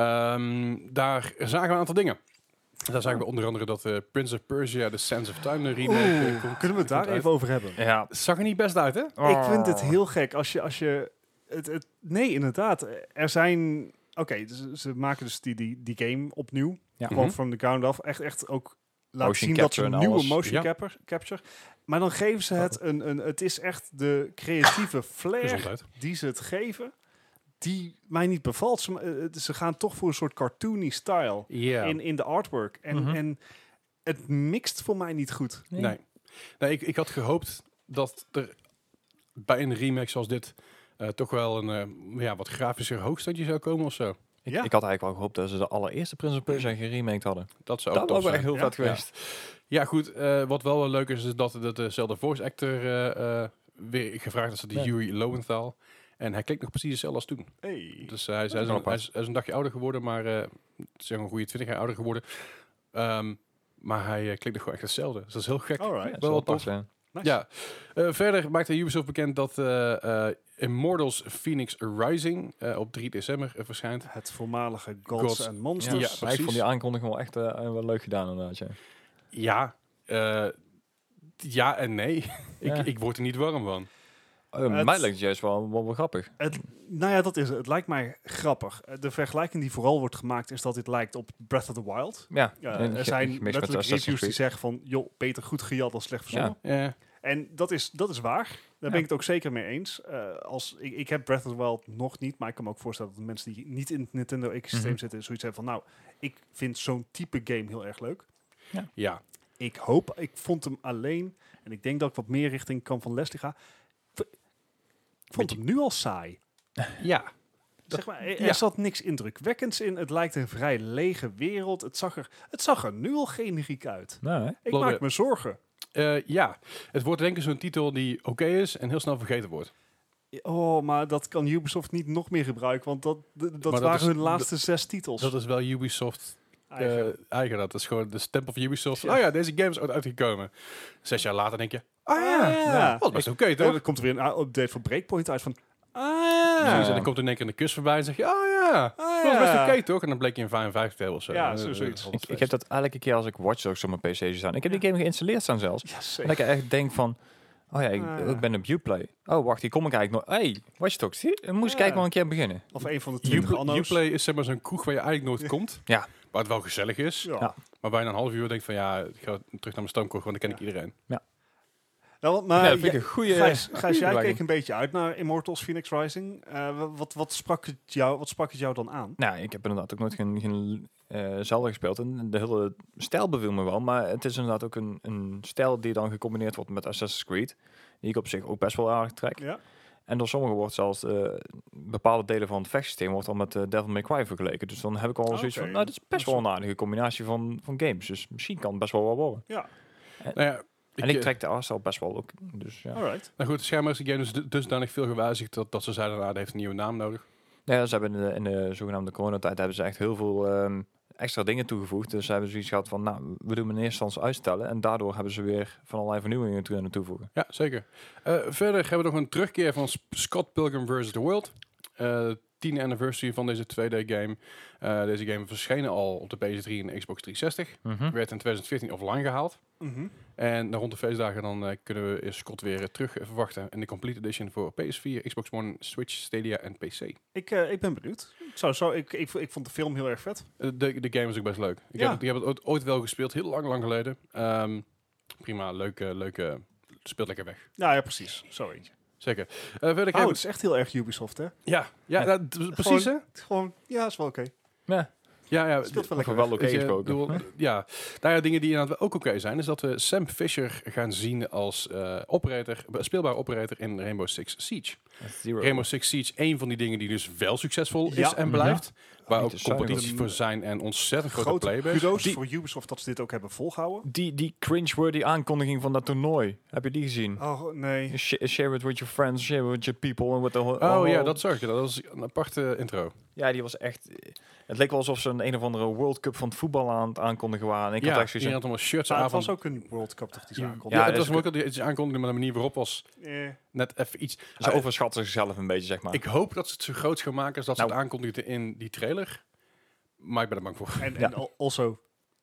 Um, daar zagen we een aantal dingen. Daar zagen we onder andere dat uh, Prince of Persia, The Sands of Time, de remake, Oeh, uh, komt. kunnen we het daar komt uit. even over hebben? Ja. Zag er niet best uit, hè? Ik vind het heel gek als je... Als je het, het, nee, inderdaad. Er zijn... Oké, okay, ze, ze maken dus die, die, die game opnieuw. Ja. Gewoon Mhm. from the ground up. Echt, echt ook laten Motion zien dat ze capture en nieuwe alles. motion Ja. capture, capture. Maar dan geven ze het een, een... Het is echt de creatieve flair Gezondheid. die ze het geven, die mij niet bevalt. Ze, eh, ze gaan toch voor een soort cartoony style Ja. in, in de artwork. En, Mhm. en het mixt voor mij niet goed. Nee. Nee. nee ik, ik had gehoopt dat er bij een remake zoals dit uh, toch wel een uh, ja, wat grafischer hoogstandje zou komen of zo. Ik, Ja. ik had eigenlijk wel gehoopt dat ze de allereerste Prince of Persia geremaked hadden. Dat zou ook Dat tof was echt zijn. heel Ja. vet geweest. Ja, goed. Uh, wat wel wel leuk is, is dat, dat dezelfde voice actor uh, uh, weer gevraagd is, dat die Ja. Yuri Lowenthal. En hij klinkt nog precies hetzelfde als toen. Hey. Dus uh, hij, is, hij, is wel een, hij, apart. is, hij is een dagje ouder geworden, maar uh, zeg een goede twintig jaar ouder geworden. Um, maar hij uh, klinkt nog gewoon echt hetzelfde. Dus dat is heel gek. Alright. Ja, wel wel tof. tof, ja. Nice. Ja, uh, verder maakte Ubisoft bekend dat uh, uh, Immortals Phoenix Rising uh, op drie december uh, verschijnt. Het voormalige Gods, Gods. and Ja, Monsters. Ja, maar ik precies. vond die aankondiging wel echt uh, wel leuk gedaan inderdaad. Ja. Ja, uh, ja en nee. ik, Ja. ik word er niet warm van. Uh, Het- mij lijkt het juist wel, wel, wel grappig. Het, nou ja, dat is het. Het lijkt mij grappig. Eh, De vergelijking die vooral wordt gemaakt is dat dit lijkt op Breath of the Wild. Ja, Ja, en er ge- zijn gemixt met letterlijk Assassin's reviews die Creed. zeggen van, joh, beter goed gejat dan slecht verzonnen. Ja. En dat is, dat is waar. Daar Ja. ben ik het ook zeker mee eens. Uh, als, ik, ik heb Breath of the Wild nog niet, maar ik kan me ook voorstellen dat de mensen die niet in het Nintendo-ecosysteem Mhm. zitten, zoiets hebben van, nou, ik vind zo'n type game heel erg leuk. Ja. Ik hoop, ik vond hem alleen, en ik denk dat ik wat meer richting kan van Leslie ga. V- Ik vond hem nu al saai. Ja. Zeg maar, er, er ja. zat niks indrukwekkends in. Het lijkt een vrij lege wereld. Het zag er, het zag er nu al generiek uit. Nou, hè? Ik Klopt, maak ja. me zorgen. Uh, ja. Het wordt denk ik zo'n titel die oké okay is en heel snel vergeten wordt. Oh, maar dat kan Ubisoft niet nog meer gebruiken, want dat, d- dat, dat waren is- hun laatste zes titels. Dat is wel Ubisoft Eigen. uh, eigen. Dat is gewoon de stempel van Ubisoft. Ja. Oh ja, deze game is ooit uitgekomen. Zes jaar later denk je, oh Ah, ja, ja. dat was best oké Ja, toch? dan komt er weer een update voor Breakpoint uit van... Ah, Precies, Ja. en dan komt er in één keer een kus voorbij en zeg je, oh ja, Ah, dat was best ja. oké toch? En dan bleek je een vijfenvijftig te hebben of zo. Ja, Eh, zo- eh, zoiets. dat was Ik, best. ik heb dat elke keer als ik Watch Dogs op mijn P C zie staan. Ik heb Ja. die game geïnstalleerd staan zelfs. Ja, En zeker. dat ik echt denk van... Oh ja, ik, Ah. ik ben op Uplay. Oh, wacht, hier kom ik eigenlijk nog... Hey, Watch Dogs, hier, dan moest ik Ja. eigenlijk wel een keer beginnen. Of een van de twintig Uplay, anno's. Uplay is zeg maar zo'n kroeg waar je eigenlijk nooit Ja. komt. Ja. Maar het wel gezellig is. Ja. Ja. Maar waar je na een half uur denkt van ja, ik ga terug naar mijn stamkroeg, want dan ken ik iedereen. Nou, maar ja, dat vind ik ja, een goede... Gijs, goede Gijs, jij vergelijking. keek een beetje uit naar Immortals Phoenix Rising. Uh, wat, wat, sprak het jou, wat sprak het jou dan aan? Nou, ik heb inderdaad ook nooit geen, geen uh, Zelda gespeeld. En de hele stijl beviel me wel. Maar het is inderdaad ook een, een stijl die dan gecombineerd wordt met Assassin's Creed. Die ik op zich ook best wel aardig trek. Ja. En door sommigen wordt zelfs uh, bepaalde delen van het vechtsysteem wordt al met uh, Devil May Cry vergeleken. Dus dan heb ik al Ah, zoiets oké. van, nou, dit is best Dat wel is- een aardige combinatie van, van games. Dus misschien kan het best wel wel worden. Ja, Nou ja, ik, en ik eh, trek de artstyle best wel ook. Dus ja. alright. nou goed, schijnbaar is de game dus du- dusdanig veel gewijzigd dat, dat ze zeiden, nou, dat heeft een nieuwe naam nodig. Ja, ze hebben in de, in de zogenaamde coronatijd hebben ze echt heel veel um, extra dingen toegevoegd. Dus ze hebben zoiets gehad van, nou, we doen hem in eerste instantie uitstellen. En daardoor hebben ze weer van allerlei vernieuwingen toe kunnen toevoegen. Ja, zeker. Uh, verder hebben we nog een terugkeer van Sp- Scott Pilgrim versus. The World. Uh, tiende anniversary van deze twee D game. Uh, deze game verschenen al op de P S drie en de Xbox driehonderdzestig. Mhm. Werd in twintig veertien offline gehaald. Mhm. En rond de feestdagen dan uh, kunnen we Scott weer uh, terug uh, verwachten in de Complete Edition voor P S vier, Xbox One, Switch, Stadia en P C. Ik, uh, ik ben benieuwd. Zo, zo, ik, ik, ik vond de film heel erg vet. Uh, de, de game is ook best leuk. Ik, Ja. heb, het, ik heb het ooit, ooit wel gespeeld, heel lang, lang geleden. Um, prima, leuke, leuke, speelt lekker weg. Ja, ja, precies. Zo eentje. Zeker. Uh, verder Oh, krijgen het is echt heel erg Ubisoft, hè? we- ja, ja, Ja. dat- precies hè? Gewoon, ja, is wel oké. Ja, Ja, ja. Speelt wel lekker lekker. wel oké Weet je, gesproken. bedoel, ja, nou ja, dingen die inderdaad ook oké zijn, is dat we Sam Fisher gaan zien als uh, operator, speelbaar operator in Rainbow Six Siege. Zero. Rainbow Six Siege, een van die dingen die dus wel succesvol is Ja. en blijft. Waar Niet ook te zuinig. competities voor zijn en ontzettend grote Grote playbase. kudo's Die- voor Ubisoft dat ze dit ook hebben volgehouden. Die, die cringe-worthy aankondiging van dat toernooi. Heb je die gezien? Oh, nee. Sh- share it with your friends, share it with your people. And with the whole, Oh ja, whole- dat zag je. Dat was een aparte intro. Ja, die was echt... Het leek wel alsof ze een een of andere World Cup van het voetbal aan het aankondigen waren. En ik ja, had echt je zoiets had allemaal shirts Maar aan het van... was ook een World Cup toch die ze Ja, aankondigden. Ja, het dus was ook al die iets aankondigde, maar de manier waarop was Eh, net even iets... van... Ze overschatten zichzelf een beetje, zeg maar. Ik hoop dat ze het zo groot gaan maken als dat Nou. ze het aankondigden in die trailer. Maar ik ben er bang voor. En, Ja. en al- also,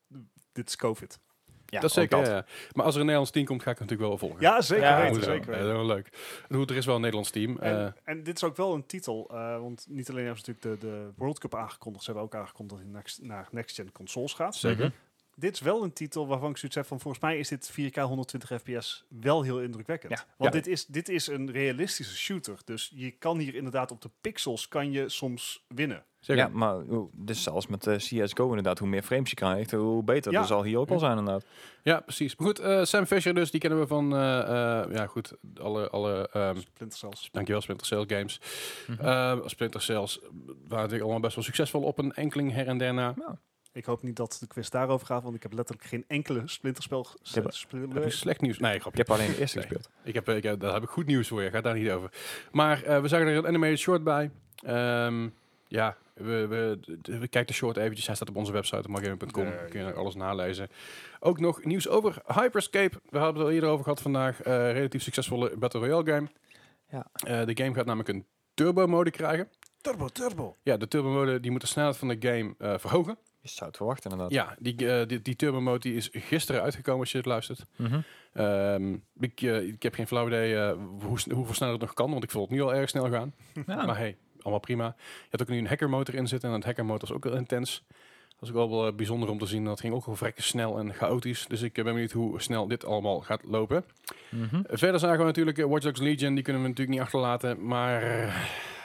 dit is COVID. ja, dat is ook zeker, dat. ja, ja. Maar als er een Nederlands team komt, ga ik het natuurlijk wel volgen. Ja, zeker Ja, weten. moet Zeker Zeker weten. weten. Heel leuk. Goed, er is wel een Nederlands team. En, Eh, en dit is ook wel een titel, eh, want niet alleen hebben ze natuurlijk de, de World Cup aangekondigd, ze hebben ook aangekondigd dat hij next, naar next-gen consoles gaat. Zeker. Mhm. Dit is wel een titel waarvan ik zoiets heb van, volgens mij is dit vier K honderdtwintig F P S wel heel indrukwekkend. Ja. Want Ja. Dit, is, dit is een realistische shooter, dus je kan hier inderdaad op de pixels kan je soms winnen. zeker. Ja, maar oh, dus zelfs met de C S G O inderdaad, hoe meer frames je krijgt, hoe beter. Ja. Dat zal hier ook wel zijn inderdaad. Ja, precies. Maar goed, eh, Sam Fisher dus, die kennen we van, eh, eh, ja goed, alle, alle um, Splinter Cells. dankjewel, Splinter Cell games. Mhm. Eh, Splinter Cells waren natuurlijk allemaal best wel succesvol op een enkeling her en der na. Ik hoop niet dat de quiz daarover gaat, want ik heb letterlijk geen enkele Splinterspel ge- heb- speel- Heb je slecht nieuws? Nee, Ik grapje. heb alleen de eerste Nee. gespeeld. Ik heb, ik heb, daar heb ik goed nieuws voor je. Gaat daar niet over. Maar eh, we zagen er een animated short bij. Ehm, ja, we, we, de- we kijken de short eventjes. Hij staat op onze website, op margaming punt com. Ja, ja, Kun je ja. alles nalezen. Ook nog nieuws over Hyperscape. We hebben het al eerder over gehad vandaag. Eh, relatief succesvolle Battle Royale game. Ja. Eh, de game gaat namelijk een turbo mode krijgen. Turbo, turbo. Ja, de turbo mode die moet de snelheid van de game eh, verhogen. Je zou het verwachten inderdaad. Ja, die, eh, die, die turbo mode die is gisteren uitgekomen als je het luistert. Mhm. Ehm, ik, eh, ik heb geen flauw idee eh, hoe, sn- hoeveel sneller het nog kan, want ik vond het nu al erg snel gaan. Ja. Maar hey, allemaal prima. Je hebt ook nu een hackermotor in zitten en dat hackermotor is ook wel intens. Dat is ook wel, wel eh, bijzonder om te zien. Dat ging ook wel vrek snel en chaotisch. Dus ik eh, ben benieuwd hoe snel dit allemaal gaat lopen. Mhm. Uh, verder zagen we natuurlijk uh, Watch Dogs Legion. Die kunnen we natuurlijk niet achterlaten. Maar uh,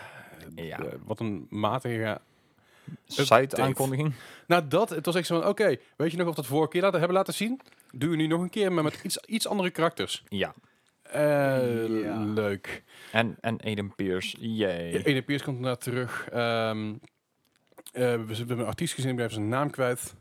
Ja. uh, wat een matige... Site-aankondiging. Nou dat, het was echt zo van, oké, weet je nog of dat vorige keer dat hebben laten zien? Doe je nu nog een keer, maar met iets, iets andere karakters. Ja. Uh, Ja. Leuk. En, en Aiden Pierce. Yay. Ja, Eden Pierce komt inderdaad terug. Ehm, uh, we, we hebben een artiest gezien, ik ben even zijn naam kwijt.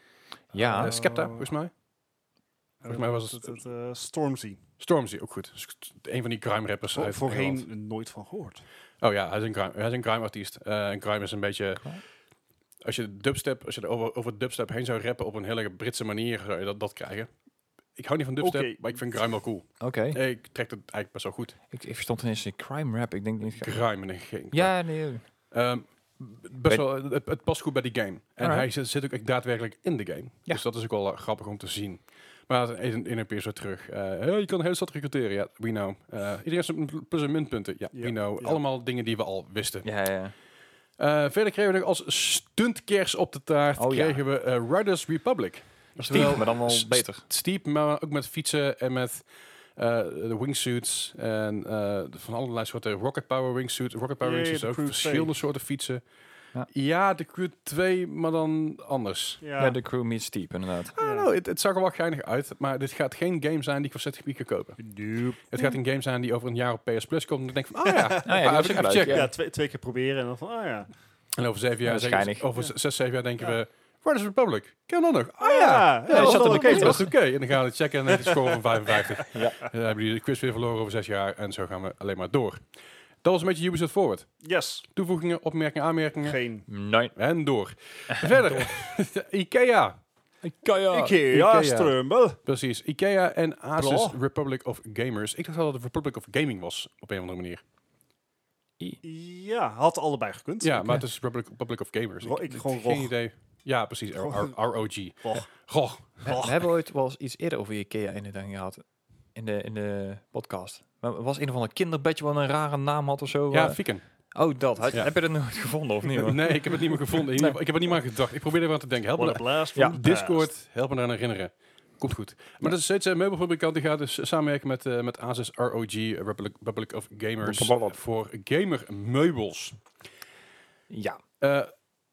Ja. Uh, Skepta, volgens mij. Volgens mij was het- het eh, Stormzy. Stormzy, ook goed. Dus een van die crime rappers Voor, uit voorheen Engeland. nooit van gehoord. Oh ja, hij is een crime, hij is een crime artiest. Uh, en crime is een beetje... Als je dubstep, als je er over, over dubstep heen zou rappen op een hele Britse manier, zou je dat, dat krijgen. Ik hou niet van dubstep, Oké. maar ik vind crime wel cool. Oké. Ik trek het eigenlijk best wel goed. Ik, ik verstond ineens een crime rap. Ik denk niet... Crime en geen... Ja, nee. Ehm, best wel, het, het past goed bij die game. En Alright. hij zit, zit ook echt daadwerkelijk in de game. Ja. Dus dat is ook wel uh, grappig om te zien. Maar in, in een keer zo terug. Uh, hey, je kan de hele stad recruteren. Ja, we know. Uh, iedereen heeft zijn plus- en minpunten. Ja, Ja, we know. ja. Allemaal dingen die we al wisten. Ja, ja. Uh, verder kregen we nog als stuntkers op de taart Oh, ja. kregen we uh, Riders Republic. Steep, maar dan wel s- beter. Steep, maar ook met fietsen en met uh, de wingsuits en uh, van allerlei soorten rocket power wingsuits, rocket power Jee, wingsuits de ook, Crew verschillende soorten fietsen. Ja. Ja, de Crew twee, maar dan anders. Ja, Ja, de crew meets Steep, inderdaad. I don't know, het, het zag er wel geinig uit, maar dit gaat geen game zijn die ik voor zestig piek ga kopen. Nope. Het gaat een game zijn die over een jaar op P S Plus komt en ik denk van, ah ja, Ah, ja, die was even ook leuk, checken. Ja, ja. twee, twee keer proberen en dan van, ah ja. En over zeven jaar, Ja, zeggen ze- schijnig. over Ja. z- zes, zeven jaar denken Ja. we, Riders Republic, ken je dat nog? Ah Ah ja, ja, ja, dat je was zat wel er oké, nog dat toch? is oké. En dan gaan we het checken en dan heb je een score van vijfenvijftig. Ja. Dan hebben jullie de quiz weer verloren over zes jaar en zo gaan we alleen maar door. Dat was een beetje Ubisoft Forward. Yes. Toevoegingen, opmerkingen, aanmerkingen Geen Nee. en door. Verder, Ikea. Ikea. Ikea, Ikea. Strumbel. Precies, Ikea en Asus Bro. Republic of Gamers. Ik dacht wel dat het Republic of Gaming was, op een of andere manier. Ja, had allebei gekund. Ja, maar het is Republic, Republic of Gamers. Ro- ik heb gewoon geen ROG. idee. Ja, precies, R- Gewoon- R- R O G. Och. Goh. We, we hebben ooit wel eens iets eerder over Ikea in de ding gehad. In de, in de podcast. Maar er was een of ander kinderbedje wat een rare naam had of zo. Ja, eh. Fiken. Oh, dat. Had- Ja. Heb je dat nooit gevonden of niet? hoor? Nee, ik heb het niet meer gevonden. In ieder geval, ik heb er niet meer aan gedacht. Ik probeerde er aan te denken. Help me What a daar- blast Ja, from the past. Discord, help me eraan herinneren. Komt goed. Maar dat is steeds een meubelfabrikant die gaat dus samenwerken met, uh, met Asus R O G, Republic, Republic of Gamers, Blablabla. voor gamer meubels. Ja. Uh,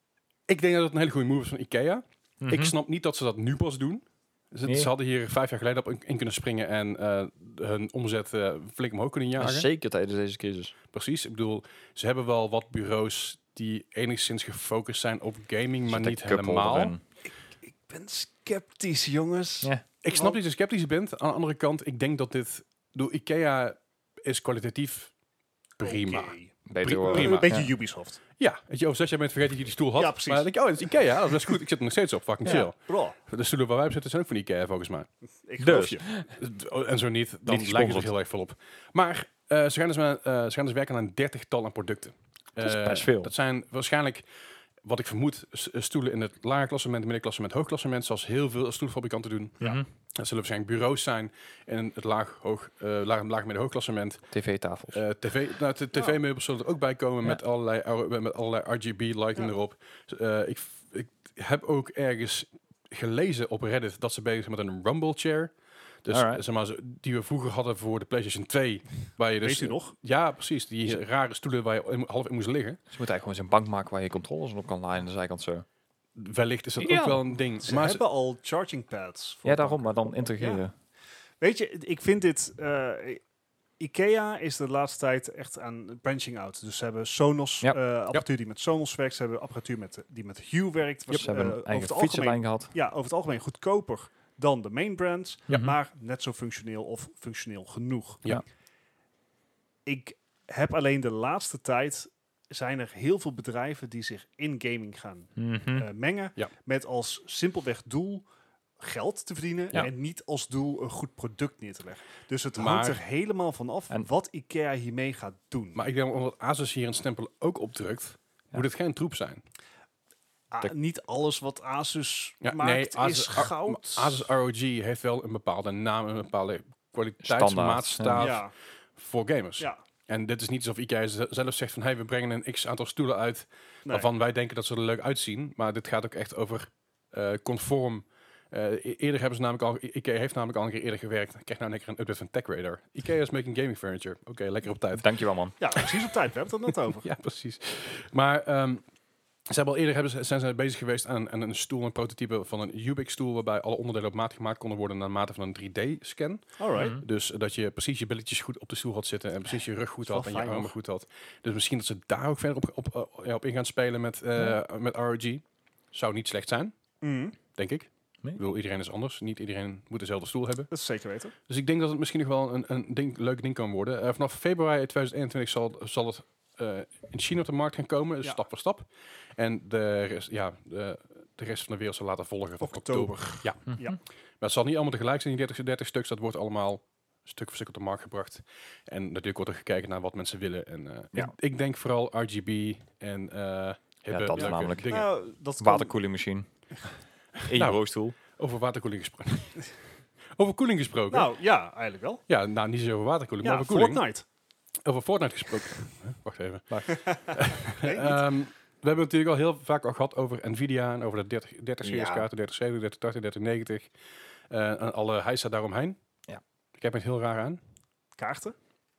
Ik denk dat het een hele goede move is van Ikea. Mhm. Ik snap niet dat ze dat nu pas doen. Ze, Nee. ze hadden hier vijf jaar geleden op in, in kunnen springen en uh, hun omzet uh, flink omhoog kunnen jagen. Zeker tijdens deze crisis. Precies. Ik bedoel, ze hebben wel wat bureaus die enigszins gefocust zijn op gaming, maar Zit niet een couple helemaal. erin. Ik ben sceptisch, jongens. Ja. Ik snap dat je sceptisch bent. Aan de andere kant, ik denk dat dit... Door Ikea is kwalitatief prima. Oké. Beter Prima. horen. Een beetje Ja. Ubisoft. Ja, weet je, over zes jaar bent vergeten dat je die stoel had. Ja, precies. Maar dan denk ik, oh, dat is Ikea. Dat is best goed. Ik zit er nog steeds op. Fucking Ja. chill. Bro, De stoelen waar wij op zitten zijn ook van Ikea, volgens mij. ik geloof Dus. je. En zo niet, dan Niet lijkt het er gesponsord. heel erg veel op. Maar uh, ze, gaan dus met, uh, ze gaan dus werken aan een dertigtal aan producten. Dat is Uh, best veel. Dat zijn waarschijnlijk, wat ik vermoed, s- stoelen in het lage klassement, middenklassement, hoogklassement, zoals heel veel stoelfabrikanten doen. Ja. Dat zullen waarschijnlijk bureaus zijn in het laag, hoog, uh, laag, laag midden, hoogklassement. tv-tafels. Uh, tv, nou, de tv-meubels zullen er ook bij komen Ja. met allerlei, uh, met allerlei R G B-lighting Ja. erop. Uh, ik, ik heb ook ergens gelezen op Reddit dat ze bezig zijn met een Rumble Chair. Dus Alright. zeg maar, zo- die we vroeger hadden voor de PlayStation twee. Waar je dus, Weet u nog? Ja, precies. Die rare stoelen waar je in- half in moest liggen. Ze moeten eigenlijk gewoon zijn bank maken waar je controllers op kan laaien aan de zijkant zo. Wellicht is dat Ja. ook wel een ding. Ze maar ze- hebben al charging pads. voor Ja, daarom, banken. maar dan integreren. Ja. Weet je, ik vind dit... eh, Ikea is de laatste tijd echt aan branching out. Dus ze hebben Sonos Ja. eh, apparatuur die met Sonos werkt. Ze hebben apparatuur met, die met Hue werkt. Was, Ze hebben eh, een over, eigen het algemeen, fietsenlijn gehad. ja, over het algemeen goedkoper dan de main brands. Ja. Maar net zo functioneel of functioneel genoeg. Ja. Ik heb alleen de laatste tijd... zijn er heel veel bedrijven die zich in gaming gaan Mhm. eh, mengen. Ja. Met als simpelweg doel geld te verdienen. Ja. En niet als doel een goed product neer te leggen. Dus het Maar- hangt er helemaal van af En- wat Ikea hiermee gaat doen. maar ik denk omdat Asus hier een stempel ook opdrukt, moet het geen troep zijn. Ah, de- niet alles wat Asus Ja, maakt nee, is Asus, goud. A- Asus R O G heeft wel een bepaalde naam, een bepaalde Standaard, kwaliteitsmaatstaaf ja, voor gamers. ja. En dit is niet alsof Ikea z- zelf zegt van, hey, we brengen een x aantal stoelen uit Nee. waarvan wij denken dat ze er leuk uitzien. Maar dit gaat ook echt over eh, conform. Eh, e- eerder hebben ze namelijk al, I- Ikea heeft namelijk al een keer eerder gewerkt. Ik krijg nou een keer een update van TechRadar. Ikea is making gaming furniture. Oké, lekker op tijd. Dankjewel, man. ja, precies op tijd. We hebben het er net over. Ja, precies. Maar ehm, ze hebben al eerder hebben ze, zijn ze bezig geweest aan, aan een stoel, een prototype van een Ubix stoel, waarbij alle onderdelen op maat gemaakt konden worden naar mate van een drie D-scan. Alright. Mhm. Dus dat je precies je billetjes goed op de stoel had zitten en precies je rug goed is wel had en je fijn, armen hoor. goed had. Dus misschien dat ze daar ook verder op, op, op, ja, op in gaan spelen met, eh, Ja. met R O G. Zou niet slecht zijn, Mhm, denk ik. Nee. Ik bedoel, iedereen is anders. Niet iedereen moet dezelfde stoel hebben. dat is zeker weten. Dus ik denk dat het misschien nog wel een, een ding, leuk ding kan worden. Eh, vanaf februari tweeduizend eenentwintig zal, zal het eh, in China op de markt gaan komen, dus Ja. stap voor stap. En de rest, ja, de, de rest van de wereld zal laten volgen vanaf oktober. Oktober. Ja. Mhm. Ja. Maar het zal niet allemaal tegelijk zijn, die dertig, dertig stuks. Dat wordt allemaal stuk voor stuk op de markt gebracht. En natuurlijk wordt er gekeken naar wat mensen willen. En eh, Ja. ik, ik denk vooral R G B en eh hebben dat leuke namelijk. dingen. Nou, dat kan- Waterkoelingmachine. In je Nou. bureaustoel. Over waterkoeling gesproken. over koeling gesproken. Nou, ja, eigenlijk wel. Ja, nou niet zo over waterkoeling, Ja, maar over koeling. Fortnite. Over Fortnite gesproken. Huh? Wacht even. Nee, niet. Ehm, we hebben het natuurlijk al heel vaak al gehad over Nvidia en over de dertig, dertig series Ja. kaarten, dertig zeventig, dertig tachtig, dertig negentig. eh, en alle heisa daaromheen. Ja. Ik heb het heel raar aan. Kaarten.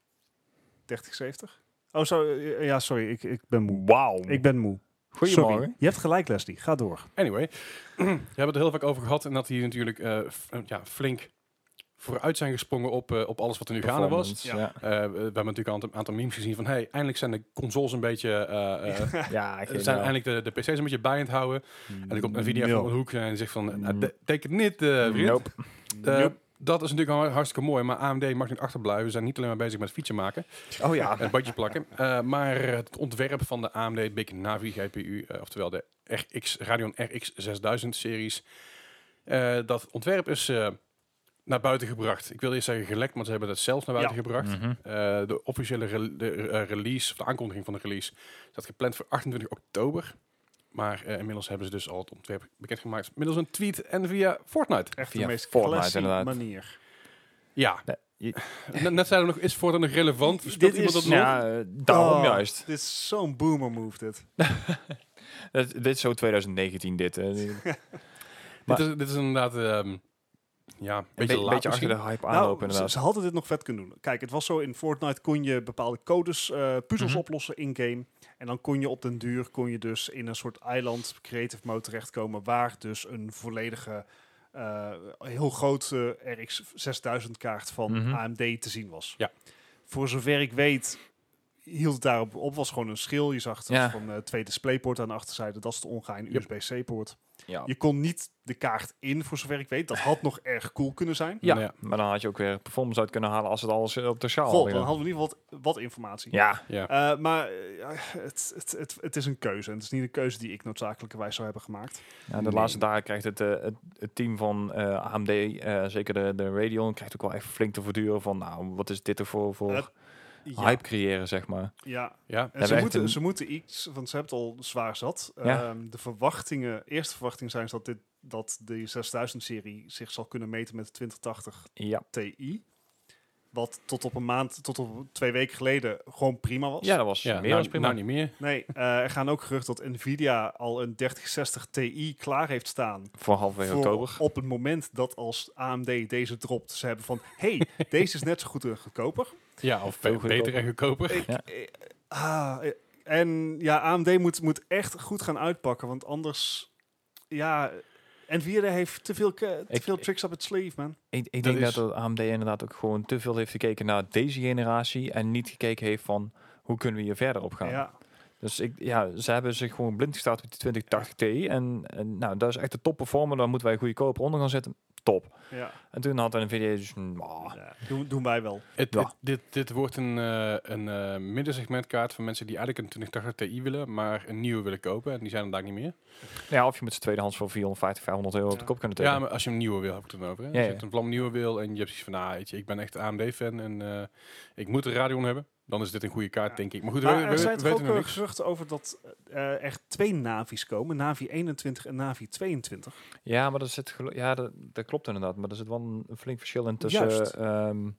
dertig zeventig. Oh, zo, eh, ja, sorry. Ik, ik ben moe. Wauw. Ik ben moe. Goedemorgen. Sorry. Je hebt gelijk, Leslie. Ga door. Anyway, we hebben het er heel vaak over gehad en dat die natuurlijk eh, f- eh, ja, flink vooruit zijn gesprongen op, eh, op alles wat er nu gaande was. Performance, Ja. Ja, Eh, we hebben natuurlijk een aantal, aantal memes gezien van, hey, eindelijk zijn de consoles een beetje, eh, eh, ja. ik zijn eindelijk de, de P C's een beetje bij aan het houden. En dan komt Nvidia Nul. van de hoek en zegt van, nou, Mm. de- teken het niet, eh vriend. Nope. Eh, Nope. Dat is natuurlijk al hartstikke mooi, maar A M D mag niet achterblijven. We zijn niet alleen maar bezig met fietsen maken Oh ja. en bandje plakken. Eh, maar het ontwerp van de A M D Big Navi G P U, eh, oftewel de R X, Radeon R X zesduizend series, eh, dat ontwerp is eh, naar buiten gebracht. Ik wil eerst zeggen gelekt, maar ze hebben het zelf naar buiten Ja. gebracht. Mhm. Eh, de officiële re- de, eh, release, of de aankondiging van de release, staat gepland voor achtentwintig oktober. Maar eh, inmiddels hebben ze dus al het ontwerp bekendgemaakt middels een tweet en via Fortnite. Echt Via de meest Fortnite, classy inderdaad. manier. Ja, Nee, je- net, net zeiden we nog, is Fortnite nog relevant? Dit Speelt iemand is- dat nog? ja, eh, daarom Oh, juist. Dit is zo'n boomer move, dit. Het- dit is zo twintig negentien dit. eh. Dit, Maar- is, dit is inderdaad... ehm, Ja, een Een beetje be- laat beetje achter misschien. de hype Nou, aanlopen ze, inderdaad. ze hadden dit nog vet kunnen doen. Kijk, het was zo, in Fortnite kon je bepaalde codes, eh, puzzels Mhm. oplossen in-game. En dan kon je op den duur kon je dus in een soort eiland creative mode terechtkomen, waar dus een volledige, eh, heel grote R X zesduizend kaart van Mhm. A M D te zien was. Ja. Voor zover ik weet, hield het daarop op. Was gewoon een schil. Je zag het Ja. van uh, twee displaypoorten aan de achterzijde. Dat is de ongeheim Yep. U S B C-poort. Ja. Je kon niet de kaart in, voor zover ik weet. Dat had nog erg cool kunnen zijn. Ja, Nou ja. maar dan had je ook weer performance uit kunnen halen als het alles op de schaal Goh, hadden dan gedaan. hadden we in ieder geval wat, wat informatie. Ja, Ja. Uh, maar uh, ja, het, het, het, het is een keuze. En het is niet een keuze die ik noodzakelijkerwijs zou hebben gemaakt. ja, de Nee. laatste dagen krijgt het, eh, het, het team van eh, A M D, eh, zeker de, de Radeon, krijgt ook wel echt flink te voortduren van, nou, wat is dit er voor, voor Het- Ja, hype creëren, zeg maar. ja. Ja. En Hebben ze, echt moeten, een- ze moeten iets, want ze hebben het al zwaar zat. Ja. Ehm, de verwachtingen, eerste verwachtingen zijn dat, dit, dat de zesduizend-serie zich zal kunnen meten met de twintig tachtig Ja, Ti. Wat tot op een maand, tot op twee weken geleden gewoon prima was. ja dat was Ja, meer nou, dan prima. nou niet meer. Nee, uh, er gaan ook geruchten dat Nvidia al een dertig zestig Ti klaar heeft staan. voor halfwege Voor oktober. op het moment dat als A M D deze dropt, ze hebben van, hey, deze is net zo goed en goedkoper. Ja, of Veel be- beter goedkoper. en goedkoper. Ik, Ja. eh, ah, eh, en ja, A M D moet, moet echt goed gaan uitpakken, want anders, ja, Nvidia heeft te veel, ke- te Ik- veel tricks up its sleeve, man. Ik, ik Dat denk is- dat de A M D inderdaad ook gewoon te veel heeft gekeken naar deze generatie en niet gekeken heeft van, hoe kunnen we hier verder op gaan. Ja, Dus ik, ja, ze hebben zich gewoon blind gestart met die twintig tachtig Ti. En, en nou, dat is echt de top performer. Daar moeten wij goedkoper onder gaan zetten. Top. ja. En toen had Nvidia dus, mm, ah, ja. Doen, doen wij wel. Het, Ja. het- dit, dit wordt een, eh, een eh, middensegmentkaart voor mensen die eigenlijk een twintig tachtig Ti willen, maar een nieuwe willen kopen. En die zijn er daar niet meer. ja, of je met z'n tweedehands voor vierhonderdvijftig, vijfhonderd euro op de Ja. kop kunnen Ja, tekenen. maar als je een nieuwe wil, heb ik het dan over. Hè? Ja, Als je ja. het een vlamnieuwe wil en je hebt zoiets van, nou, weet je, ik ben echt A M D-fan en eh, ik moet een Radeon hebben, dan is dit een goede kaart, Ja. denk ik. Maar goed, Maar we, er we, zijn we toch weten ook nog eh, niks. geruchten over dat uh, er twee Navi's komen. Navi eenentwintig en Navi tweeëntwintig. Ja, maar dat, zit, gelo- ja, dat, dat klopt inderdaad. Maar er zit wel een, een flink verschil in tussen Juist. ehm,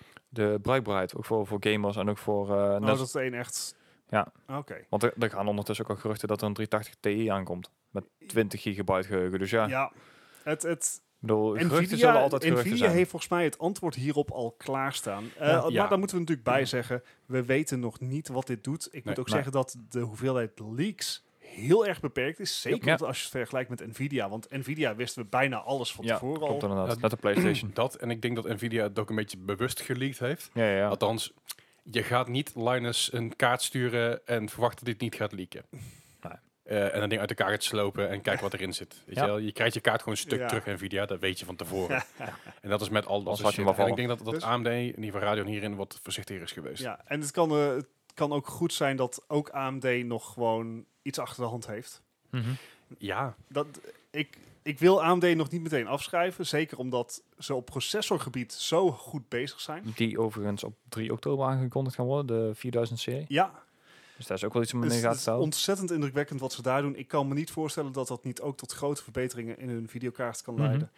de bruikbaarheid. Ook voor, voor gamers en ook voor... eh, Oh, net- dat is de een echt... Ja. Oké. Want er, er gaan ondertussen ook al geruchten dat er een driehonderdtachtig Ti aankomt. Met twintig gigabyte geheugen. Dus ja, Ja. Het, het, ik bedoel, geruchten Nvidia, zullen altijd geruchten Nvidia zijn. heeft volgens mij het antwoord hierop al klaarstaan. Uh, Ja. Maar Ja. daar moeten we natuurlijk bij zeggen, we weten nog niet wat dit doet. Ik Nee, moet ook nee. zeggen dat de hoeveelheid leaks heel erg beperkt is. Zeker Ja. als je het vergelijkt met Nvidia. Want Nvidia wisten we bijna alles van Ja, tevoren klopt al. inderdaad. Ja, Net de PlayStation. Dat, en ik denk dat Nvidia het ook een beetje bewust geleakt heeft. ja, ja, ja. Althans, je gaat niet Linus een kaart sturen en verwachten dat dit niet gaat leaken. Nee. Eh, en dat ding uit elkaar gaat slopen en kijken wat erin zit. Weet Ja. je, wel? Je krijgt je kaart gewoon een stuk Ja. terug Nvidia, dat weet je van tevoren. En dat is met al dat Anders soort had je shit. hem wel En ik denk dat, dat Dus- A M D, in ieder geval Radeon hierin, wat voorzichtiger is geweest. Ja, en het kan, eh, het kan ook goed zijn dat ook A M D nog gewoon iets achter de hand heeft. Mhm. Ja, Dat, ik, ik wil A M D nog niet meteen afschrijven. Zeker omdat ze op processorgebied zo goed bezig zijn. Die overigens op drie oktober aangekondigd gaan worden, de vierduizend serie. Ja, Dus dat is ook wel iets om in het de is, gaten het te is houden. ontzettend indrukwekkend wat ze daar doen. Ik kan me niet voorstellen dat dat niet ook tot grote verbeteringen in hun videokaart kan Mhm. leiden.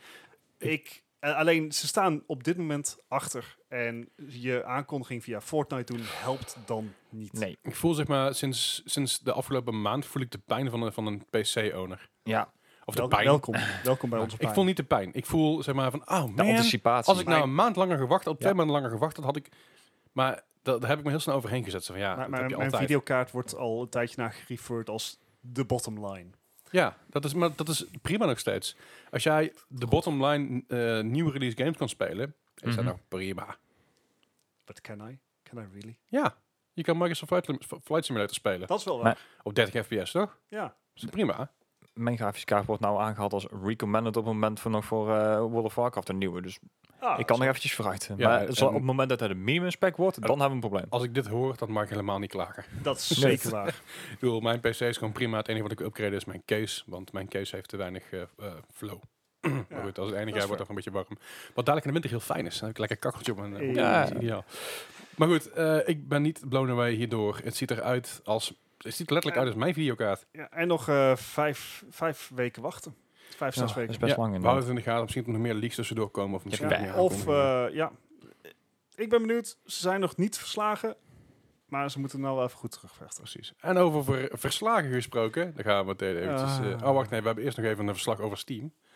Ik, eh, alleen, ze staan op dit moment achter. En je aankondiging via Fortnite doen helpt dan niet. Nee. ik voel zeg maar, sinds, sinds de afgelopen maand voel ik de pijn van een, van een P C-owner. Ja, Of de Wel- pijn. welkom, welkom bij onze Ik pijn. voel niet de pijn. Ik voel zeg maar van, oh de man, anticipatie. als ik nou een maand langer gewacht had, twee Ja. maanden langer gewacht had, had ik... Maar dat, daar heb ik me heel snel overheen gezet. Zo van, ja, Maar- dat maar heb je mijn altijd. videokaart wordt al een tijdje naar gereferred als de bottom line. Ja, dat is, maar dat is prima nog steeds. Als jij de bottom line eh, nieuwe release games kan spelen, is dat Mhm. nou prima. But can I? Can I really? Ja, je kan Microsoft Flight, Flight Simulator spelen. Dat is wel waar. Maar- Op dertig F P S, toch? Ja. Dat is prima. Mijn grafische kaart wordt nou aangehaald als recommended op het moment voor nog voor eh, World of Warcraft een nieuwe. Dus Ah, ik kan zo. nog eventjes vooruit. Ja, maar en- zo, op het moment dat het een minimum spec wordt, dan hebben we een probleem. Als ik dit hoor, dan mag ik helemaal niet klagen. Dat is Nee. zeker waar. Ik bedoel, mijn P C is gewoon prima. Het enige wat ik upgrade is mijn case, want mijn case heeft te weinig eh, eh, flow. Maar goed, als het eindig dat jaar is wordt, dan een beetje warm. Wat dadelijk in de winter heel fijn is. Dan heb ik lekker kacheltje op mijn... op mijn- Ja. dat is ideaal. Maar goed, eh, ik ben niet blown away hierdoor. Het ziet eruit als... Het ziet er letterlijk uit als mijn videokaart. Ja, en nog eh, vijf, vijf weken wachten. Vijf, Ja, zes dat weken. is best ja, lang we inderdaad. houden het in de gaten. Misschien dat er nog meer leaks tussendoor komen. Of misschien Ja, nog meer Of, aankondigingen. eh, ja. Ik ben benieuwd. Ze zijn nog niet verslagen. Maar ze moeten nou wel even goed terugvechten. Precies. En over ver- verslagen gesproken. Dan gaan we meteen eventjes... Ah. eh, oh, wacht, nee. We hebben eerst nog even een verslag over Steam.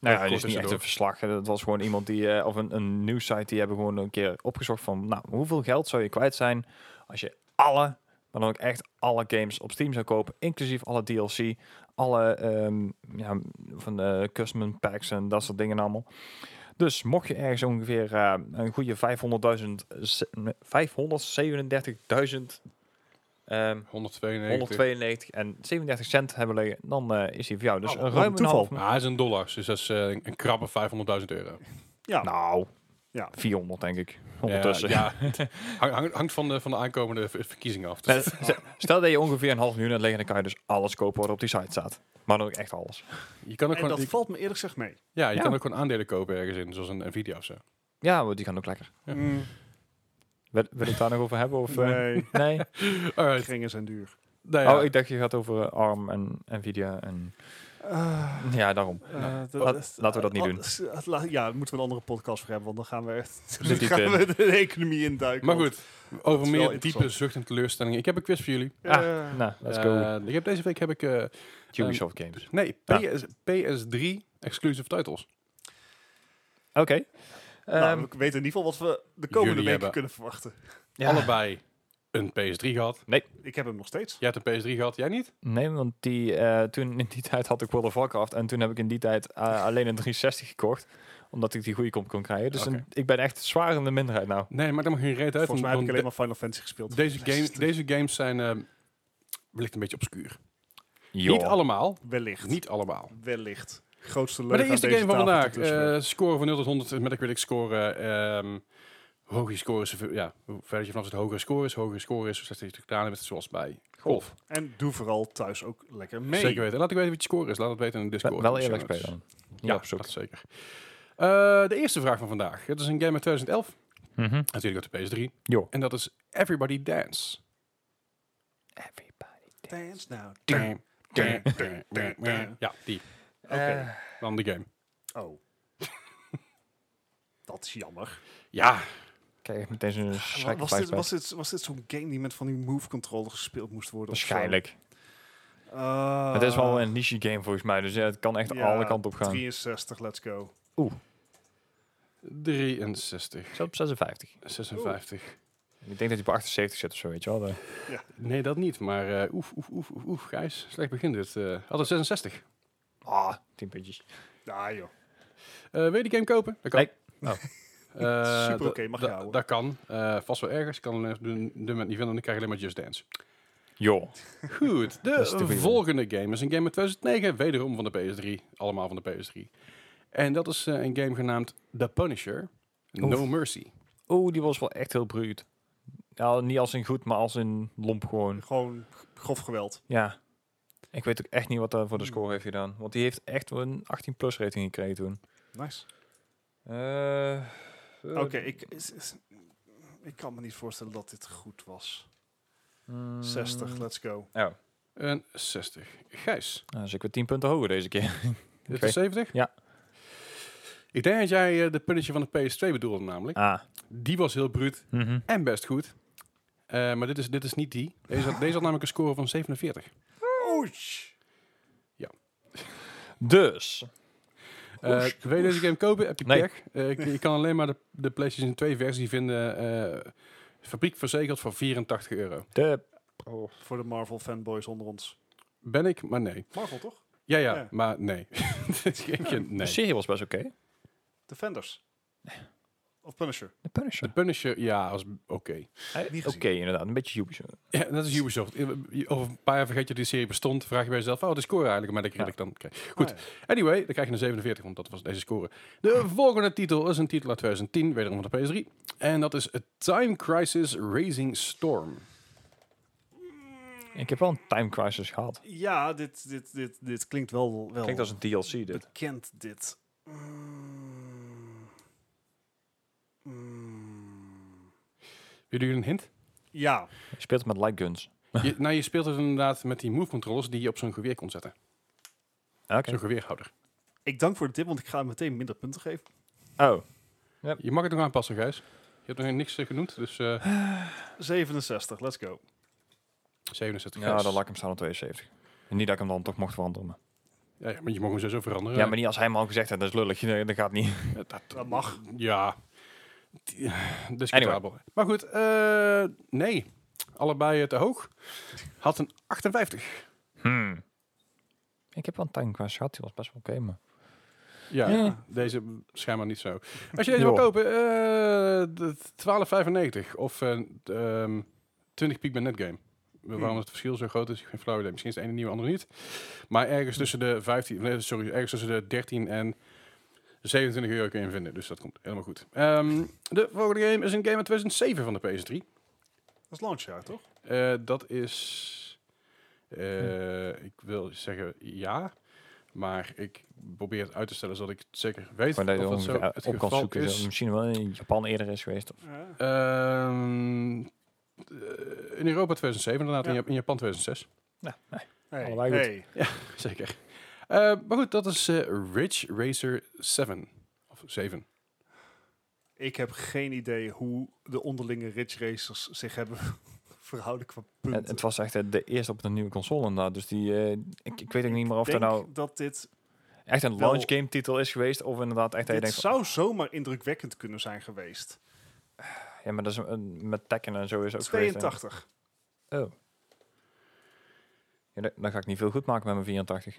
Nou ja, Kort het is niet echt tussendoor. een verslag. Het was gewoon iemand die, eh, of een, een nieuwssite, die hebben gewoon een keer opgezocht van, nou, hoeveel geld zou je kwijt zijn als je alle, maar dan ook echt alle games op Steam zou kopen, inclusief alle D L C, alle ehm, ja, van de custom packs en dat soort dingen allemaal. Dus mocht je ergens ongeveer eh, een goede vijfhonderdduizend, ze- vijfhonderdzevenendertigduizend ehm, honderdtweeënnegentig. honderdtweeënnegentig en zevenendertig cent hebben liggen, dan eh, is hij voor jou. Dus Oh, een wat ruim een een toeval. half. Ah, hij is een dollar, dus dat is eh, een krappe vijfhonderdduizend euro. Ja, Nou, Ja. vierhonderd denk ik. Ondertussen. Ja, ja. Hang- hang- hangt van de, van de aankomende ver- verkiezingen af. Eh, s- Stel dat je ongeveer een half miljoen hebt liggen, dan kan je dus alles kopen wat op die site staat. Maar dan ook echt alles. Je kan ook en gewoon, dat je- valt me eerlijk gezegd mee. ja, je Ja. kan ook gewoon aandelen kopen ergens in, zoals een Nvidia of zo. Ja, want die gaan ook lekker. Ja. Mm, Wil, wil ik het daar nog over hebben? Of, eh, nee, nee? Alright. kringen zijn duur. Nou ja, Oh, ik dacht je gaat over eh, ARM en Nvidia. En Uh, ja, daarom. uh, dat- Laat- dat- laten we dat niet uh, doen. s- uh, la- Ja, daar moeten we een andere podcast voor hebben, want dan gaan we echt Zit dan diep gaan in. we de economie induiken. maar want- goed, over is wel meer interessant. diepe zucht en teleurstellingen. Ik heb een quiz voor jullie. Ja. Ah, nou, let's go. Eh, ik heb deze week heb ik eh, Ubisoft Games. nee Ja. P S, P S drie exclusive titles. Oké. Nou, Ehm, we weten in ieder geval wat we de komende Jullie weken hebben- kunnen verwachten. ja. Allebei een P S drie gehad. Ik heb hem nog steeds. Jij hebt een P S drie gehad, jij niet? Nee, want die, eh, toen in die tijd had ik World of Warcraft. En toen heb ik in die tijd eh, alleen een driehonderdzestig gekocht. Omdat ik die goede komp kon krijgen. Dus Oké. een- ik ben echt zwaar in de minderheid nou. Nee, maakt helemaal geen reet uit. Volgens mij want- heb ik alleen want maar Final Fantasy gespeeld. de- deze, game, deze games zijn eh, wellicht een beetje obscuur. Joh. Niet allemaal. Wellicht. Niet allemaal. Wellicht. Grootste Maar de leugen eerste aan game van deze vandaag. tafel tot eh score van nul tot honderd. Metacritic score. ehm hoe hoog je score is. Ja, hoe verder je vanaf het hogere score is. Hogere score is. Hoe slechter je het gedaan hebt. Zoals bij golf. dusver. En doe vooral thuis ook lekker mee. Zeker weten. Laat ik weten wat je score is. Laat het weten in de Wel- Discord. wel in de eerlijk show notes. spelen. Niet Ja, op zoek. dat zeker. Eh, de eerste vraag van vandaag. Het is een game uit twintig elf. Mhm. Natuurlijk op de P S drie. Joh. En dat is Everybody Dance. Everybody. Dance now. Dam, dam, dam, dam, dam. Ja, die. Oké. Eh, Dan de game. Oh. Dat is jammer. Ja, Kijk, meteen zo'n Wa- schrik. Was dit, was dit, was dit zo'n game die met van die move controller gespeeld moest worden? of zo? Waarschijnlijk. Ah, Het is wel een niche game volgens mij. Dus ja, het kan echt ja, alle kanten op gaan. drieënzestig, let's go. drieënzestig. Zo op zesenvijftig. zesenvijftig. Ik denk dat hij op achtenzeventig zit of zo, weet je wel. De- Nee, dat niet. Maar eh, oef, oef, oef, oef, oef, Gijs. Slecht begin dit. eh Altijd zesenzestig. Ah, tien puntjes. Ah joh. Eh wil je die game kopen? Dat kan. Nee. Eh, Super da- oké, mag je da- houden. Dat kan. Eh, vast wel ergens. Ik kan het op dit moment niet vinden. Dan krijg je alleen maar Just Dance. Joh. Goed. Dat is de De goeie. volgende game is een game uit tweeduizend negen. Wederom van de P S drie. Allemaal van de P S drie. En dat is eh, een game genaamd The Punisher. No Oef. Mercy. Oeh, die was wel echt heel bruut. Ja, niet als in goed, maar als in lomp gewoon. Gewoon grof geweld. Ja. Ik weet ook echt niet wat hij voor de Hmm. score heeft gedaan. Want die heeft echt wel een achttien plus rating gekregen toen. Nice. Eh, eh, Oké, ik, is- is- ik kan me niet voorstellen dat dit goed was. mm, zestig, let's go. Oh, En zestig. Gijs. nou, dus ik weer tien punten hoger deze keer. Dit Oké. is zeventig? Ja. Ik denk dat jij eh, de Punisher van de P S twee bedoelde namelijk. Ah. Die was heel bruut Mhm. en best goed. Eh, maar dit is, dit is niet die. Deze had, deze had namelijk een score van zevenenveertig. Oei. Dus. Eh, Oesh. wil je deze game kopen? Heb je Nee. pech? Eh, ik- je kan alleen maar de, de PlayStation twee versie vinden. eh, fabriek verzekerd voor vierentachtig euro. De. Voor de Marvel fanboys onder ons. Ben ik, maar nee. Marvel toch? Ja, ja, Ja. maar nee. Dit is geen keer De nee. serie was best oké. Defenders. Of Punisher. De Punisher. De Punisher, ja, was oké. Eh, niet Oké, gezien. inderdaad. Een beetje Ubisoft. Ja, dat is Ubisoft. Eh, Over een paar jaar vergeet je dat die serie bestond. Vraag je bij jezelf, oh, de score eigenlijk. Maar dat Ja. ik dan oké. Goed. Ah, ja. Anyway, dan krijg je een zevenenveertig, want dat was deze score. De volgende titel is een titel uit twintig tien, wederom van de P S drie. En dat is A Time Crisis Raising Storm. Ik heb wel een Time Crisis gehad. Ja, dit, dit, dit, dit klinkt wel, wel Klinkt als een D L C dit. bekend, dit. Mm. Mm. Willen jullie een hint? Ja, Je speelt met light guns. Je, nou, je speelt het inderdaad met die move controllers die je op zo'n geweer kon zetten. Oké. Zo'n geweerhouder. ik dank voor de tip, want ik ga hem meteen minder punten geven. Oh. Je mag het nog aanpassen, Gijs. Je hebt nog niks eh, genoemd, dus eh zevenenzestig, let's go. zevenenzestig. Ja, Gijs. dan laat ik hem staan op tweeënzeventig. En niet dat ik hem dan toch mocht veranderen. Maar. Ja, ja, maar je mag hem sowieso veranderen. Ja, maar niet als hij hem al gezegd heeft, dat is lullig. Nee, dat gaat niet. Ja, dat, Dat mag. Ja. Die- Discutabel. Maar goed, eh, nee. Allebei eh, te hoog. Had een achtenvijftig. Hmm. Ik heb wel een Titan Quest gehad, die was best wel oké, maar... Ja, Ja. deze schijnbaar niet zo. Als je deze Jo. wil kopen, eh, de twaalf vijfennegentig of eh, de, ehm, twintig piek bij Netgame. Waarom het verschil zo groot is, geen flauw idee. Misschien is de ene nieuwe, andere niet. Maar ergens tussen de vijftien, nee, sorry, ergens tussen de dertien en zevenentwintig euro kun je hem vinden. Dus dat komt helemaal goed. Ehm, de volgende game is een game uit tweeduizend zeven van de P S drie. Dat is launchjaar, toch? Eh, dat is, eh, ik wil zeggen ja, maar ik probeer het uit te stellen zodat ik het zeker weet Gewoon dat je of dat zo ongeveer het op kan geval zoeken. is. Zo, misschien wel in Japan eerder is geweest. Of... Ja. Ehm, eh, in Europa tweeduizend zeven, inderdaad. Ja. In, Jap- in Japan tweeduizend zes. Nou, nee. Hey, Allebei goed. hey. Zeker. Eh, maar goed, dat is eh, Ridge Racer zeven. Of zeven. Ik heb geen idee hoe de onderlinge Ridge Racers zich hebben verhouden qua punten. Het, het was echt eh, de eerste op een nieuwe console inderdaad. Dus die, eh, ik, ik weet ook niet meer of Ik dat denk nou dat dit... echt een wel- launch game titel is geweest. Of inderdaad echt dat je Dit denkt van, zou zomaar indrukwekkend kunnen zijn geweest. ja, maar dat is een, met Tekken en zo is ook geweest. hè. tweeëntachtig. Oh. Ja, dan- dan ga ik niet veel goed maken met mijn vierentachtig.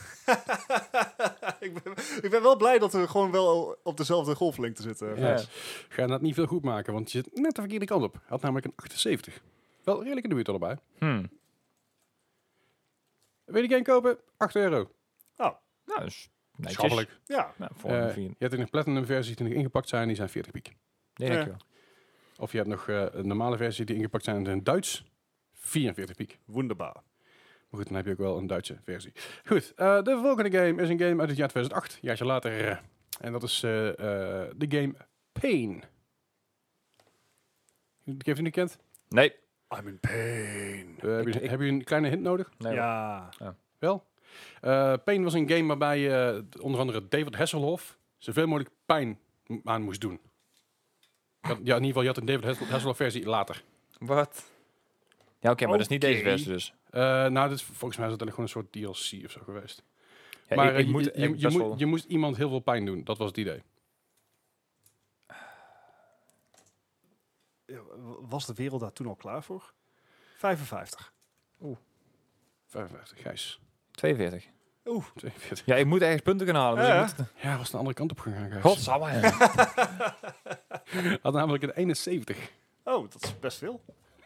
ik, ben, ik ben wel blij dat we gewoon wel op dezelfde golflengte zitten. Ja. Ja. Ga dat niet veel goed maken, want je zit net de verkeerde kant op. Hij had namelijk een achtenzeventig. Wel redelijk in de buurt allebei. Hmm. Wil je die game kopen? acht euro. Nou, dus netjes. Schappelijk. Ja, Nou, voor Eh, een vier. je hebt in een platinum versie die nog ingepakt zijn, die zijn veertig piek. Nee, Ja. dankjewel. Of je hebt nog eh, een normale versie die ingepakt zijn in het Duits, vierenveertig piek. wonderbaar. Maar goed, dan heb je ook wel een Duitse versie. Goed, eh, de volgende game is een game uit het jaar tweeduizend acht, een jaartje later. eh, en dat is eh, eh, de game Pain. Heeft u die niet kent? Nee. I'm in pain. Uh, heb, je, Ik- ik- heb je een kleine hint nodig? nee hoor. Ja. Wel. Eh, Pain was een game waarbij je uh, onder andere David Hasselhoff zoveel mogelijk pijn m- aan moest doen. Je had- ja, in ieder geval, je had een David Hassel- Hasselhoff versie later. Wat? Ja, oké, maar dat is niet Oké. deze versie dus. Eh, nou, dit is, volgens mij is het gewoon een soort D L C of zo geweest. Ja, maar ik, ik eh, moet, je, ik je, je, best moet, wel- je moest iemand heel veel pijn doen. Dat was het idee. Ja, was de wereld daar toen al klaar voor? vijfenvijftig. vijfenvijftig, Gijs. tweeënveertig. Oeh. tweeënveertig. Ja, ik moet ergens punten gaan halen. Dus Ja. ik moet... Ja, was de andere kant op gegaan, Gijs. Godsamme. Had namelijk een eenenzeventig. Oh, dat is best veel.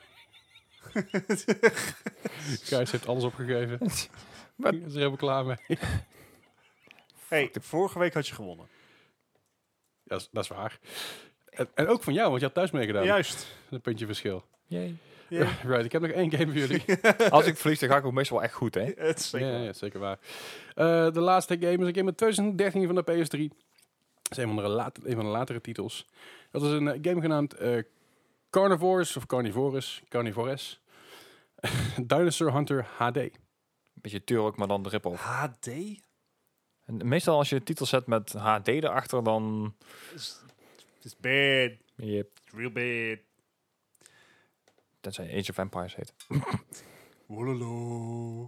Gijs heeft alles opgegeven. Wat? Is er helemaal klaar mee. Hey, vorige week had je gewonnen. Ja, dat is- dat is waar. En, en ook van jou, want je had thuis meegedaan. Juist. Een puntje verschil. Jee. Ja. Right, ik heb nog één game voor jullie. Als ik verlies, dan ga ik ook meestal echt goed, hè? Het is zeker. Ja, ja, zeker waar. Eh, de laatste game is een game uit tweeduizend dertien van de P S drie. Dat is een van de, late, een van de latere titels. Dat is een eh, game genaamd eh, Carnivores of Carnivorous, Carnivores. Dinosaur Hunter H D. Beetje Turok, maar dan de rip-off. H D? En meestal als je de titel zet met H D erachter, dan... Het is bad. Yep. It's real bad. Tenzij Age of Empires heet. Wololo.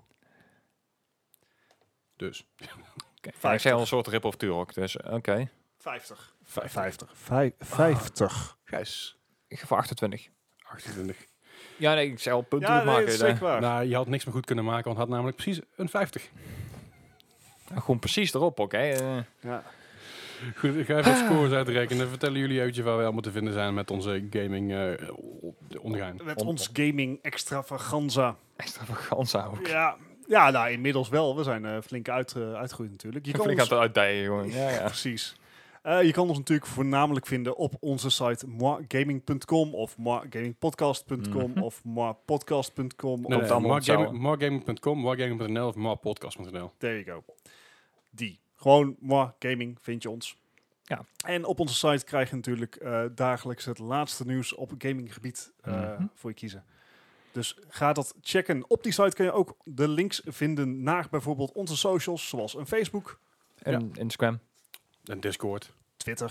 Dus. Okay. Ja, ik zei al een soort rip-off Turok, dus oké. vijftig. vijf. vijftig. Vijf, vijftig. Gijs. Ik ga voor achtentwintig. achtentwintig. Ja, nee, ik zei al punten Ja, moet nee, maken. dat is hè. zeker waar. Nou, je had niks meer goed kunnen maken, want had namelijk precies een vijftig. Nou, gewoon precies erop, oké. eh. Ja. Goed, ik ga even de scores uitrekenen. Dan vertellen jullie eventjes waar we allemaal te vinden zijn met onze gaming uh, ondergaan. Met On- ons gaming extravaganza. Extravaganza ook. Ja, ja, nou inmiddels wel. We zijn uh, flink uit, uh, uitgegroeid natuurlijk. Je Je kan flink ons, aan het uitdijen, jongen. Ja, ja. Precies. Uh, je kan ons natuurlijk voornamelijk vinden op onze site moigaming punt com of moigamingpodcast punt com Mhm. of moipodcast punt com. Nee, of nee, allemaal moregaming- moregaming punt com, moregaming punt n l of morepodcast punt n l. There you go. Die. Gewoon Moi Gaming vind je ons. Ja. En op onze site krijg je natuurlijk uh, dagelijks het laatste nieuws op het gaminggebied uh, Mhm. voor je kiezen. Dus ga dat checken. Op die site kun je ook de links vinden naar bijvoorbeeld onze socials, zoals een Facebook, En Instagram. En Discord. Twitter,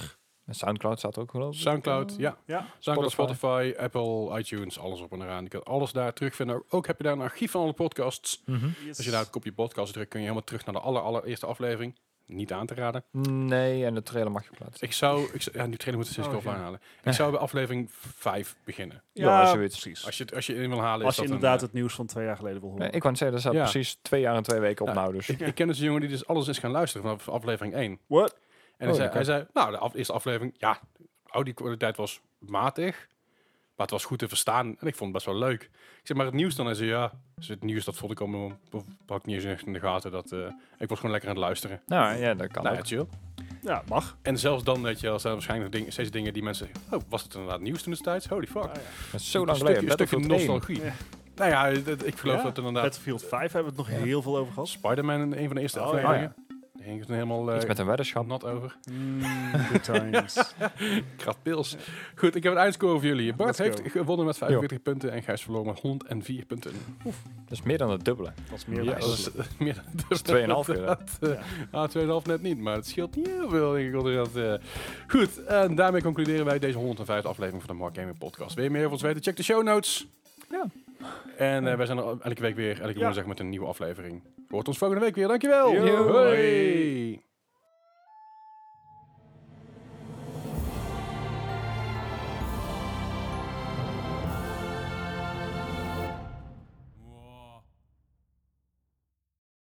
En Soundcloud staat ook geloof ik. Soundcloud, ja. Ja. Soundcloud, Spotify. Spotify, Apple, iTunes, alles op en eraan. Je kan alles daar terugvinden. Ook heb je daar een archief van alle podcasts. Mhm. Yes. Als je daar een kopje podcast drukt, kun je helemaal terug naar de aller, allereerste aflevering. Niet aan te raden. Nee, en de trailer mag je plaatsen. Ik zou, ik zou ja, die trailer moeten we steeds Oh, wel ja. aanhalen. Ik zou bij aflevering vijf beginnen. Ja, zoiets. precies. Als je, het- als je in wil halen, Als is je dat inderdaad een, het nieuws van twee jaar geleden wil horen. Nee, ik wou zeggen, er staat Ja. precies twee jaar en twee weken op Ja. nou. Dus. Ik, ik ken dus een jongen die dus alles is gaan luisteren vanaf aflevering één. What? En hij, Oh, zei, oké. hij zei, nou, de af, eerste aflevering, ja, audio-kwaliteit was matig, maar het was goed te verstaan. En ik vond het best wel leuk. Ik zeg, maar het nieuws dan? Hij zei, ja, dus het nieuws, dat vond ik allemaal, of had ik niet eens echt in de gaten. Dat, eh, ik was gewoon lekker aan het luisteren. Nou ja, dat kan Nou ja, ook. chill. Ja, mag. En zelfs dan, weet je, wel, zijn er waarschijnlijk ding, steeds dingen die mensen, oh, was het inderdaad nieuws toen destijds? Holy fuck. Ah, ja. Dat is zo Een lang stukje, geleden. een stukje Battlefield één. nostalgie. Ja. Nou ja, dat- ik geloof Ja, dat inderdaad Battlefield vijf hebben we het nog Ja. heel veel over gehad. Spider-Man in een van de eerste Oh, afleveringen. Daar ging het helemaal eh, Iets met een weddenschap. nat over. Mm, good times. Krat pils. Goed, ik heb een eindscore voor jullie. Bart Let's heeft go. gewonnen met vijfenveertig punten en Gijs verloren met honderdvier punten. Dat is meer dan het dubbele. Dat is meer Ja, dan dat is eh, meer dan Dat is twee komma vijf keer. hè? Ja. Ah, twee komma vijf net niet, maar het scheelt niet heel veel, denk ik. Dat, eh. Goed, en daarmee concluderen wij deze honderdvijfde aflevering van de Mark Gaming Podcast. Wil je meer over ons weten? Check de show notes. Ja. En eh, wij zijn er elke week weer, elke Ja. woensdag met een nieuwe aflevering. Hoort ons volgende week weer. Dankjewel. Yo. Hoi.